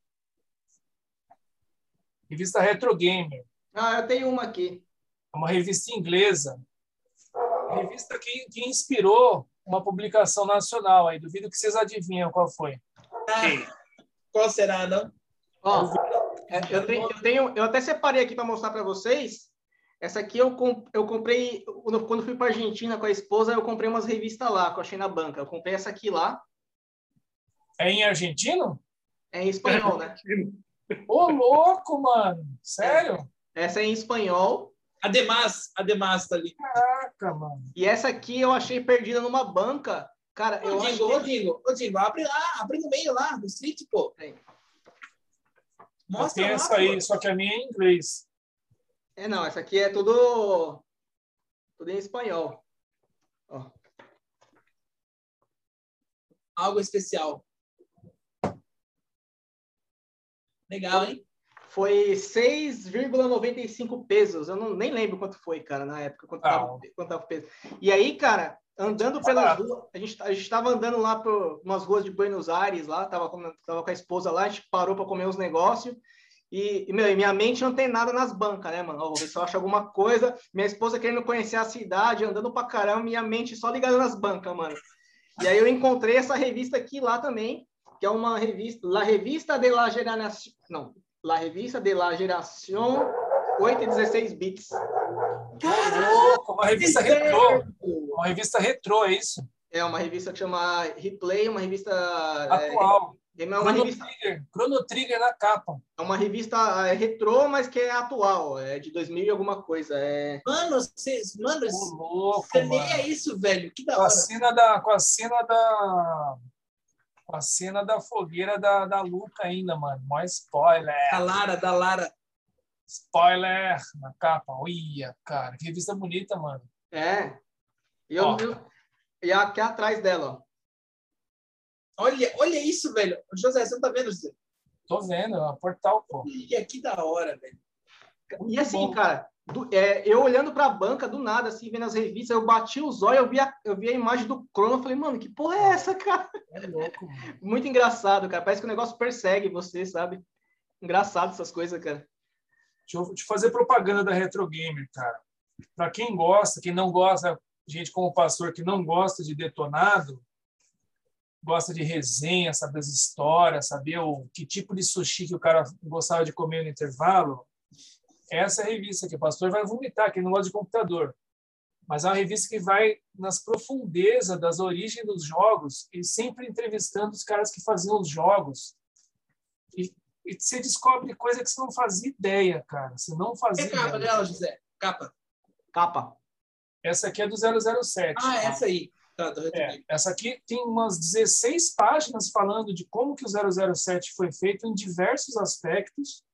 Revista Retro Gamer. Ah, eu tenho uma aqui. É uma revista inglesa. Revista que inspirou uma publicação nacional aí. Duvido que vocês adivinham qual foi. Qual será, não? Ó, eu até separei aqui para mostrar para vocês. Essa aqui eu comprei quando fui para Argentina com a esposa. Eu comprei umas revistas lá que eu achei na banca. Eu comprei essa aqui lá. É em argentino? É em espanhol, né? Ô, louco, mano! Sério? Essa é em espanhol. Además tá ali. Caraca, mano. E essa aqui eu achei perdida numa banca. Cara, Ô, Dingo, abre lá, abre no meio lá, no street, pô. Mostra lá, essa aí, só que a minha é em inglês. Não, essa aqui é tudo em espanhol. Ó. Algo especial. Legal, hein? Foi 6,95 pesos. Eu nem lembro quanto foi, cara, na época, quanto tava o peso. E aí, cara, andando pelas ruas, a gente estava andando lá por umas ruas de Buenos Aires, lá, tava com a esposa lá, a gente parou para comer uns negócios. E minha mente não tem nada nas bancas, né, mano? Vou ver se eu acho alguma coisa. Minha esposa querendo conhecer a cidade, andando pra caramba, minha mente só ligada nas bancas, mano. E aí eu encontrei essa revista aqui lá também, que é uma revista, La Revista de la Generación, não, La Revista de la Generación 8 e 16 bits. Louco, uma revista retrô. Uma revista retrô, é isso? É uma revista que chama Replay, uma revista... atual. Chrono Trigger na capa. É uma revista retrô, mas que é atual. É de 2000 e alguma coisa. Mano, semeia isso, velho. Que da hora. Com a cena da fogueira da Luca ainda, mano. Mó spoiler. Da Lara. Spoiler na capa. Olha, cara. Que revista bonita, mano. E aqui atrás dela, ó. Olha isso, velho. José, você não tá vendo, José? Tô vendo, é um portal, pô. E que da hora, velho. E assim, cara, eu olhando pra banca, do nada, assim, vendo as revistas, eu bati os olhos, eu vi a imagem do Crono, eu falei, mano, que porra é essa, cara? É louco, mano. Muito engraçado, cara. Parece que o negócio persegue você, sabe? Engraçado essas coisas, cara. Deixa eu te fazer propaganda da Retro Gamer, cara. Pra quem gosta, quem não gosta, gente como o pastor que não gosta de detonado, gosta de resenha, saber as histórias, saber que tipo de sushi que o cara gostava de comer no intervalo, essa é a revista que o pastor vai vomitar, que não gosta de computador. Mas é uma revista que vai nas profundezas das origens dos jogos e sempre entrevistando os caras que faziam os jogos. E você descobre coisa que você não fazia ideia, cara. Você não fazia ideia. É capa dela, José? Capa. Essa aqui é do 007. Ah, essa aí. Essa aqui tem umas 16 páginas falando de como que o 007 foi feito em diversos aspectos.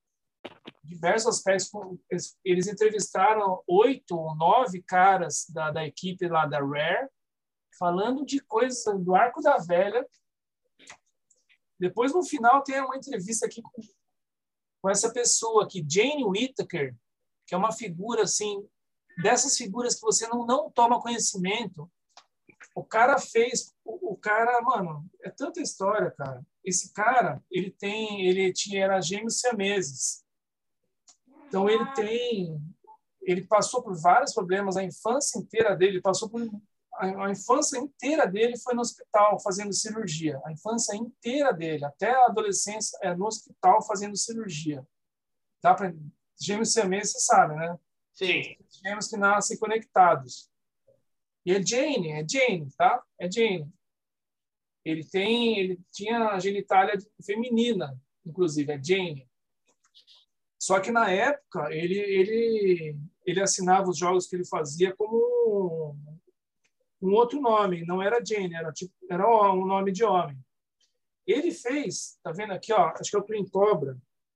Eles entrevistaram 8 ou 9 caras da equipe lá da Rare, falando de coisas do Arco da Velha. Depois, no final, tem uma entrevista aqui com essa pessoa aqui, Jane Whittaker, que é uma figura, assim, dessas figuras que você não toma conhecimento. O cara, mano, é tanta história, cara. Esse cara, era gêmeos siameses. Então, ele passou por vários problemas, a infância inteira dele foi no hospital fazendo cirurgia. A infância inteira dele, até a adolescência, é no hospital fazendo cirurgia. Gêmeos siameses, você sabe, né? Sim. Gêmeos que nascem conectados. E é Jane, tá? É Jane. Ele tinha a genitália feminina, inclusive, é Jane. Só que na época ele assinava os jogos que ele fazia como um outro nome, não era Jane, era um nome de homem. Ele fez, tá vendo aqui, ó, acho que é o Twin Cobra.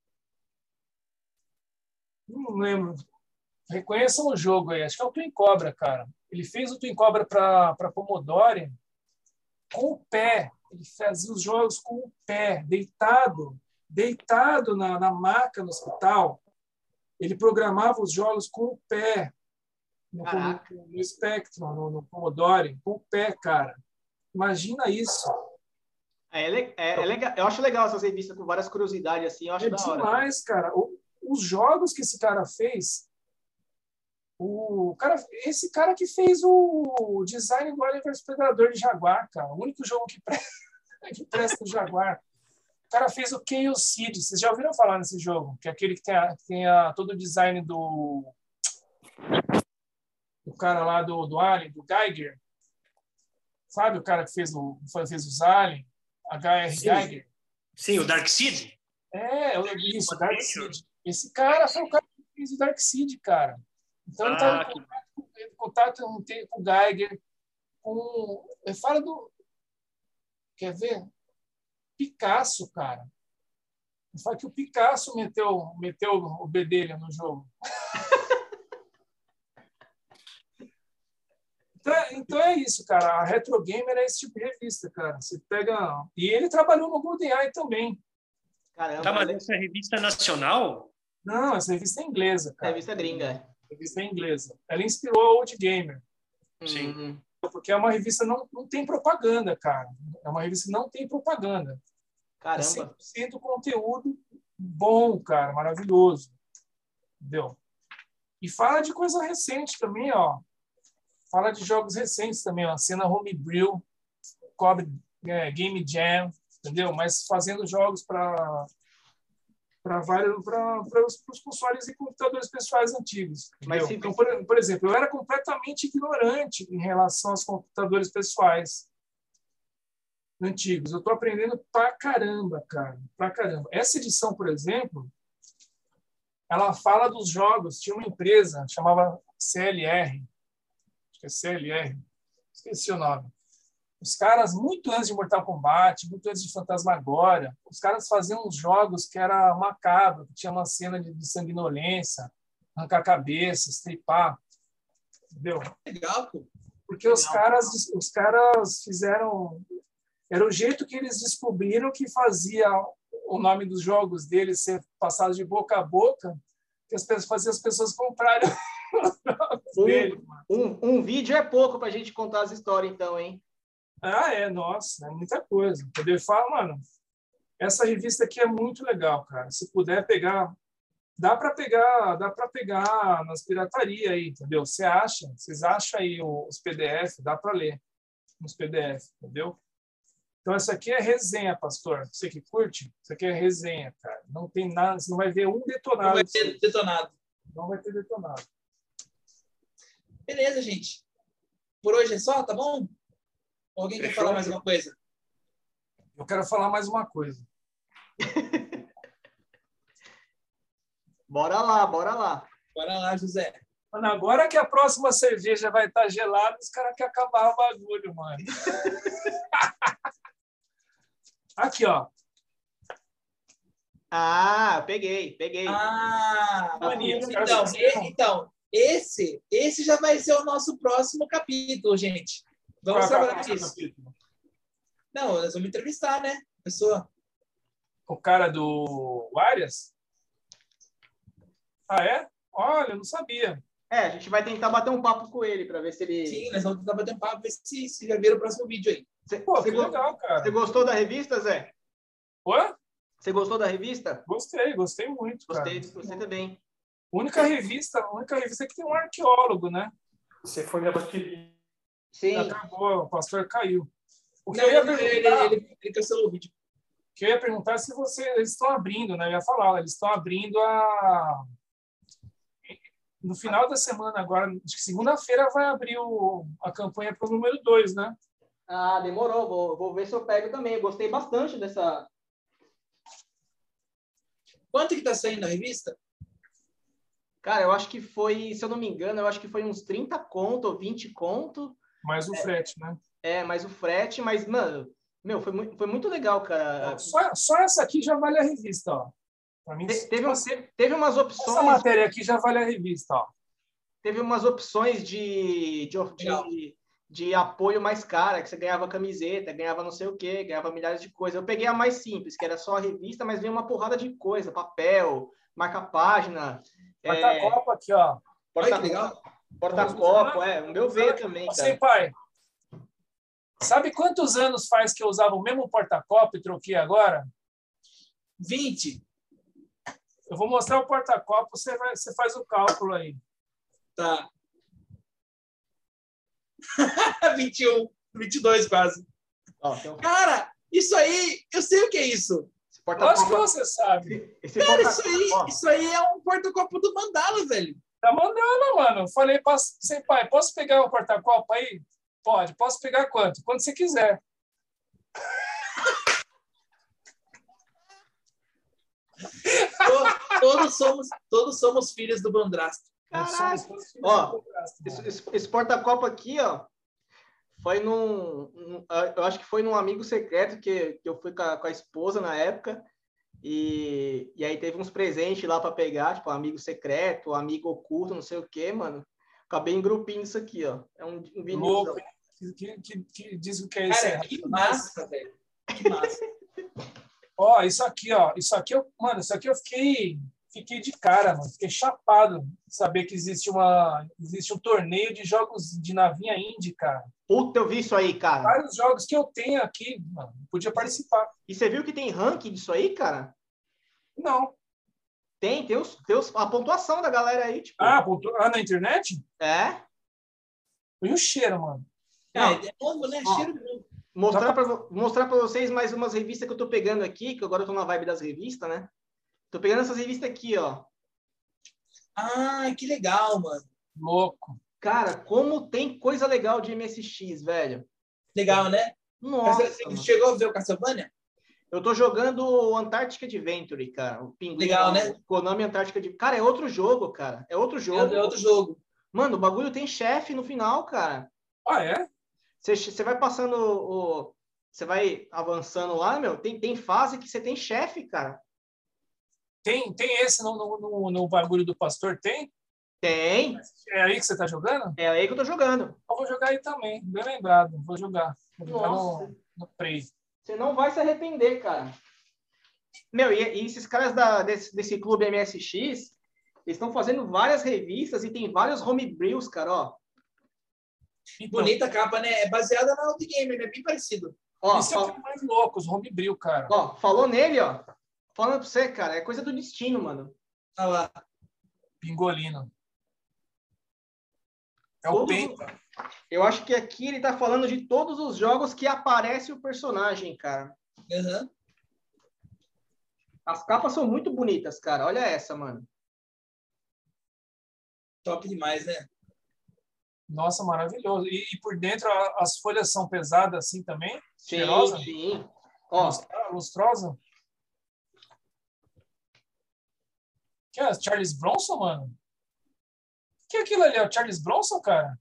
Não lembro. Reconheçam o jogo aí, acho que é o Twin Cobra, cara. Ele fez o Twin Cobra para Commodore com o pé. Ele fazia os jogos com o pé, deitado na maca no hospital. Ele programava os jogos com o pé no Spectrum, no Commodore, com o pé, cara. Imagina isso. É legal. Eu acho legal essas revistas com várias curiosidades assim, eu acho da hora. Demais, cara. Os jogos que esse cara fez, esse cara que fez o design do Oliver Predador de Jaguar, cara. O único jogo que presta do Jaguar. O cara fez o Chaos Seed. Vocês já ouviram falar nesse jogo? Que é aquele que tem todo o design do cara lá do Alien, do Geiger. Sabe o cara que fez os Alien? HR Geiger. Sim, o Dark Seed. Isso, Dark Seed. Esse cara foi o cara que fez o Dark Seed, cara. Então ele estava em contato com o Geiger, fala do... Quer ver? Picasso, cara. Fala que o Picasso meteu o bedelho no jogo. Então é isso, cara. A Retro Gamer é esse tipo de revista, cara. Você pega... E ele trabalhou no GoldenEye também. Caramba. Tá, mas essa revista nacional? Não, essa revista é inglesa, cara. Revista gringa. Revista é inglesa. Ela inspirou a Old Gamer. Sim. Porque é uma revista não tem propaganda, cara. É uma revista que não tem propaganda. Caramba. É 100% conteúdo bom, cara. Maravilhoso. Entendeu? E fala de coisa recente também, ó. Fala de jogos recentes também, ó. Cena Homebrew, cobre Game Jam, entendeu? Mas fazendo jogos para os consoles e computadores pessoais antigos. Então, por exemplo, eu era completamente ignorante em relação aos computadores pessoais antigos. Eu estou aprendendo pra caramba, cara. Pra caramba. Essa edição, por exemplo, ela fala dos jogos. Tinha uma empresa, chamava CLR. Acho que é CLR. Esqueci o nome. Os caras, muito antes de Mortal Kombat, muito antes de Phantasmagoria, os caras faziam uns jogos que era macabro, que tinha uma cena de sanguinolência, arrancar cabeça, estripar. Entendeu? Legal, pô. Porque os caras fizeram... Era o jeito que eles descobriram que fazia o nome dos jogos deles ser passado de boca a boca, que fazia as pessoas comprarem os jogos deles. Um vídeo é pouco pra gente contar as histórias, então, hein? Nossa, é muita coisa. Entendeu? Fala, mano, essa revista aqui é muito legal, cara. Se puder pegar, dá para pegar nas piratarias aí, entendeu? Vocês acham aí os PDF, dá para ler nos PDF, entendeu? Então essa aqui é resenha, pastor. Você que curte, isso aqui é resenha, cara. Não tem nada, você não vai ver um detonado. Não vai ter detonado. Não vai ter detonado. Beleza, gente. Por hoje é só, tá bom? Alguém quer falar mais uma coisa? Eu quero falar mais uma coisa. Bora lá. Bora lá, José. Mano, agora que a próxima cerveja vai estar gelada, os caras querem acabar o bagulho, mano. Aqui, ó. Peguei. Mania, então, esse já vai ser o nosso próximo capítulo, gente. Vamos trabalhar nisso. Não, nós vamos entrevistar, né? Pessoa. O cara do Arias? É? Olha, eu não sabia. A gente vai tentar bater um papo com ele para ver se ele... Sim, nós vamos tentar bater um papo, ver se já vira o próximo vídeo aí. Que legal, cara. Você gostou da revista, Zé? Oi? Você gostou da revista? Gostei muito, cara. Gostei também. A única revista que tem um arqueólogo, né? Você foi na bateria. Sim. Acabou, o pastor caiu. Ele cancelou o vídeo. O que eu ia perguntar é se eles estão abrindo, né? Eu ia falar, eles estão abrindo no final da semana agora, acho que segunda-feira vai abrir a campanha para o número 2, né? Demorou. Vou ver se eu pego também. Eu gostei bastante dessa... Quanto que tá saindo a revista? Cara, eu acho que foi, se eu não me engano, uns 30 conto ou 20 conto. Mais o frete, né? Mais o frete, mas, mano, Meu, foi muito legal, cara. Só essa aqui já vale a revista, ó. Pra mim, Teve umas essa opções. matéria aqui já vale a revista, ó. Teve umas opções de apoio mais cara, que você ganhava camiseta, ganhava não sei o quê, ganhava milhares de coisas. Eu peguei a mais simples, que era só a revista, mas veio uma porrada de coisa, papel, marca-página. Porta-copo aqui, ó. Olha que legal. Porta-copo, o meu veio também, cara. Você, pai, sabe quantos anos faz que eu usava o mesmo porta-copo e troquei agora? 20. Eu vou mostrar o porta-copo, você faz o cálculo aí. Tá. 21, 22 quase. Então... Cara, isso aí, eu sei o que é isso. Lógico que você sabe. Cara, isso aí é um porta-copo do Mandala, velho. Da Mandala, mano. Eu falei para você, pai, posso pegar o porta-copo aí? Pode. Posso pegar quanto? Quando você quiser. Todos somos filhos do Bandrasto. Caraca. Ó, esse porta-copo aqui, ó, foi eu acho que foi num amigo secreto que eu fui com a esposa na época, e aí teve uns presentes lá para pegar, tipo, amigo secreto, amigo oculto, não sei o quê, mano. Acabei em grupinho isso aqui, ó. É um vinil. Que diz o que é isso? Cara, que massa, velho. Que massa. Ó, isso aqui eu fiquei de cara, mano. Fiquei chapado de saber que existe um torneio de jogos de navinha indie, cara. Puta, eu vi isso aí, cara. Vários jogos que eu tenho aqui, mano. Podia participar. E você viu que tem ranking disso aí, cara? Não. Tem a pontuação da galera aí, tipo. Na internet? É. E o cheiro, mano. É novo, né? Cheiro novo. Mostrar para vocês mais umas revistas que eu tô pegando aqui, que agora eu tô na vibe das revistas, né? Tô pegando essas revistas aqui, ó. Ah, que legal, mano. Louco. Cara, como tem coisa legal de MSX, velho. Legal, né? Nossa. Você chegou a ver o Castlevania? Eu tô jogando o Antarctic Adventure, cara. O Pinguim. Legal, né? O Konami Antarctic Adventure. Cara, é outro jogo, cara. É outro jogo. É outro jogo. Mano, o bagulho tem chefe no final, cara. Ah, é? Você vai passando Você vai avançando lá, meu. Tem fase que você tem chefe, cara. Tem esse no bagulho do pastor? Tem? Tem. É aí que você tá jogando? É aí que eu tô jogando. Eu vou jogar aí também. Bem lembrado. Vou jogar. No Play. Você não vai se arrepender, cara. Meu, e esses caras desse clube MSX, eles estão fazendo várias revistas e tem vários homebrews, cara, ó. Então, bonita capa, né? É baseada na Old Gamer, né? Bem parecido. Isso é o mais louco, os homebrew, cara. Ó, falou nele, ó. Falando pra você, cara, é coisa do destino, mano. Olha lá. Pingolino. É o Penta. Eu acho que aqui ele tá falando de todos os jogos que aparece o personagem, cara. Uhum. As capas são muito bonitas, cara. Olha essa, mano. Top demais, né? Nossa, maravilhoso. E por dentro as folhas são pesadas assim também? Sim, Cheirosa? sim. Ó. Lustrosa? Que é Charles Bronson, mano? Que é aquilo ali? É o Charles Bronson, cara?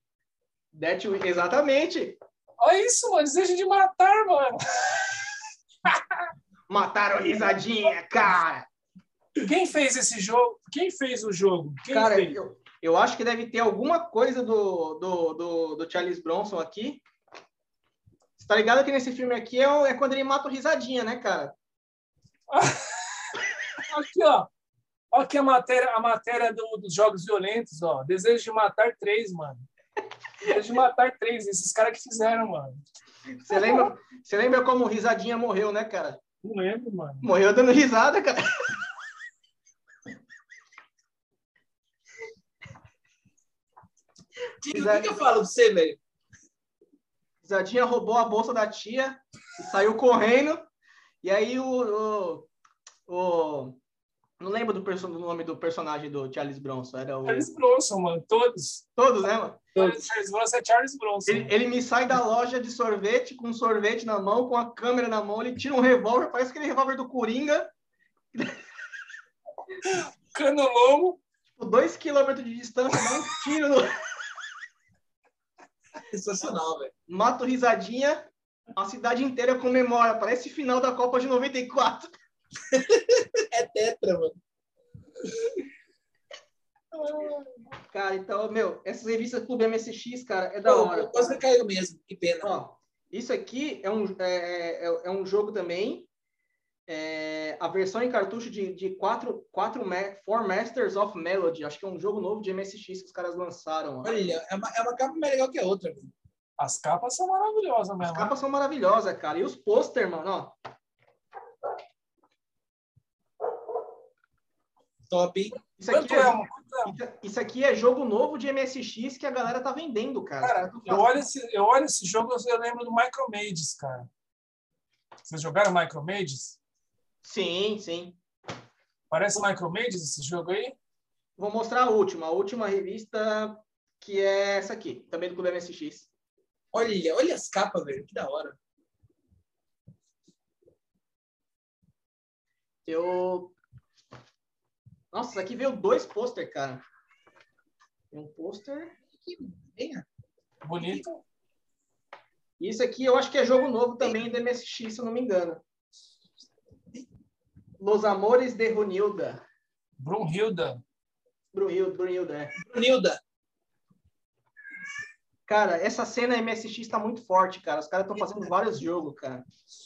Exatamente. Olha isso, mano. Desejo de matar, mano. Mataram a risadinha, cara. Quem fez esse jogo? Quem fez o jogo? Cara, eu acho que deve ter alguma coisa do Charles Bronson aqui. Você tá ligado que nesse filme aqui é quando ele mata o risadinha, né, cara? Aqui, ó. Olha aqui a matéria dos jogos violentos, ó. Desejo de matar 3, mano. Desejo de matar 3. Esses caras que fizeram, mano. Você lembra como o risadinha morreu, né, cara? Não lembro, mano. Morreu dando risada, cara. O que eu falo pra você, velho? Risadinha roubou a bolsa da tia e saiu correndo. E aí não lembro do nome do personagem do Charles Bronson. Era o Charles Bronson, mano. Todos, né, mano? Charles Bronson é Charles Bronson. Ele me sai da loja de sorvete com um sorvete na mão, com a câmera na mão. Ele tira um revólver, parece aquele revólver do Coringa. Cano longo. 2 quilômetros de distância, dá um tiro no... Sensacional, velho. Mata o risadinha. A cidade inteira comemora. Parece final da Copa de 94. É tetra, mano. Cara, então, meu, essas revistas Clube MSX, cara, é da hora. Quase que caiu mesmo, que pena. Ó, isso aqui é um jogo também. A versão em cartucho de 4 Masters of Melody. Acho que é um jogo novo de MSX que os caras lançaram. Ó. Olha, é uma capa mais legal que a outra. Mano. As capas são maravilhosas mesmo. As capas são maravilhosas, cara. E os pôster, mano, ó. Top, hein? Isso aqui é jogo novo de MSX que a galera tá vendendo, cara. Cara, eu olho esse jogo, eu lembro do Micromages, cara. Vocês jogaram Micromages? Sim, sim. Parece Micromages esse jogo aí? Vou mostrar a última revista, que é essa aqui, também do Clube MSX. Olha as capas, velho, que da hora. Nossa, aqui veio 2 pôster, cara. Tem um pôster. Venha. Bonito. Isso aqui eu acho que é jogo novo também do MSX, se eu não me engano. Los Amores de Brunilda. Brunhilda. Brunilda. Cara, essa cena MSX tá muito forte, cara. Os caras estão fazendo vários jogos, cara.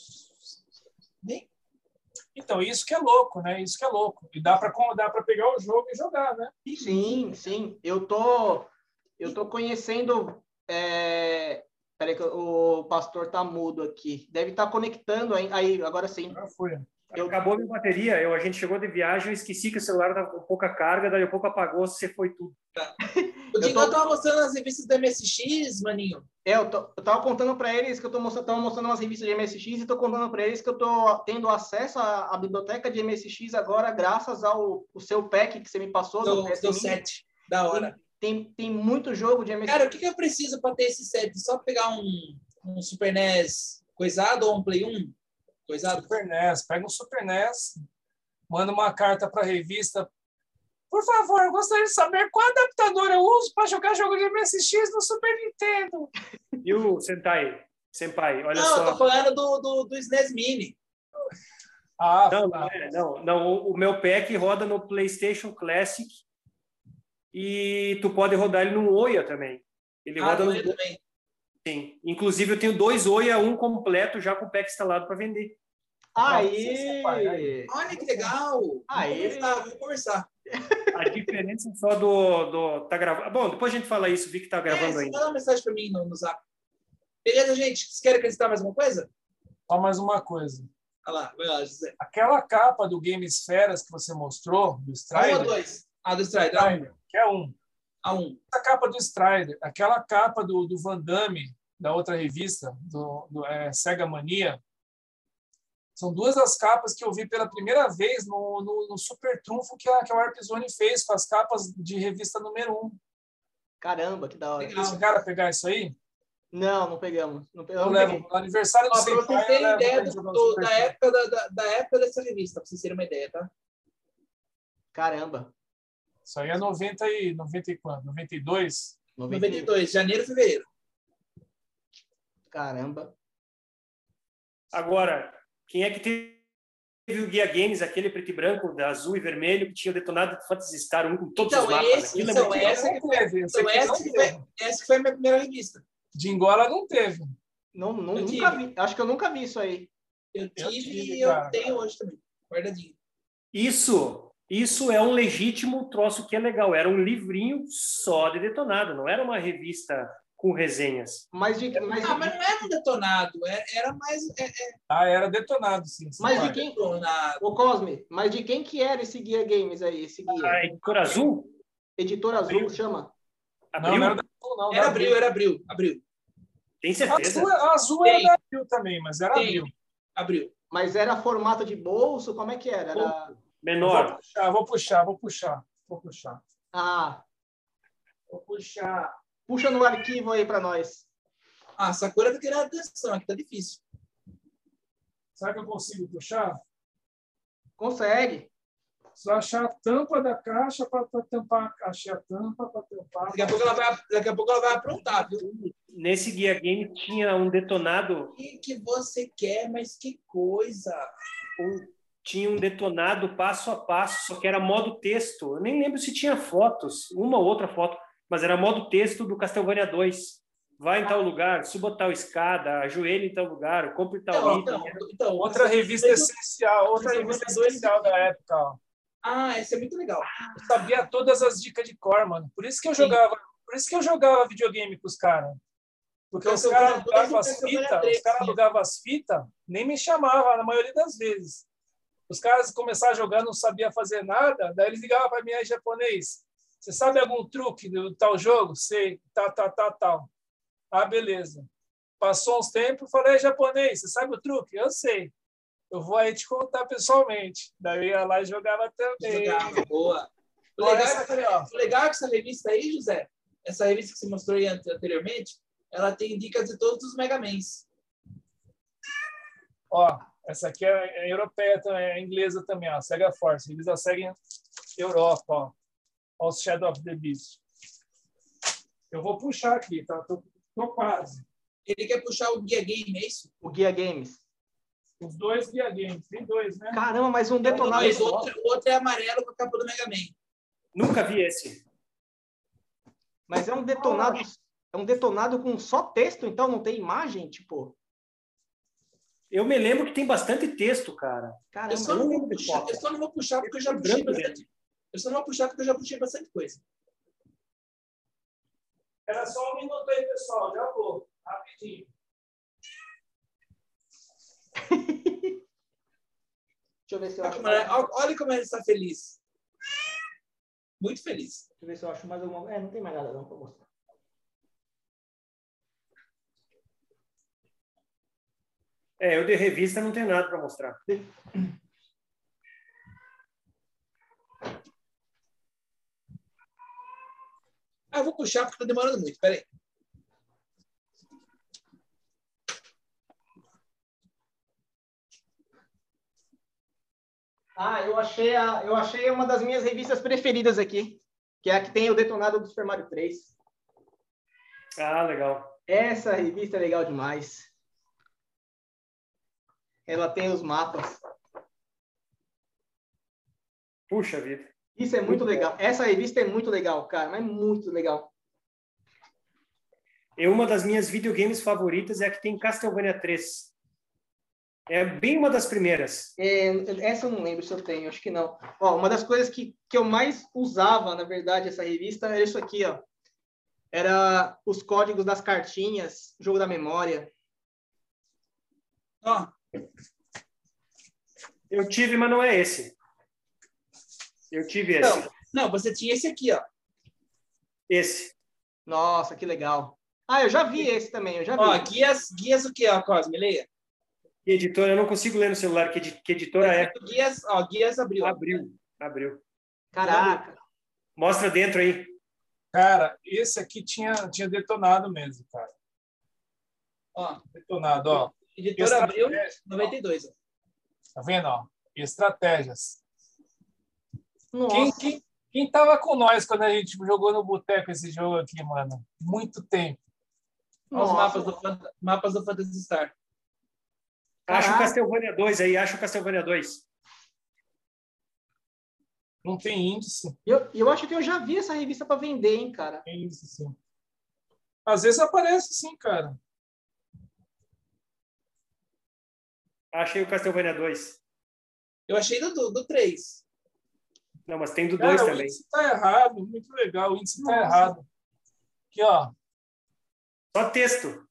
Então, isso que é louco, né? Isso que é louco. E dá para pegar o jogo e jogar, né? Sim, sim. Eu tô conhecendo... Peraí que o pastor tá mudo aqui. Deve estar conectando aí, agora sim. Já foi. Acabou a minha bateria, a gente chegou de viagem, eu esqueci que o celular estava com pouca carga, daí a pouco apagou, você foi tudo. O Digão tava mostrando as revistas do MSX, maninho. Eu tava contando para eles que eu tava mostrando umas revistas de MSX e tô contando para eles que eu tô tendo acesso à biblioteca de MSX agora graças ao seu pack que você me passou. Do set, da hora. Tem muito jogo de MSX. Cara, o que eu preciso para ter esse set? Só pegar um Super NES coisado ou um Play 1? Coisado? Super NES. Pega um Super NES, manda uma carta para a revista. Por favor, eu gostaria de saber qual adaptador eu uso para jogar jogo de MSX no Super Nintendo. E o Senpai, olha só. Não, eu tô falando do SNES Mini. Não, o meu pack roda no PlayStation Classic e tu pode rodar ele no Oya também. Ele roda no Oya também. Sim. Inclusive eu tenho 2 Oya, um completo já com o pack instalado para vender. Aí! Olha que legal! Vou conversar. A diferença só do tá gravando. Bom, depois a gente fala isso, vi que tá gravando ainda. Manda uma mensagem para mim no Zap. Beleza, gente? Vocês querem acrescentar mais alguma coisa? Só mais uma coisa. Olha lá, vai lá, José. Aquela capa do Game Esferas que você mostrou, do Strider. 1 ou 2? Do Strider. Que é 1. A1. A capa do Strider, aquela capa do Van Damme, da outra revista, do Sega Mania. São 2 das capas que eu vi pela primeira vez no Super Trunfo que a Warp Zone fez com as capas de revista número 1. Caramba, que da hora. Vocês chegaram a pegar isso aí? Não pegamos. Eu levo no aniversário do Senpai. Para vocês terem ideia da época dessa revista, para vocês terem uma ideia, tá? Caramba. Isso aí é 90 e quanto? 92? 92, janeiro, fevereiro. Caramba. Agora, quem é que teve o Guia Games, aquele preto e branco, da azul e vermelho, que tinha o detonado de Phantasy Star 1 com todos os mapas? Essa foi a minha primeira revista. De Angola não teve. Nunca vi. Acho que eu nunca vi isso aí. Eu tive e eu tenho hoje também. Guardadinho. Isso é um legítimo troço que é legal. Era um livrinho só de detonado, não era uma revista com resenhas. Mas não era um detonado, era mais... era detonado, sim. Mas de quem... Ô, Cosme, mas de quem que era esse Guia Games aí? Esse guia? A Editora Azul? Editora Azul, chama? Abril? Não, era Abril. Tem certeza? A Azul era da Abril também, mas era Abril. Mas era formato de bolso? Como é que era? Menor. Vou puxar. Ah. Vou puxar. Puxa no arquivo aí para nós. Sakura tá querendo atenção, aqui tá difícil. Será que eu consigo puxar? Consegue. Só achar a tampa da caixa para tampar. Achei a tampa para tampar. Daqui a pouco ela vai aprontar, viu? Nesse guia game tinha um detonado. O que você quer, mas que coisa! Tinha um detonado passo a passo, só que era modo texto. Eu nem lembro se tinha fotos, uma ou outra foto, mas era modo texto do Castlevania 2. Vai em tal lugar, suba tal escada, ajoelhe em tal lugar, compre tal item. Então, outra revista essencial, da época. Ó. Ah, essa é muito legal. Eu sabia todas as dicas de cor, mano. Por isso que eu jogava videogame com os caras. Porque os caras alugavam as fitas, nem me chamavam na maioria das vezes. Os caras começaram a jogar, não sabia fazer nada, daí eles ligavam para mim em japonês. Você sabe algum truque do tal jogo? Sei, tal. Ah, beleza. Passou uns tempos, falei, japonês, você sabe o truque? Eu sei. Eu vou aí te contar pessoalmente. Daí eu ia lá e jogava também. Jogava, boa. O legal é que essa revista aí, José, essa revista que você mostrou aí anteriormente, ela tem dicas de todos os Mega Mans. Ó, essa aqui é europeia também, é inglesa também, ó. Sega Force. Eles a seguem Europa, ó. Ó, o Shadow of the Beast. Eu vou puxar aqui, tá? Tô quase. Ele quer puxar o Guia Game, é isso? O Guia Games. Os dois Guia Games. Tem dois, né? Caramba, mas um detonado. O outro é amarelo com a capa do Mega Man. Nunca vi esse. Mas é um detonado com só texto, então não tem imagem, tipo. Eu me lembro que tem bastante texto, cara. Caramba, eu só não vou puxar porque eu já puxei bastante. Eu só não vou puxar porque eu já puxei bastante coisa. Era só um minuto aí, pessoal. Já vou. Rapidinho. Deixa eu ver se eu acho. Olha como ele está feliz. Muito feliz. Deixa eu ver se eu acho mais alguma. Não tem mais nada não para mostrar. Eu de revista não tenho nada para mostrar. Eu vou puxar porque está demorando muito. Espera aí. Eu achei uma das minhas revistas preferidas aqui, que é a que tem o detonado do Super Mario 3. Ah, legal. Essa revista é legal demais. Ela tem os mapas. Puxa vida. Isso é muito legal. Essa revista é muito legal, cara, mas muito legal. Uma das minhas videogames favoritas é a que tem Castlevania 3. É bem uma das primeiras. Essa eu não lembro se eu tenho, acho que não. Ó, uma das coisas que eu mais usava, na verdade, essa revista, era isso aqui, ó. Era os códigos das cartinhas, jogo da memória. Ó. Eu tive, mas não é esse. Eu tive esse. Não, você tinha esse aqui, ó. Esse. Nossa, que legal. Eu já vi esse também, eu já vi. Ó, guias o que, ó, Cosme? Leia. Que editora? Eu não consigo ler no celular. Que editora é? Guias Abril. Abril. Caraca. Mostra dentro aí. Cara, esse aqui tinha detonado mesmo, cara. Ó. Detonado, ó. Editora Abril, 92. Ó. Tá vendo, ó? Estratégias. Nossa. Quem tava com nós quando a gente jogou no boteco esse jogo aqui, mano? Muito tempo. Os mapas do Phantasy Star. Acha o Castlevania 2 aí, acha o Castlevania 2. Não tem índice. Eu acho que eu já vi essa revista para vender, hein, cara. Tem índice, sim. Às vezes aparece, sim, cara. Achei o Castlevania 2. Eu achei do 3. Não, mas tem do 2 também. O índice tá errado. Muito legal. O índice tá errado. Aqui, ó. Só texto.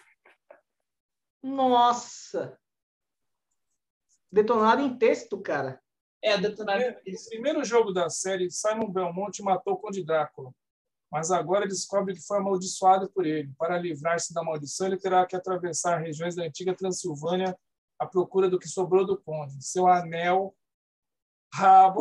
Nossa. Detonado em texto, cara. Detonado em texto. O primeiro jogo da série, Simon Belmont matou o Conde Drácula. Mas agora descobre que foi amaldiçoado por ele. Para livrar-se da maldição, ele terá que atravessar regiões da antiga Transilvânia à procura do que sobrou do Conde. Seu anel, rabo...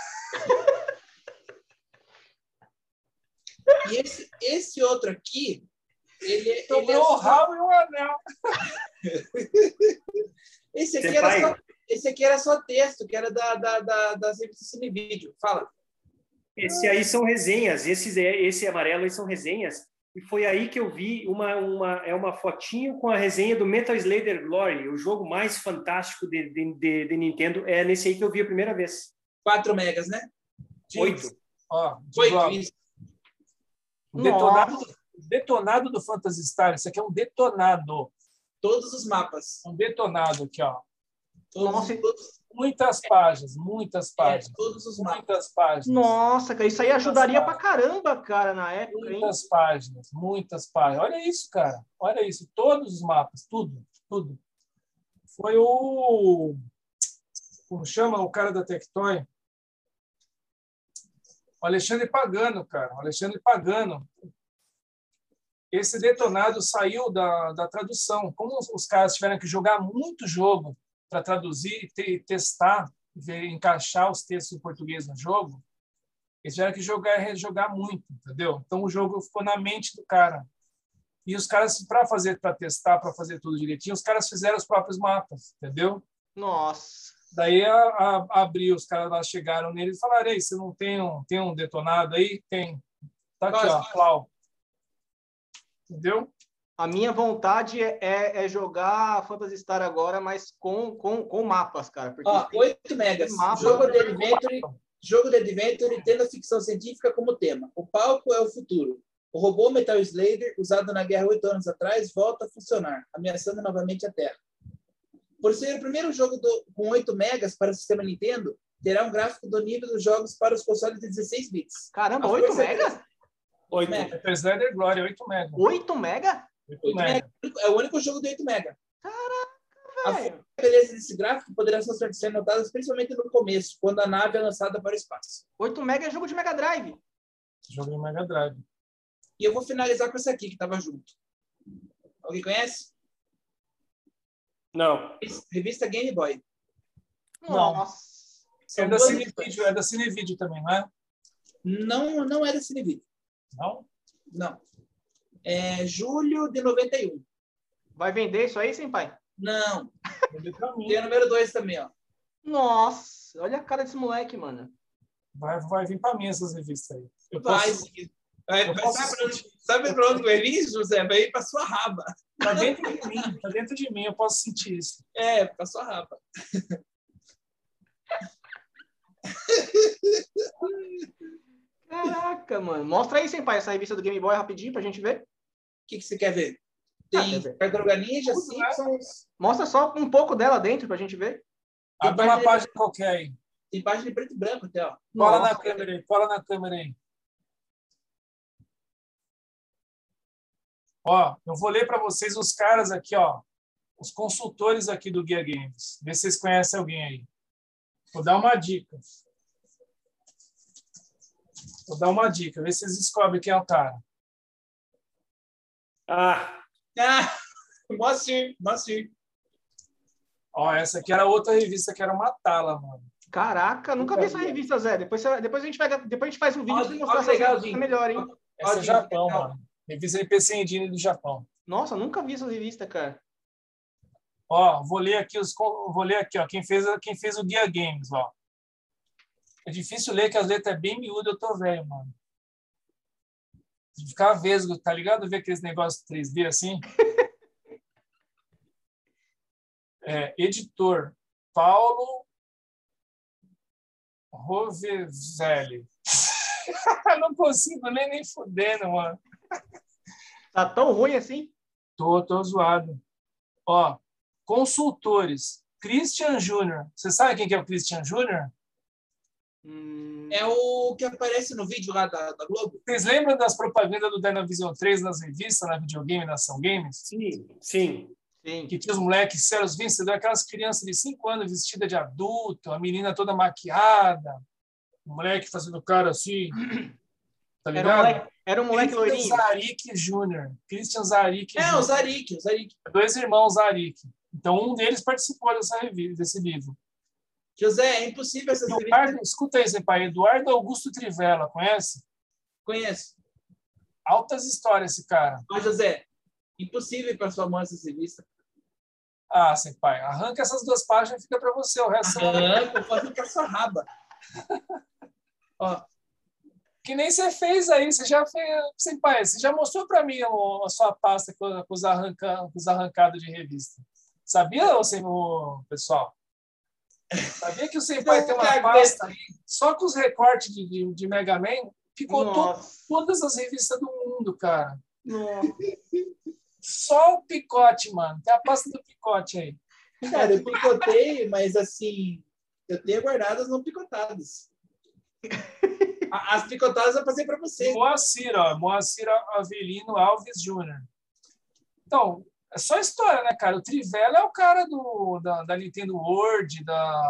E esse outro aqui, sobrou o rabo e o anel. Esse aqui Esse aqui era só texto, que era das revistas Cine Vídeo. Fala. Esse aí são resenhas, esse amarelo aí são resenhas, e foi aí que eu vi uma fotinho com a resenha do Metal Slayer Glory, o jogo mais fantástico de Nintendo, é nesse aí que eu vi a primeira vez. 4 megas, né? 8. Ó, 8, isso. Detonado do Phantasy Star. Isso aqui é um detonado. Todos os mapas. Um detonado aqui, ó. Todos. Muitas páginas, muitas páginas. Todos os mapas. Muitas páginas. Nossa, cara, isso aí ajudaria pra caramba, cara, na época, hein? Muitas páginas, muitas páginas. Olha isso, cara. Olha isso. Todos os mapas, tudo, tudo. Foi o... Como chama o cara da Tectoy? O Alexandre Pagano, cara. O Alexandre Pagano. Esse detonado saiu da tradução. Como os caras tiveram que jogar muito jogo para traduzir e testar, encaixar os textos em português no jogo, eles tiveram que jogar muito, entendeu? Então o jogo ficou na mente do cara. E os caras, para testar, para fazer tudo direitinho, os caras fizeram os próprios mapas, entendeu? Nossa. Daí abriu, os caras lá chegaram nele e falaram: "Ei, você não tem um detonado aí?" Tem. Tá aqui, ó, Clau. Entendeu? A minha vontade é jogar Phantasy Star agora, mas com mapas, cara. Porque 8 megas. Jogo de Adventure tendo a ficção científica como tema. O palco é o futuro. O robô Metal Slayer, usado na guerra 8 anos atrás, volta a funcionar, ameaçando novamente a Terra. Por ser o primeiro jogo com 8 megas para o sistema Nintendo, terá um gráfico do nível dos jogos para os consoles de 16 bits. Caramba, 8 megas? 8 mega. Metal Slayer Glory, 8 mega. 8 mega? 8 mega. É o único jogo de 8 mega. Caraca, velho. A beleza desse gráfico poderá ser notada principalmente no começo, quando a nave é lançada para o espaço. 8 mega é jogo de Mega Drive. Jogo de Mega Drive. E eu vou finalizar com essa aqui, que estava junto. Alguém conhece? Não. Revista Game Boy. Nossa. É da Cinevídeo também, não é? Não é da Cinevídeo. Não? Não. É julho de 91. Vai vender isso aí, senpai? Não. Tem o número 2 também, ó. Nossa, olha a cara desse moleque, mano. Vai vir para mim essas revistas aí. Sabe para onde vai vir, José? Vai ir para sua raba. Tá dentro de mim, eu posso sentir isso. É, para sua raba. Caraca, mano. Mostra aí, senpai, essa revista do Game Boy rapidinho pra gente ver. O que você quer ver? Tem Tartaruga Ninja, Simpsons. Mostra só um pouco dela dentro pra gente ver. Abre uma página qualquer aí. Tem página de preto e branco até, ó. Cola na câmera aí. Ó, eu vou ler para vocês os caras aqui, ó. Os consultores aqui do Guia Games. Vê se vocês conhecem alguém aí. Vou dar uma dica. Vê se vocês descobrem quem é o cara. Mostre. Ó, essa aqui era outra revista que era uma tala, mano. Caraca, nunca vi essa revista, Zé. Depois a gente faz um vídeo pra mostrar essa revista melhor, hein? Essa é o Japão, mano. Revista de PC Engine do Japão. Nossa, nunca vi essa revista, cara. Ó, vou ler aqui, ó, quem fez o Guia Games, ó. É difícil ler, que as letras é bem miúdas, eu tô velho, mano. De ficar vesgo, tá ligado? Ver aqueles negócios 3D assim. Editor Paulo Rovezelli. Não consigo nem fudendo, mano. Tá tão ruim assim? Tô zoado. Ó, consultores. Christian Júnior. Você sabe quem que é o Christian Júnior? É o que aparece no vídeo lá da Globo. Vocês lembram das propagandas do Dynavision 3 nas revistas, na videogame, na Ação Games? Sim. Que tinha os moleques sérios vencedores, aquelas crianças de 5 anos vestidas de adulto, a menina toda maquiada, o moleque fazendo cara assim, tá ligado? Era um moleque loirinho. Christian Zarik. O Zarik. 2 irmãos Zarik. Então, um deles participou desse livro. José, é impossível essas revistas... Escuta aí, pai. Eduardo Augusto Trivela, conhece? Conheço. Altas histórias esse cara. Mas, José, impossível para sua mãe essa revista. Ah, senpai, arranca essas 2 páginas e fica para você. O resto Arranca, eu posso ficar sua raba. Ó, que nem você fez aí. Você já fez, senpai, você já mostrou para mim a sua pasta com os arrancados de revista. Sabia, pessoal? Sabia que o senpai tem uma pasta aí, só com os recortes de Mega Man, picotou todas as revistas do mundo, cara. Nossa. Só o picote, mano. Tem a pasta do picote aí. cara, eu picotei, mas assim, eu tenho guardadas não picotadas. As picotadas eu passei para você. Moacir Avelino Alves Jr. Então, é só história, né, cara? O Trivela é o cara da Nintendo World,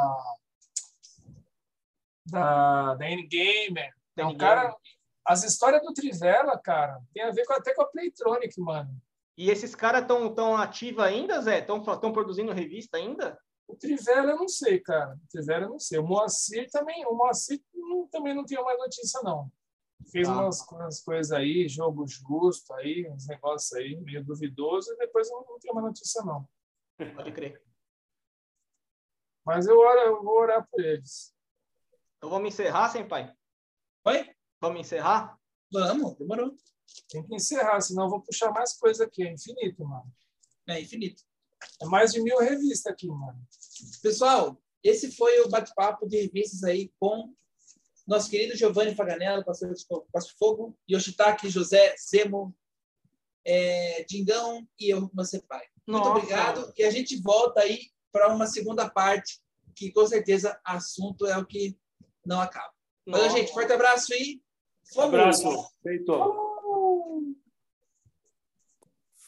da N-Gamer. É um cara... As histórias do Trivela, cara, tem a ver até com a Playtronic, mano. E esses caras estão ativos ainda, Zé? Estão produzindo revista ainda? O Trivela eu não sei, cara. O Trivela eu não sei. O Moacir também não tem mais notícia, não. Fez umas coisas aí, jogos justo aí, uns negócios aí meio duvidoso, e depois eu não tenho mais notícia, não. Pode crer. Mas eu vou orar por eles. Então vamos encerrar, senpai? Oi? Vamos encerrar? Vamos, demorou. Tem que encerrar, senão eu vou puxar mais coisa aqui. É infinito, mano. É infinito. É mais de 1000 revistas aqui, mano. Pessoal, esse foi o bate-papo de revistas aí com nosso querido Giovanni Faganello, pastor de Passo Fogo, Yoshitaki, José, Zemo, Dingão e eu, meu senpai. Muito obrigado. E a gente volta aí para uma segunda parte, que com certeza assunto é o que não acaba. Valeu, gente. Forte abraço e fomos! Abraço. Feito.